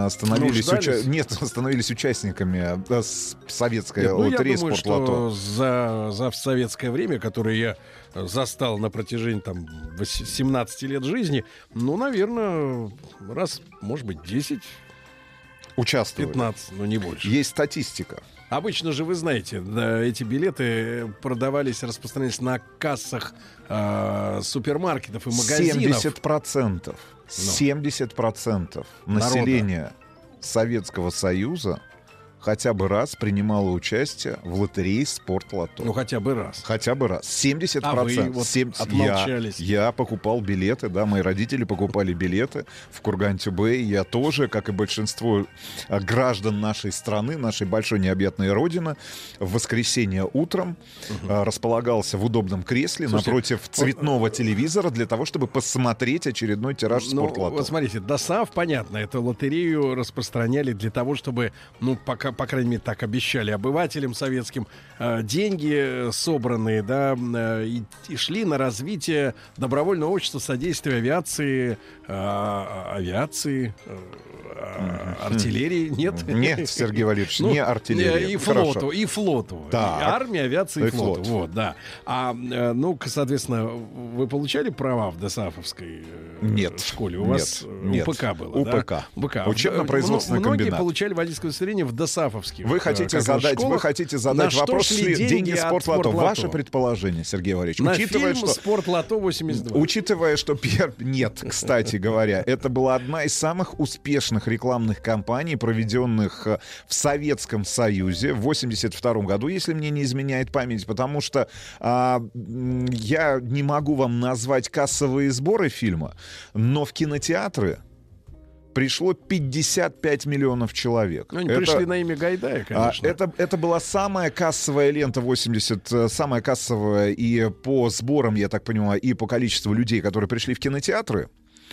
становились участниками советской лотереи спортлото? За советское время, которое я застал на протяжении 17 лет жизни, наверное, раз, может быть, 10 участвовали. 15, но не больше. Есть статистика. Обычно же, вы знаете, эти билеты распространялись на кассах супермаркетов и магазинов. 70%. 70% населения Советского Союза хотя бы раз принимала участие в лотерее спортлото. Ну, хотя бы раз. Хотя бы раз. 70%. А вы отмолчались. Я покупал билеты, да, мои родители покупали билеты в Курган-Тюбе. Я тоже, как и большинство граждан нашей страны, нашей большой необъятной родины, в воскресенье утром располагался в удобном кресле напротив цветного телевизора для того, чтобы посмотреть очередной тираж спортлото. Вот смотрите, ДОСАВ, понятно, эту лотерею распространяли для того, чтобы, пока по крайней мере, так обещали обывателям советским, деньги собранные, да, и шли на развитие добровольного общества содействия авиации, артиллерии, нет? Нет, Сергей Валерьевич, не артиллерия. И флоту. Так. Армия, авиация и флоту. флот. Вот, да. Соответственно, вы получали права в ДОСААФовской школе? У вас УПК было, УПК. Да? УПК. Учебно-производственный Многие комбинат. получали водительское удостоверение в ДОСААФовских. Вы хотите задать вопрос, шли деньги Спортлото. Ваше предположение, Сергей Валерьевич. На фильм «Спортлото 82». Учитывая, что... Нет, кстати говоря, это была одна из самых успешных рекламных кампаний, проведенных в Советском Союзе в 1982 году, если мне не изменяет память, потому что я не могу вам назвать кассовые сборы фильма, но в кинотеатры пришло 55 миллионов человек. Они пришли на имя Гайдая, конечно. Это была самая кассовая лента 80, самая кассовая и по сборам, я так понимаю, и по количеству людей, которые пришли в кинотеатры.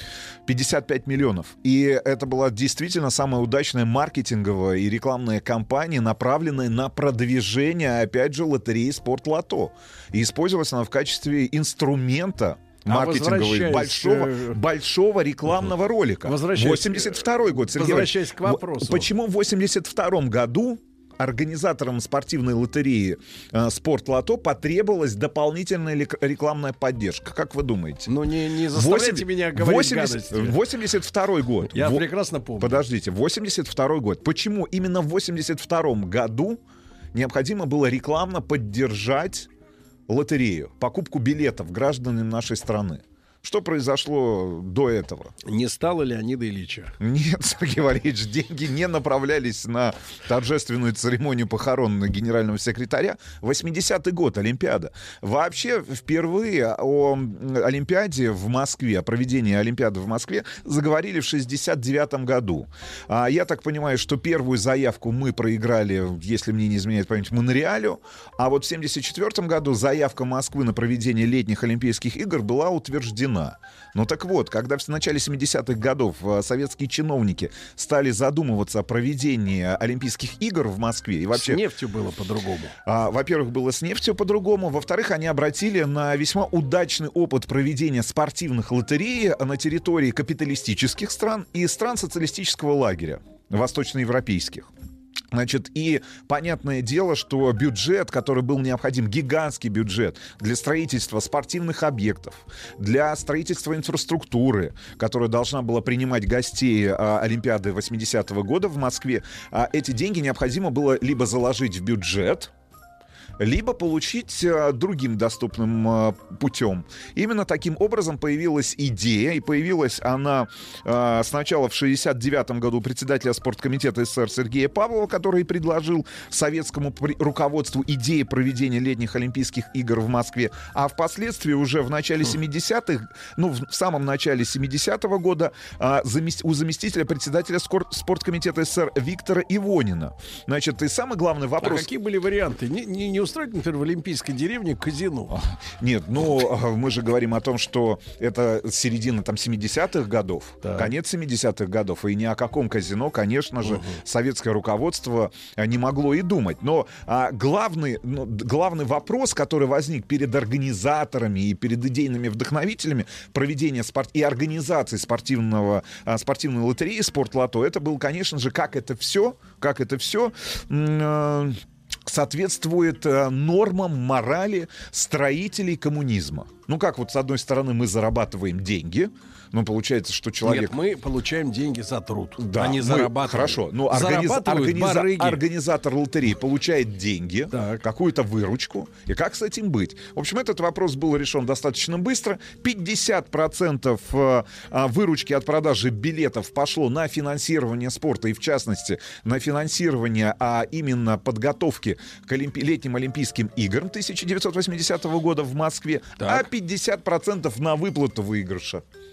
55 миллионов. И это была действительно самая удачная маркетинговая и рекламная кампания, направленная на продвижение, опять же, лотереи «Спортлото». И использовалась она в качестве инструмента маркетингового большого рекламного ролика. 82-й год. Сергей, возвращаясь к вопросу. Почему в 82-м году организаторам спортивной лотереи «Спортлото» потребовалась дополнительная рекламная поддержка. Как вы думаете? Ну, не заставляйте меня говорить гадости. 82-й год. Я прекрасно помню. Подождите, 82-й год. Почему именно в 82-м году необходимо было рекламно поддержать лотерею, покупку билетов гражданам нашей страны? Что произошло до этого? Не стало Леонида Ильича. Нет, Сергей Валерьевич, деньги не направлялись на торжественную церемонию похорон генерального секретаря. 80-й год, Олимпиада. Вообще, впервые о Олимпиаде в Москве, о проведении Олимпиады в Москве заговорили в 69-м году. Я так понимаю, что первую заявку мы проиграли, если мне не изменяет память, Монреалю. А вот в 74-м году заявка Москвы на проведение летних Олимпийских игр была утверждена. Ну так вот, когда в начале 70-х годов советские чиновники стали задумываться о проведении Олимпийских игр в Москве... И вообще, с нефтью было по-другому. Во-первых, было с нефтью по-другому. Во-вторых, они обратили на весьма удачный опыт проведения спортивных лотерей на территории капиталистических стран и стран социалистического лагеря, восточноевропейских. Значит, и понятное дело, что бюджет, который был необходим, гигантский бюджет для строительства спортивных объектов, для строительства инфраструктуры, которая должна была принимать гостей Олимпиады 80-го года в Москве, эти деньги необходимо было либо заложить в бюджет, либо получить другим доступным путем. Именно таким образом появилась идея, и появилась она сначала в 1969 году председателя спорткомитета СССР Сергея Павлова, который предложил советскому руководству идеи проведения летних Олимпийских игр в Москве, а впоследствии уже в начале 70-х, в самом начале 70-го года у заместителя председателя спорткомитета СССР Виктора Ивонина. Значит, и самый главный вопрос... А какие были варианты? Не устроить, например, в Олимпийской деревне казино? Нет, мы же говорим о том, что это середина 70-х годов, конец 70-х годов, и ни о каком казино, конечно же, советское руководство не могло и думать. Но главный вопрос, который возник перед организаторами и перед идейными вдохновителями проведения и организации спортивной лотереи «Спортлото», это был, конечно же, как это все соответствует нормам морали строителей коммунизма. Ну как вот с одной стороны мы зарабатываем деньги, получается, что человек... Нет, мы получаем деньги за труд, да, не зарабатываем. Хорошо, но организатор лотереи получает деньги, какую-то выручку, и как с этим быть? В общем, этот вопрос был решен достаточно быстро. 50% выручки от продажи билетов пошло на финансирование спорта, и в частности на финансирование, именно подготовки к летним Олимпийским играм 1980 года в Москве, а 50% на выплату выигрыша.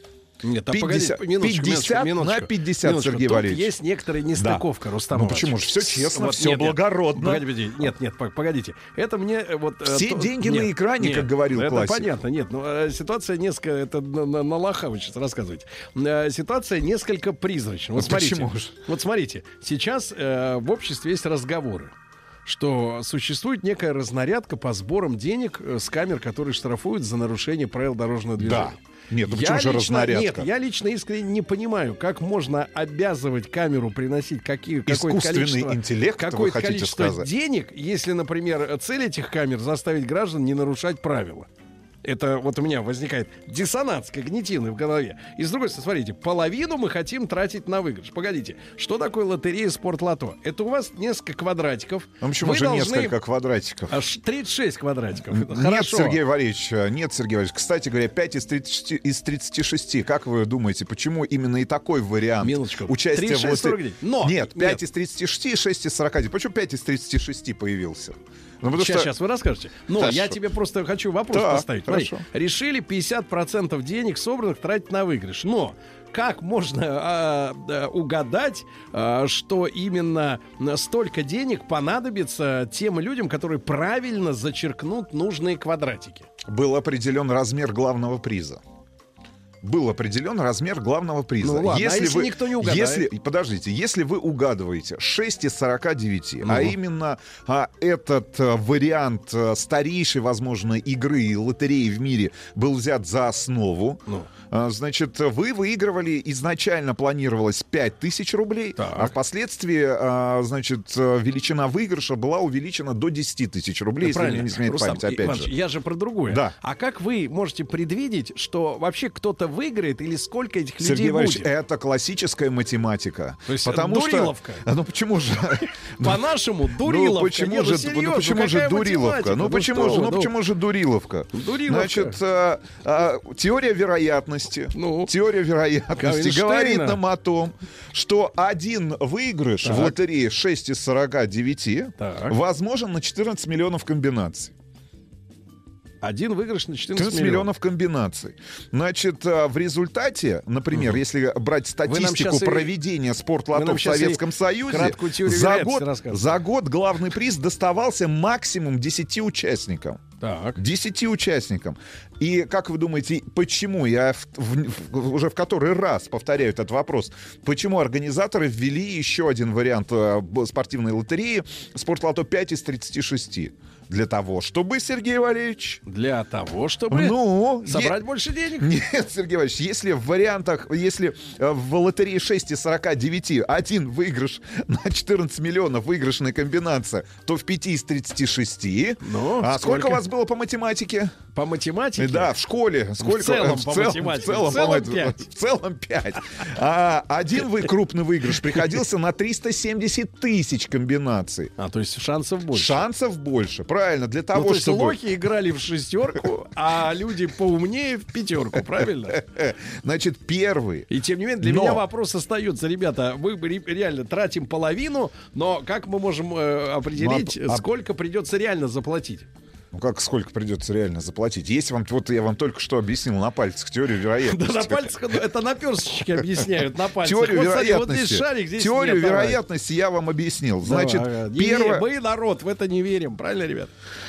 Нет, 50, минуточку, 50 на 50, Сергей тут Валерьевич. есть некоторая нестыковка, Рустам Ну Иванович. почему же? Все честно, Вот, все нет, благородно. Нет, погодите. Это мне вот... Все деньги на экране, как говорил это классик. Понятно, нет. Ситуация несколько... Это на лоха вы сейчас рассказываете. Ситуация несколько призрачная. Вот смотрите. Почему же? Вот смотрите. Сейчас в обществе есть разговоры, что существует некая разнарядка по сборам денег с камер, которые штрафуют за нарушение правил дорожного движения. Да. Нет, ну почему же разнарядка? Нет, я лично искренне не понимаю, как можно обязывать камеру приносить какое-то Искусственный интеллект, вы хотите количество сказать? денег, если, например, цель этих камер заставить граждан не нарушать правила. Это вот у меня возникает диссонанс когнитивный в голове. И с другой стороны, смотрите, половину мы хотим тратить на выигрыш. Погодите, что такое лотерея «Спортлото»? Это у вас несколько квадратиков. Ну почему же несколько квадратиков? Аж 36 квадратиков. Нет, Хорошо. Сергей Валерьевич. Кстати говоря, 5 из 36. Как вы думаете, почему именно и такой вариант участия в лотерее? Нет, 5 из 36, 6 из 40. Почему 5 из 36 появился? Ну, сейчас вы расскажете. Но хорошо. Я тебе просто хочу вопрос поставить. Смотри, решили 50% денег собранных тратить на выигрыш. Но как можно угадать, что именно столько денег понадобится тем людям, которые правильно зачеркнут нужные квадратики? Был определен размер главного приза. Был определен размер главного приза. Ну ладно, если никто не угадает? Подождите, если вы угадываете 6 из 49, а именно этот вариант старейшей, возможно, игры и лотереи в мире был взят за основу, значит, вы выигрывали, изначально планировалось 5000 рублей, а впоследствии, значит, величина выигрыша была увеличена до 10 тысяч рублей, если мне не изменяет память, опять же. Я же про другое. Да. А как вы можете предвидеть, что вообще кто-то выиграет или сколько этих людей Сергей Валерьевич, будет? это классическая математика. То есть потому дуриловка. Что, ну почему же? По-нашему дуриловка. Почему же дуриловка? Ну почему же дуриловка? Значит, теория вероятности. Теория вероятности говорит нам о том, что один выигрыш в лотерее 6 из 49 возможен на 14 миллионов комбинаций. Один выигрыш на 14 миллионов комбинаций. Значит, в результате, например, если брать статистику проведения спортлото в Советском Союзе, за год главный приз доставался максимум 10 участникам. 10 участникам. И как вы думаете, почему, я уже в который раз повторяю этот вопрос, почему организаторы ввели еще один вариант спортивной лотереи «Спортлото 5 из 36»? Для того, чтобы, Сергей Валерьевич... Для того, чтобы собрать больше денег? Нет, Сергей Валерьевич, если в вариантах, если в лотерее 6 из 49 один выигрыш на 14 миллионов, выигрышная комбинация, то в 5 из 36... сколько у вас было по математике? По математике? Да, в школе. Сколько? В целом по математике. В целом 5. Один крупный выигрыш приходился на 370 тысяч комбинаций. То есть шансов больше. Шансов больше. Правильно, для того, чтобы... То есть лохи играли в шестерку, а люди поумнее в пятерку, правильно? Значит, первый. И тем не менее, для меня вопрос остается, ребята, мы реально тратим половину, но как мы можем определить, сколько придется реально заплатить? Ну как сколько придется реально заплатить? Если вам, вот я вам только что объяснил на пальцах теорию вероятности. Да на пальцах, это на персточке объясняют, на пальцах. Теорию вероятности. Вот здесь шарик, здесь теорию вероятности я вам объяснил. Значит, мы народ в это не верим, правильно, ребят?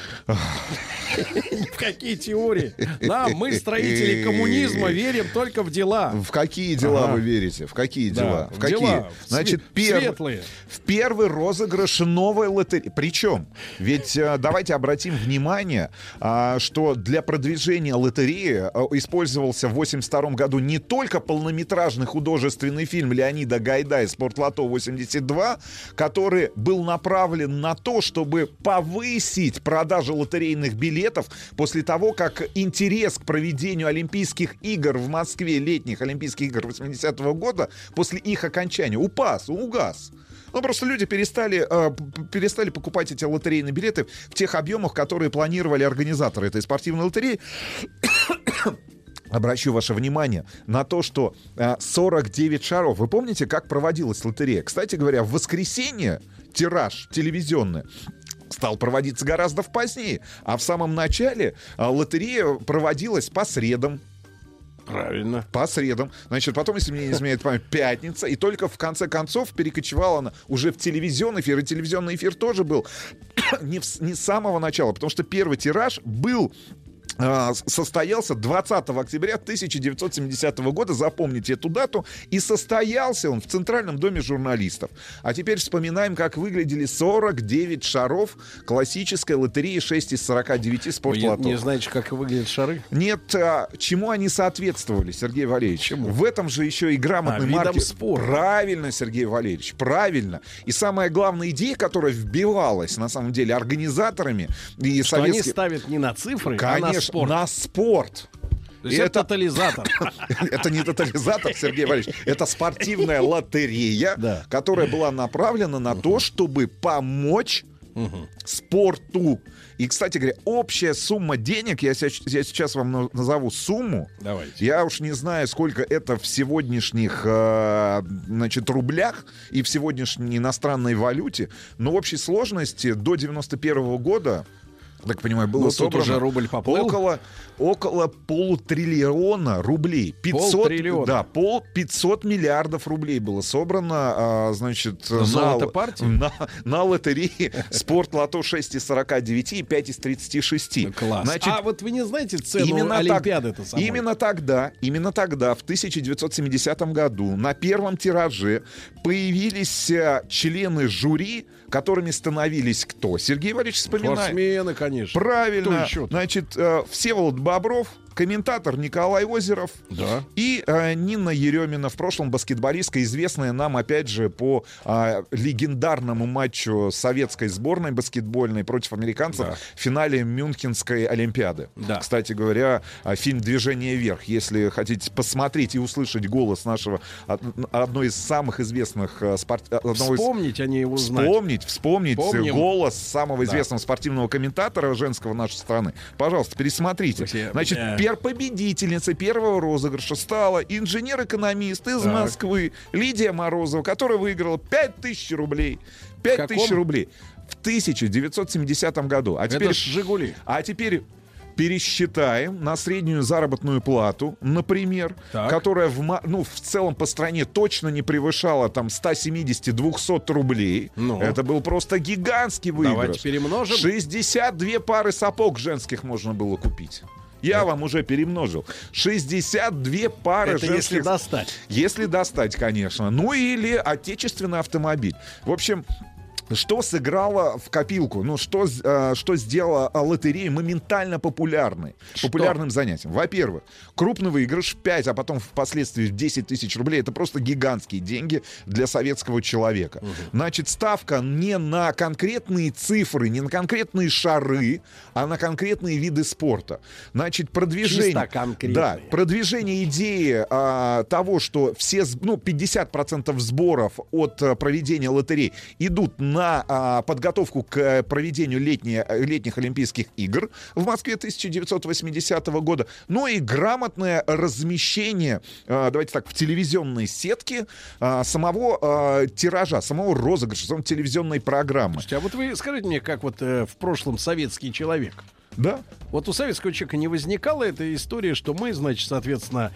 В какие теории? Да, мы, строители коммунизма, верим только в дела. В какие дела вы верите? В какие дела? В какие? Значит, в первый розыгрыш новой лотереи. Причем, ведь давайте обратим внимание, что для продвижения лотереи использовался в 1982 году не только полнометражный художественный фильм Леонида Гайдая «Спортлото-82», который был направлен на то, чтобы повысить продажу лотерейных билетов после того, как интерес к проведению Олимпийских игр в Москве, летних Олимпийских игр 80-го года, после их окончания угас. Ну, просто люди перестали покупать эти лотерейные билеты в тех объемах, которые планировали организаторы этой спортивной лотереи. Обращу ваше внимание на то, что 49 шаров. Вы помните, как проводилась лотерея? Кстати говоря, в воскресенье тираж телевизионный стал проводиться гораздо позднее. А в самом начале лотерея проводилась по средам. Правильно. По средам. Значит, потом, если мне не изменяет память, пятница. И только в конце концов перекочевала она уже в телевизионный эфир. И телевизионный эфир тоже был не с самого начала, потому что первый тираж состоялся 20 октября 1970 года, запомните эту дату, и состоялся он в Центральном доме журналистов. А теперь вспоминаем, как выглядели 49 шаров классической лотереи 6 из 49 спортлото. Вы не знаете, как выглядят шары? Нет, чему они соответствовали, Сергей Валерьевич? Чему? В этом же еще и грамотный маркетинг. спорта. Правильно, Сергей Валерьевич, правильно. И самая главная идея, которая вбивалась, на самом деле, организаторами и что они ставят не на цифры, а на спорт. На спорт. То есть это тотализатор. Это не тотализатор, Сергей Валерьевич. Это спортивная лотерея, которая была направлена на то, чтобы помочь спорту. И, кстати говоря, общая сумма денег, я сейчас вам назову сумму. Давайте. Я уж не знаю, сколько это в сегодняшних рублях и в сегодняшней иностранной валюте, но в общей сложности до 91 года, так понимаю, было собрано уже рубль поплыл. около полутриллиона рублей. 500 миллиардов рублей было собрано, на лотерее «Спортлото» 6 из 49 и 5 из 36. Класс. А вот вы не знаете цену Олимпиады-то самой? Именно тогда, в 1970 году, на первом тираже появились члены жюри, которыми становились кто? Сергей Валерьевич вспоминает. Спортсмены, конечно. Правильно. Значит, Всеволод Бобров, комментатор Николай Озеров и Нина Еремина, в прошлом баскетболистка, известная нам, опять же, по легендарному матчу советской сборной баскетбольной против американцев в финале Мюнхенской Олимпиады. Кстати говоря, фильм «Движение вверх», если хотите посмотреть и услышать голос нашего одной из самых известных вспомнить, они его знают. Вспомнить голос самого известного спортивного комментатора женского нашей страны. Пожалуйста, пересмотрите. Значит, победительницей первого розыгрыша стала инженер-экономист из Москвы Лидия Морозова, которая выиграла 5000 рублей. 5000 рублей в 1970 году. Это ж «Жигули». А теперь пересчитаем на среднюю заработную плату, например, которая в целом по стране точно не превышала там 170-200 рублей. Это был просто гигантский выигрыш. Давайте перемножим. 62 пары сапог женских можно было купить. Я вам уже перемножил. 62 пары это женских... если достать. Если достать, конечно. Ну или отечественный автомобиль. В общем... Что сыграло в копилку? Что сделало лотерею моментально популярным занятием? Во-первых, крупный выигрыш в 5, а потом впоследствии в 10 тысяч рублей. Это просто гигантские деньги для советского человека. Значит, ставка не на конкретные цифры, не на конкретные шары, а на конкретные виды спорта. Значит, продвижение идеи того, что все 50% сборов от проведения лотерей идут на подготовку к проведению летних Олимпийских игр в Москве 1980 года, но и грамотное размещение, давайте так, в телевизионной сетке самого тиража, самого розыгрыша, самой телевизионной программы. Слушайте, а вот вы скажите мне, как вот в прошлом советский человек? Да. Вот у советского человека не возникала эта история, что мы, значит, соответственно,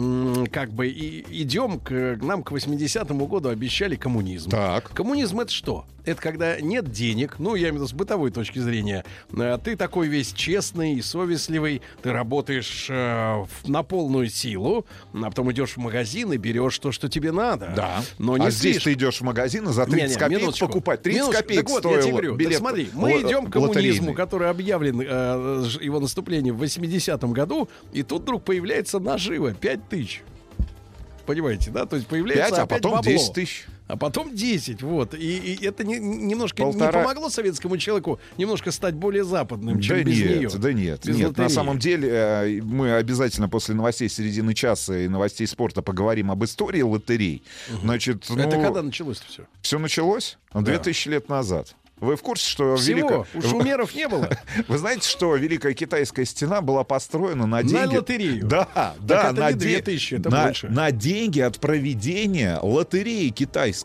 идем к нам к 80-му году, обещали коммунизм. Так. Коммунизм — это что? Это когда нет денег, я имею в виду с бытовой точки зрения. Ты такой весь честный и совестливый, ты работаешь на полную силу, а потом идешь в магазин и берешь то, что тебе надо. Да. Но не здесь ты идешь в магазин и за 30 копеек покупать. 30 копеек стоил билет. Так смотри, мы идем к коммунизму, который объявлен, его наступление в 80-м году, и тут вдруг появляется нажива 5000. Понимаете, да? То есть появляется 5, опять потом бабло. 10 тысяч. А потом 10, вот. И это немножко не помогло советскому человеку немножко стать более западным, чем без нее. Да нет. На самом деле мы обязательно после новостей середины часа и новостей спорта поговорим об истории лотерей. Значит, это когда началось-то все? Все началось 2000 лет назад. Вы в курсе, что у шумеров не было? Вы знаете, что Великая Китайская стена была построена на деньги... На лотерею. Да, это не 2000, это больше. На деньги от проведения лотереи китайской.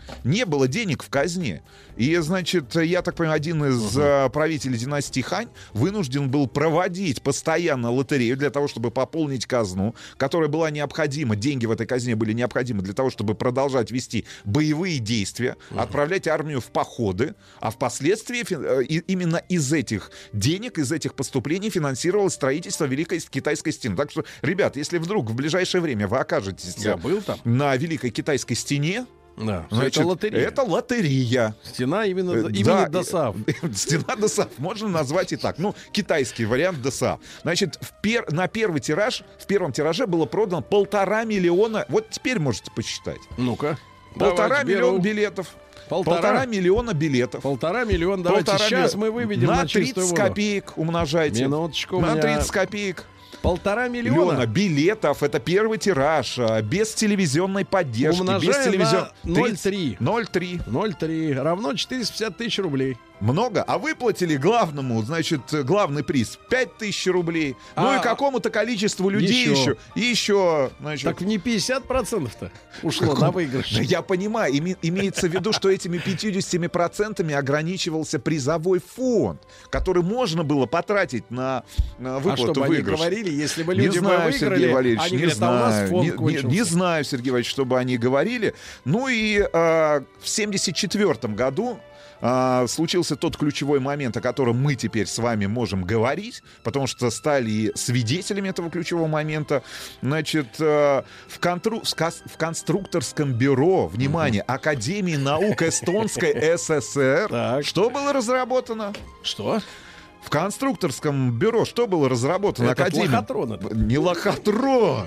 Не было денег в казне. И, значит, я так понимаю, один из правителей династии Хань вынужден был проводить постоянно лотерею для того, чтобы пополнить казну, которая была необходима. Деньги в этой казне были необходимы для того, чтобы продолжать вести боевые действия, отправлять армию в походы, а впоследствии именно из этих денег, из этих поступлений финансировалось строительство Великой Китайской стены. Так что, ребят, если вдруг в ближайшее время вы окажетесь на Великой Китайской стене, да, значит, это лотерея. Стена имени ДОСААФ. Стена ДОСААФ. Можно назвать и так. Ну, китайский вариант ДОСААФ. Значит, на первый тираж, в первом тираже было продано 1,5 миллиона. Вот теперь можете посчитать. Ну-ка. 1,5 миллиона билетов. 1,5 миллиона билетов. 1,5 миллиона. Давайте сейчас мы выведем на 30 копеек умножайте. Минуточку. На 30 копеек. 1,5 миллиона билетов. Это первый тираж. Без телевизионной поддержки. Умножаем на 0,3. 0,3 равно 450 тысяч рублей. Много. А выплатили главному, значит, главный приз 5000 рублей. Ну и какому-то количеству людей еще, значит... Так не 50%-то ушло на выигрыш. Да я понимаю. Имеется в виду, что этими 50% ограничивался призовой фонд, который можно было потратить на выплату выигрыша. Они говорили, если бы люди выиграли, они говорят, а у нас фонд кончился. Не знаю, Сергей Валерьевич, чтобы они говорили. Ну и в 1974 году случился тот ключевой момент, о котором мы теперь с вами можем говорить, потому что стали свидетелями этого ключевого момента. Значит, в конструкторском бюро, внимание, Академии наук Эстонской ССР, что было разработано? Что? В конструкторском бюро что было разработано? Академия? Лохотрон. Не лохотрон.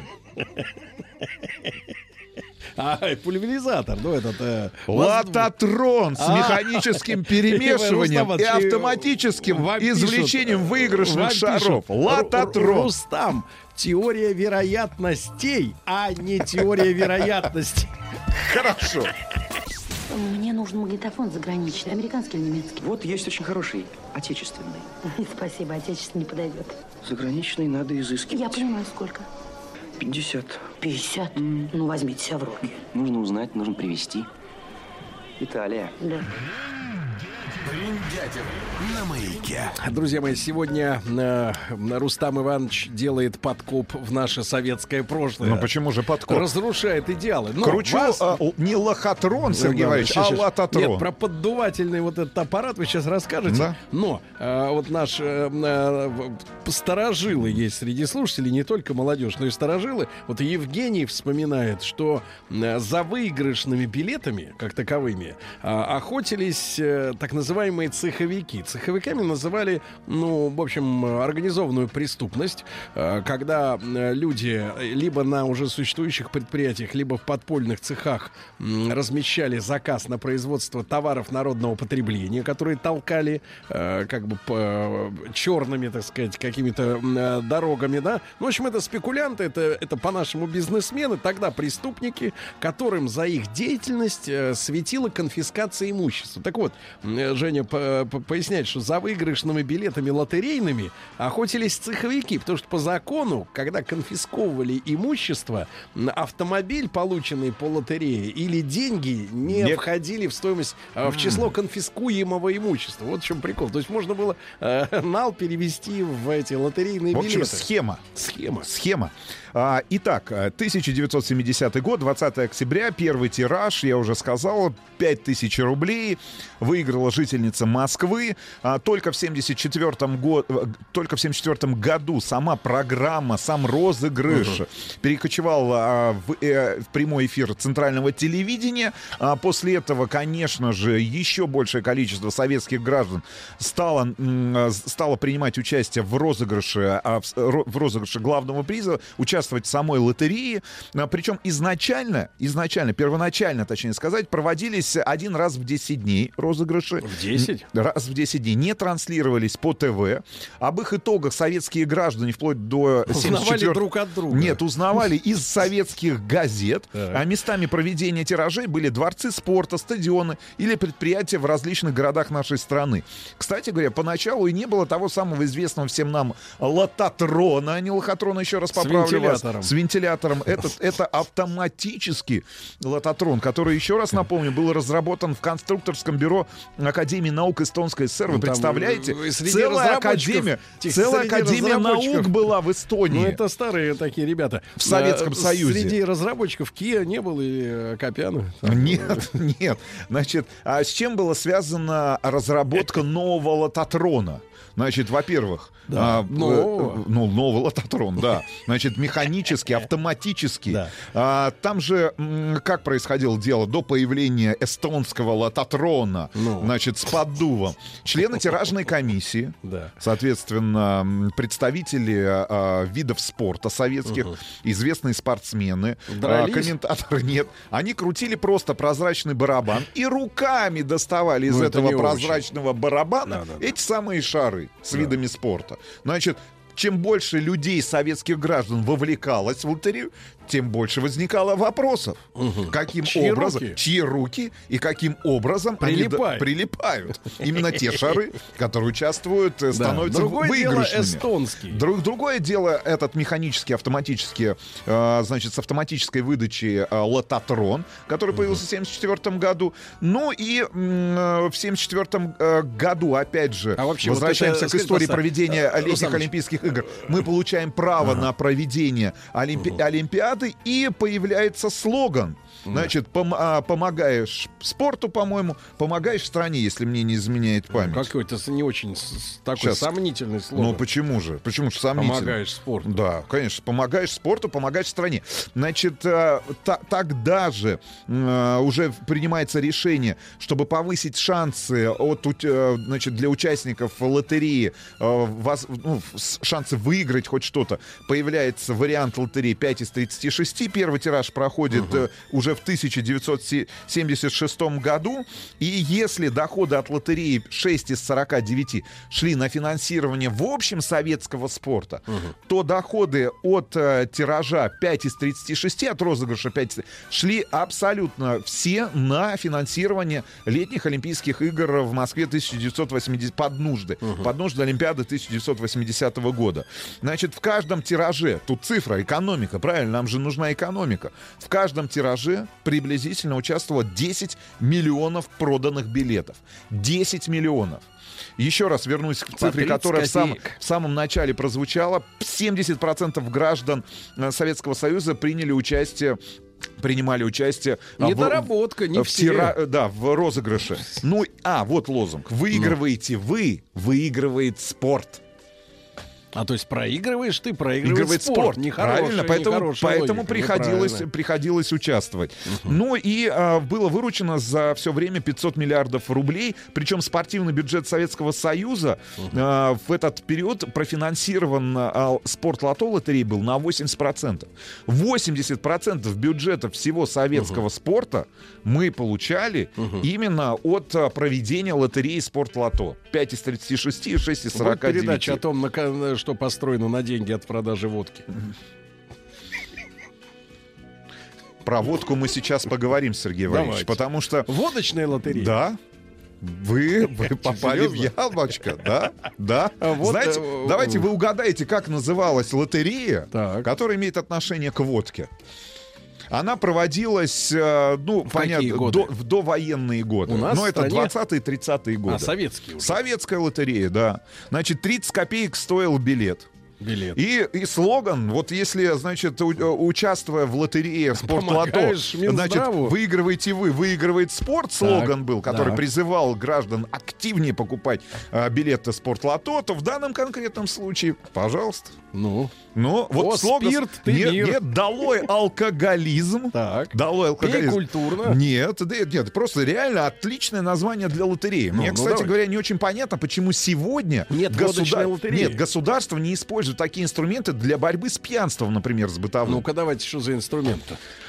Пульверизатор, лототрон с механическим перемешиванием и автоматическим извлечением выигрышных шаров. Лототрон. Рустам, теория вероятностей, а не теория вероятностей. Хорошо. Мне нужен магнитофон заграничный, американский или немецкий? Вот есть очень хороший, отечественный. Спасибо, отечественный не подойдет. Заграничный надо изыскивать. Я понимаю, сколько? 50. 50? Ну, возьмите себя в руки. Нужно узнать, нужно привезти. Италия. Да. Бриндятин на маяке. Друзья мои, сегодня Рустам Иванович делает подкоп в наше советское прошлое. Ну почему же подкоп? Разрушает идеалы. Но кручу не лохотрон, Сергей Иванович, а лототрон. Нет, про поддувательный вот этот аппарат вы сейчас расскажете. Да. Но вот наш старожилы есть среди слушателей, не только молодежь, но и старожилы. Вот Евгений вспоминает, что за выигрышными билетами, как таковыми, охотились так называемые цеховики. Цеховиками называли, в общем, организованную преступность, когда люди либо на уже существующих предприятиях, либо в подпольных цехах размещали заказ на производство товаров народного потребления, которые толкали как бы по черными, так сказать, какими-то дорогами, да. В общем, это спекулянты, это по-нашему бизнесмены, тогда преступники, которым за их деятельность светила конфискация имущества. Так вот, Женя поясняет, что за выигрышными билетами лотерейными охотились цеховики, потому что по закону, когда конфисковывали имущество, автомобиль, полученный по лотерее, или деньги не входили в стоимость, в число конфискуемого имущества. Вот в чем прикол. То есть можно было нал перевести в эти лотерейные билеты. В общем, схема. Итак, 1970 год, 20 октября, первый тираж, я уже сказал, 5000 рублей, выиграла жительница Москвы. Только в 1974 году сама программа, сам розыгрыш перекочевал в прямой эфир центрального телевидения. После этого, конечно же, еще большее количество советских граждан стало принимать участие в розыгрыше главного приза, участвовать в самой лотерее. Причем первоначально, точнее сказать, проводились один раз в 10 дней розыгрыши. 10? Раз в 10 дней. Не транслировались по ТВ. Об их итогах советские граждане вплоть до 74... друг от друга. Нет, узнавали из советских газет. А местами проведения тиражей были дворцы спорта, стадионы или предприятия в различных городах нашей страны. Кстати говоря, поначалу и не было того самого известного всем нам лототрона, а не лохотрона, еще раз поправлю вас. С вентилятором. Это автоматический лототрон, который, еще раз напомню, был разработан в конструкторском бюро Академии наук Эстонской ССР. Вы представляете? Целая академия наук была в Эстонии. Ну, это старые такие ребята. В Советском Союзе. Среди разработчиков Kia не было и Копяна. Нет. Значит, а с чем была связана разработка нового лототрона? Значит, во-первых, новый лототрон, да. Значит, механический, автоматический. Да. Там же как происходило дело до появления эстонского лототрона, значит, с поддувом. Члены тиражной комиссии, соответственно, представители видов спорта советских, известные спортсмены, комментаторы нет. Они крутили просто прозрачный барабан и руками доставали из этого прозрачного барабана эти самые шары с видами спорта. Значит, чем больше людей, советских граждан, вовлекалось в лотерею, тем больше возникало вопросов. Каким образом, чьи руки и каким образом прилипают. Именно те шары, которые участвуют, становятся выигрышными. Другое дело этот механический, автоматический, значит, с автоматической выдачей лототрон, который появился в 1974 году. Ну и в 1974 году, опять же, возвращаемся к истории проведения летних Олимпийских игр. Мы получаем право на проведение Олимпиады, и появляется слоган. Значит, помогаешь спорту, по-моему, помогаешь стране, если мне не изменяет память. Какой-то не очень такой сомнительный слоган. Ну почему же? Почему же сомнительный? Помогаешь спорту. Да, конечно, помогаешь спорту, помогаешь стране. Значит, тогда же уже принимается решение, чтобы повысить шансы значит, для участников лотереи, шансы выиграть хоть что-то. Появляется вариант лотереи 5 из 36. Первый тираж проходит уже в 1976 году. И если доходы от лотереи 6 из 49 шли на финансирование в общем советского спорта, то доходы от тиража 5 из 36, от розыгрыша 5 шли абсолютно все на финансирование летних Олимпийских игр в Москве 1980 под нужды Олимпиады 1980 года. Значит, в каждом тираже, тут цифра, экономика, правильно, нам же нужна экономика. В каждом тираже приблизительно участвовало 10 миллионов проданных билетов. 10 миллионов. Еще раз вернусь к цифре, которая в самом начале прозвучала. 70% граждан Советского Союза принимали участие недоработка, не все. В розыгрыше. Вот лозунг. Выигрываете вы, выигрывает спорт. То есть проигрываешь ты, проигрывает спорт. Правильно, поэтому приходилось участвовать. Ну и было выручено за все время 500 миллиардов рублей. Причем спортивный бюджет Советского Союза в этот период профинансирован спорт-лото лотереи был на 80%. 80% бюджета всего советского спорта мы получали именно от проведения лотереи спорт-лото. 5 из 36 и 6 из 49. Вот передача о том, что построено на деньги от продажи водки. Про водку мы сейчас поговорим, Сергей Валерьевич, потому что... Водочная лотерея? Да. Вы попали в яблочко, да? Знаете, давайте вы угадаете, как называлась лотерея, которая имеет отношение к водке. Она проводилась, понятно, в довоенные годы. Но это 20-е, 30-е годы. Советские уже. Советская лотерея, да. Значит, 30 копеек стоил билет. И слоган, вот если, значит, участвуя в лотерее спорт-лото, значит, выигрываете вы, выигрывает спорт, слоган был, который призывал граждан активнее покупать билеты спорт-лото, то в данном конкретном случае, пожалуйста. Вот слоган. Нет, долой алкоголизм. Долой алкоголизм. Пей культурно. Нет, просто реально отличное название для лотереи. Мне, кстати говоря, не очень понятно, почему сегодня государство не использует такие инструменты для борьбы с пьянством, например, с бытовым. Ну-ка, давайте, что за инструменты?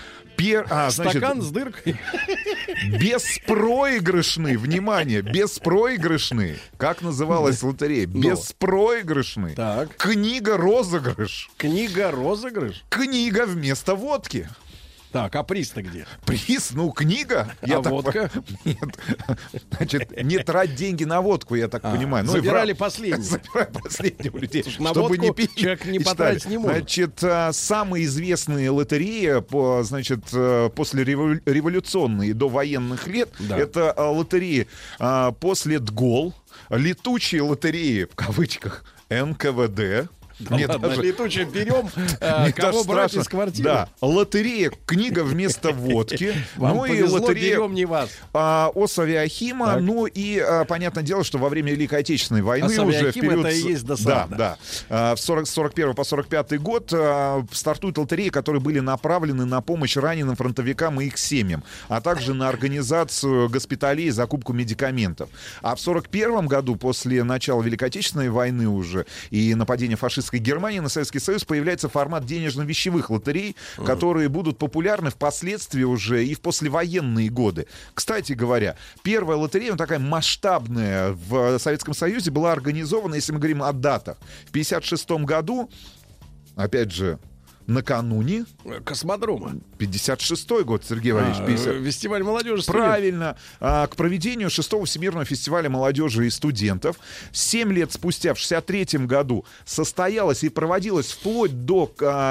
Стакан с дыркой. Беспроигрышный, внимание, беспроигрышный. Как называлась лотерея? Беспроигрышный. Так. Книга-розыгрыш. Книга-розыгрыш? Книга вместо водки. Так, а приз-то где? Приз, книга. Водка? Нет. Значит, не трать деньги на водку, я так понимаю. Забирали последние. Забирали последние у людей. Слушай, на водку не пить, человек не потратить не может. Значит, самые известные лотереи, значит, после революционной и до военных лет, это лотереи после ДГОЛ, летучие лотереи, в кавычках, НКВД. Летучие берем, кого брать из квартиры. Да, лотерея «Книга вместо водки». Вам повезло, лотерея берем не вас. ОСАвиахима. Ну и понятное дело, что во время Великой Отечественной войны уже в период... это и есть ДОСААФ. Да. В 41 по 45 год стартуют лотереи, которые были направлены на помощь раненым фронтовикам и их семьям, а также на организацию госпиталей и закупку медикаментов. А в 41 году, после начала Великой Отечественной войны уже и нападения фашистской Германии на Советский Союз, появляется формат денежно-вещевых лотерей, которые будут популярны впоследствии уже и в послевоенные годы. Кстати говоря, первая лотерея, такая масштабная в Советском Союзе, была организована, если мы говорим о датах, в 1956 году, опять же, накануне космодрома. 56-й год, Сергей Валерьевич. Фестиваль молодежи. Правильно. К проведению 6-го Всемирного фестиваля молодежи и студентов 7 лет спустя, в 63-м году, состоялась и проводилась вплоть до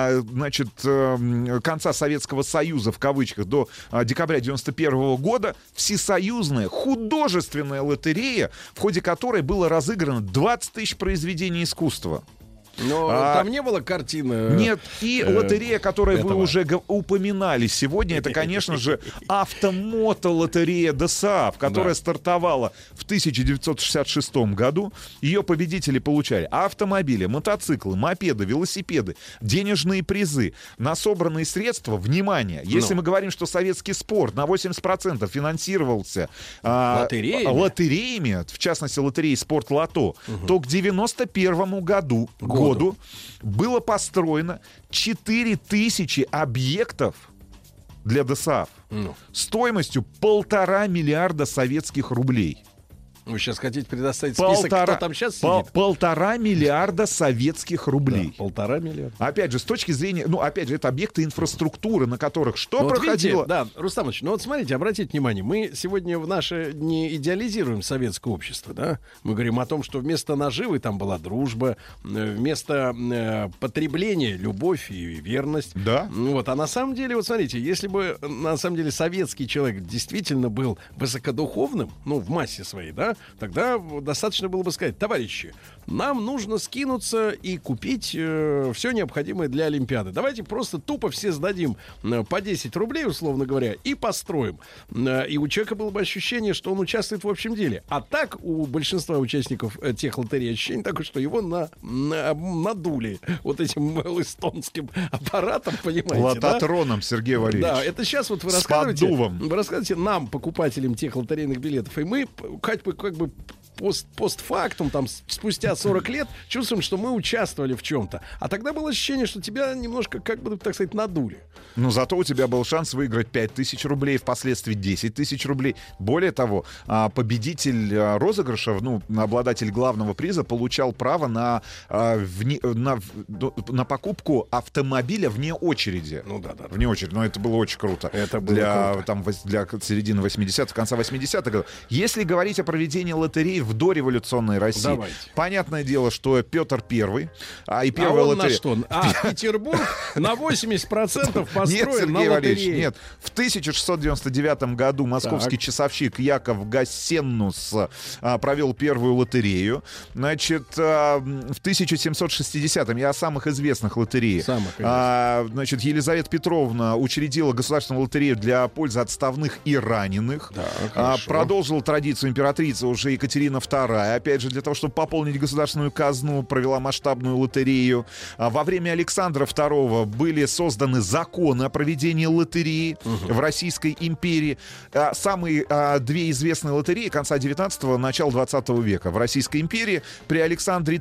конца Советского Союза, в кавычках, до декабря 91-го года, всесоюзная художественная лотерея, в ходе которой было разыграно 20 тысяч произведений искусства. Но там не было картины. Нет, и лотерея, которую вы уже упоминали сегодня, это, конечно же, автомотолотерея ДОСААФ, которая стартовала в 1966 году. Ее победители получали автомобили, мотоциклы, мопеды, велосипеды, денежные призы. На собранные средства, внимание, если мы говорим, что советский спорт на 80% финансировался лотереями, в частности, лотереей «Спорт-Лото», то к 91 году было построено 4000 объектов для ДОСААФ стоимостью 1,5 миллиарда советских рублей. Вы сейчас хотите предоставить список, кто там сейчас сидит? 1,5 миллиарда советских рублей. 1,5 миллиарда. Опять же, с точки зрения... опять же, это объекты инфраструктуры, на которых что проходило... Видите, Рустам Ильич, смотрите, обратите внимание, мы сегодня не идеализируем советское общество, да? Мы говорим о том, что вместо наживы там была дружба, вместо потребления — любовь и верность. Да. А на самом деле, смотрите, если бы на самом деле советский человек действительно был высокодуховным, в массе своей, да, тогда достаточно было бы сказать: товарищи, нам нужно скинуться и купить все необходимое для Олимпиады. Давайте просто тупо все сдадим по 10 рублей, условно говоря, и построим. И у человека было бы ощущение, что он участвует в общем деле. А так у большинства участников тех лотерей ощущение такое, что его надули вот этим эстонским аппаратом, понимаете, лототроном, да? Сергей Валерьевич. Да, это сейчас вот вы рассказываете нам, покупателям тех лотерейных билетов, и мы как бы постфактум, там, спустя 40 лет, чувствуем, что мы участвовали в чем-то. А тогда было ощущение, что тебя немножко, так сказать, надули. Зато у тебя был шанс выиграть 5000 рублей, впоследствии 10 тысяч рублей. Более того, победитель розыгрыша, обладатель главного приза, получал право на покупку автомобиля вне очереди. Вне очереди. Но это было очень круто. Это было для середины 80-х, конца 80-х годов. Если говорить о проведении лотерей в дореволюционной России, понятное дело, что Петр I, и первая лотерея... Петербург на 80% построен Сергей Валерьевич, нет. В 1699 году московский часовщик Яков Гассенус провел первую лотерею. Значит, в 1760-м, я о самых известных лотереях. Значит, Елизавета Петровна учредила государственную лотерею для пользы отставных и раненых. Продолжила традицию императрицы уже Екатерина Екатерина II, опять же, для того, чтобы пополнить государственную казну, провела масштабную лотерею. Во время Александра II были созданы законы о проведении лотереи в Российской империи. Самые две известные лотереи конца 19-го, начала 20 века в Российской империи. При Александре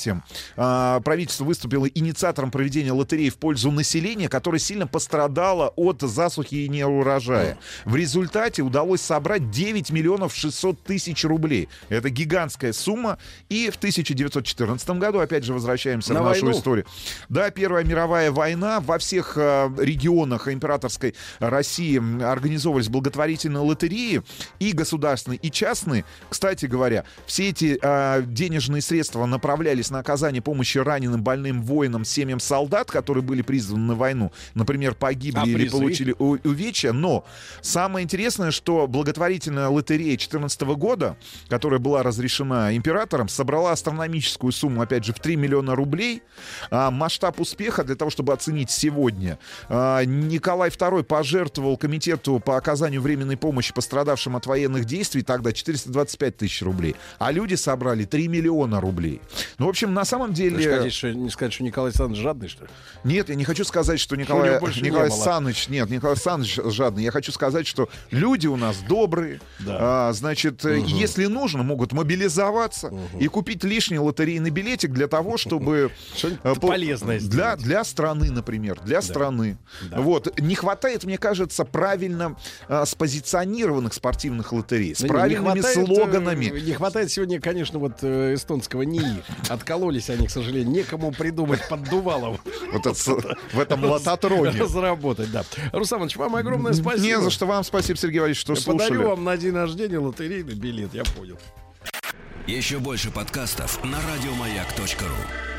III правительство выступило инициатором проведения лотереи в пользу населения, которое сильно пострадало от засухи и неурожая. В результате удалось собрать 9 миллионов 600 тысяч рублей. Это гигантская сумма. И в 1914 году, опять же, возвращаемся в нашу историю. Да, Первая мировая война. Во всех регионах императорской России организовывались благотворительные лотереи, и государственные, и частные. Кстати говоря, все эти денежные средства направлялись на оказание помощи раненым, больным воинам, семьям солдат, которые были призваны на войну. Например, погибли или получили увечья. Но самое интересное, что благотворительная лотерея 2014 года, которая была разрешена императором, собрала астрономическую сумму, опять же, в 3 миллиона рублей. Масштаб успеха, для того, чтобы оценить сегодня, Николай II пожертвовал комитету по оказанию временной помощи пострадавшим от военных действий тогда 425 тысяч рублей. А люди собрали 3 миллиона рублей. Ну, в общем, на самом деле... Не сказать, что Николай Александрович жадный, что ли? Нет, я не хочу сказать, что Николай Александрович... Нет, Николай Александрович жадный. Я хочу сказать, что люди у нас добрые. Да. Значит, если нужно, могут мобилизоваться и купить лишний лотерейный билетик для того, чтобы... Что-нибудь полезное сделать. Для страны, например. Для страны. Да. Вот. Не хватает, мне кажется, правильно спозиционированных спортивных лотерей. С правильными слоганами. Не хватает сегодня, конечно, вот эстонского НИИ. Откололись они, к сожалению. Некому придумать поддувалов. В этом лототроне. Разработать, да. Руслан Иванович, вам огромное спасибо. Не за что. Вам спасибо, Сергей Валерьевич, что слушали. Подарю вам на день рождения лотерейный билет, я понял. Еще больше подкастов на радиомаяк.ру.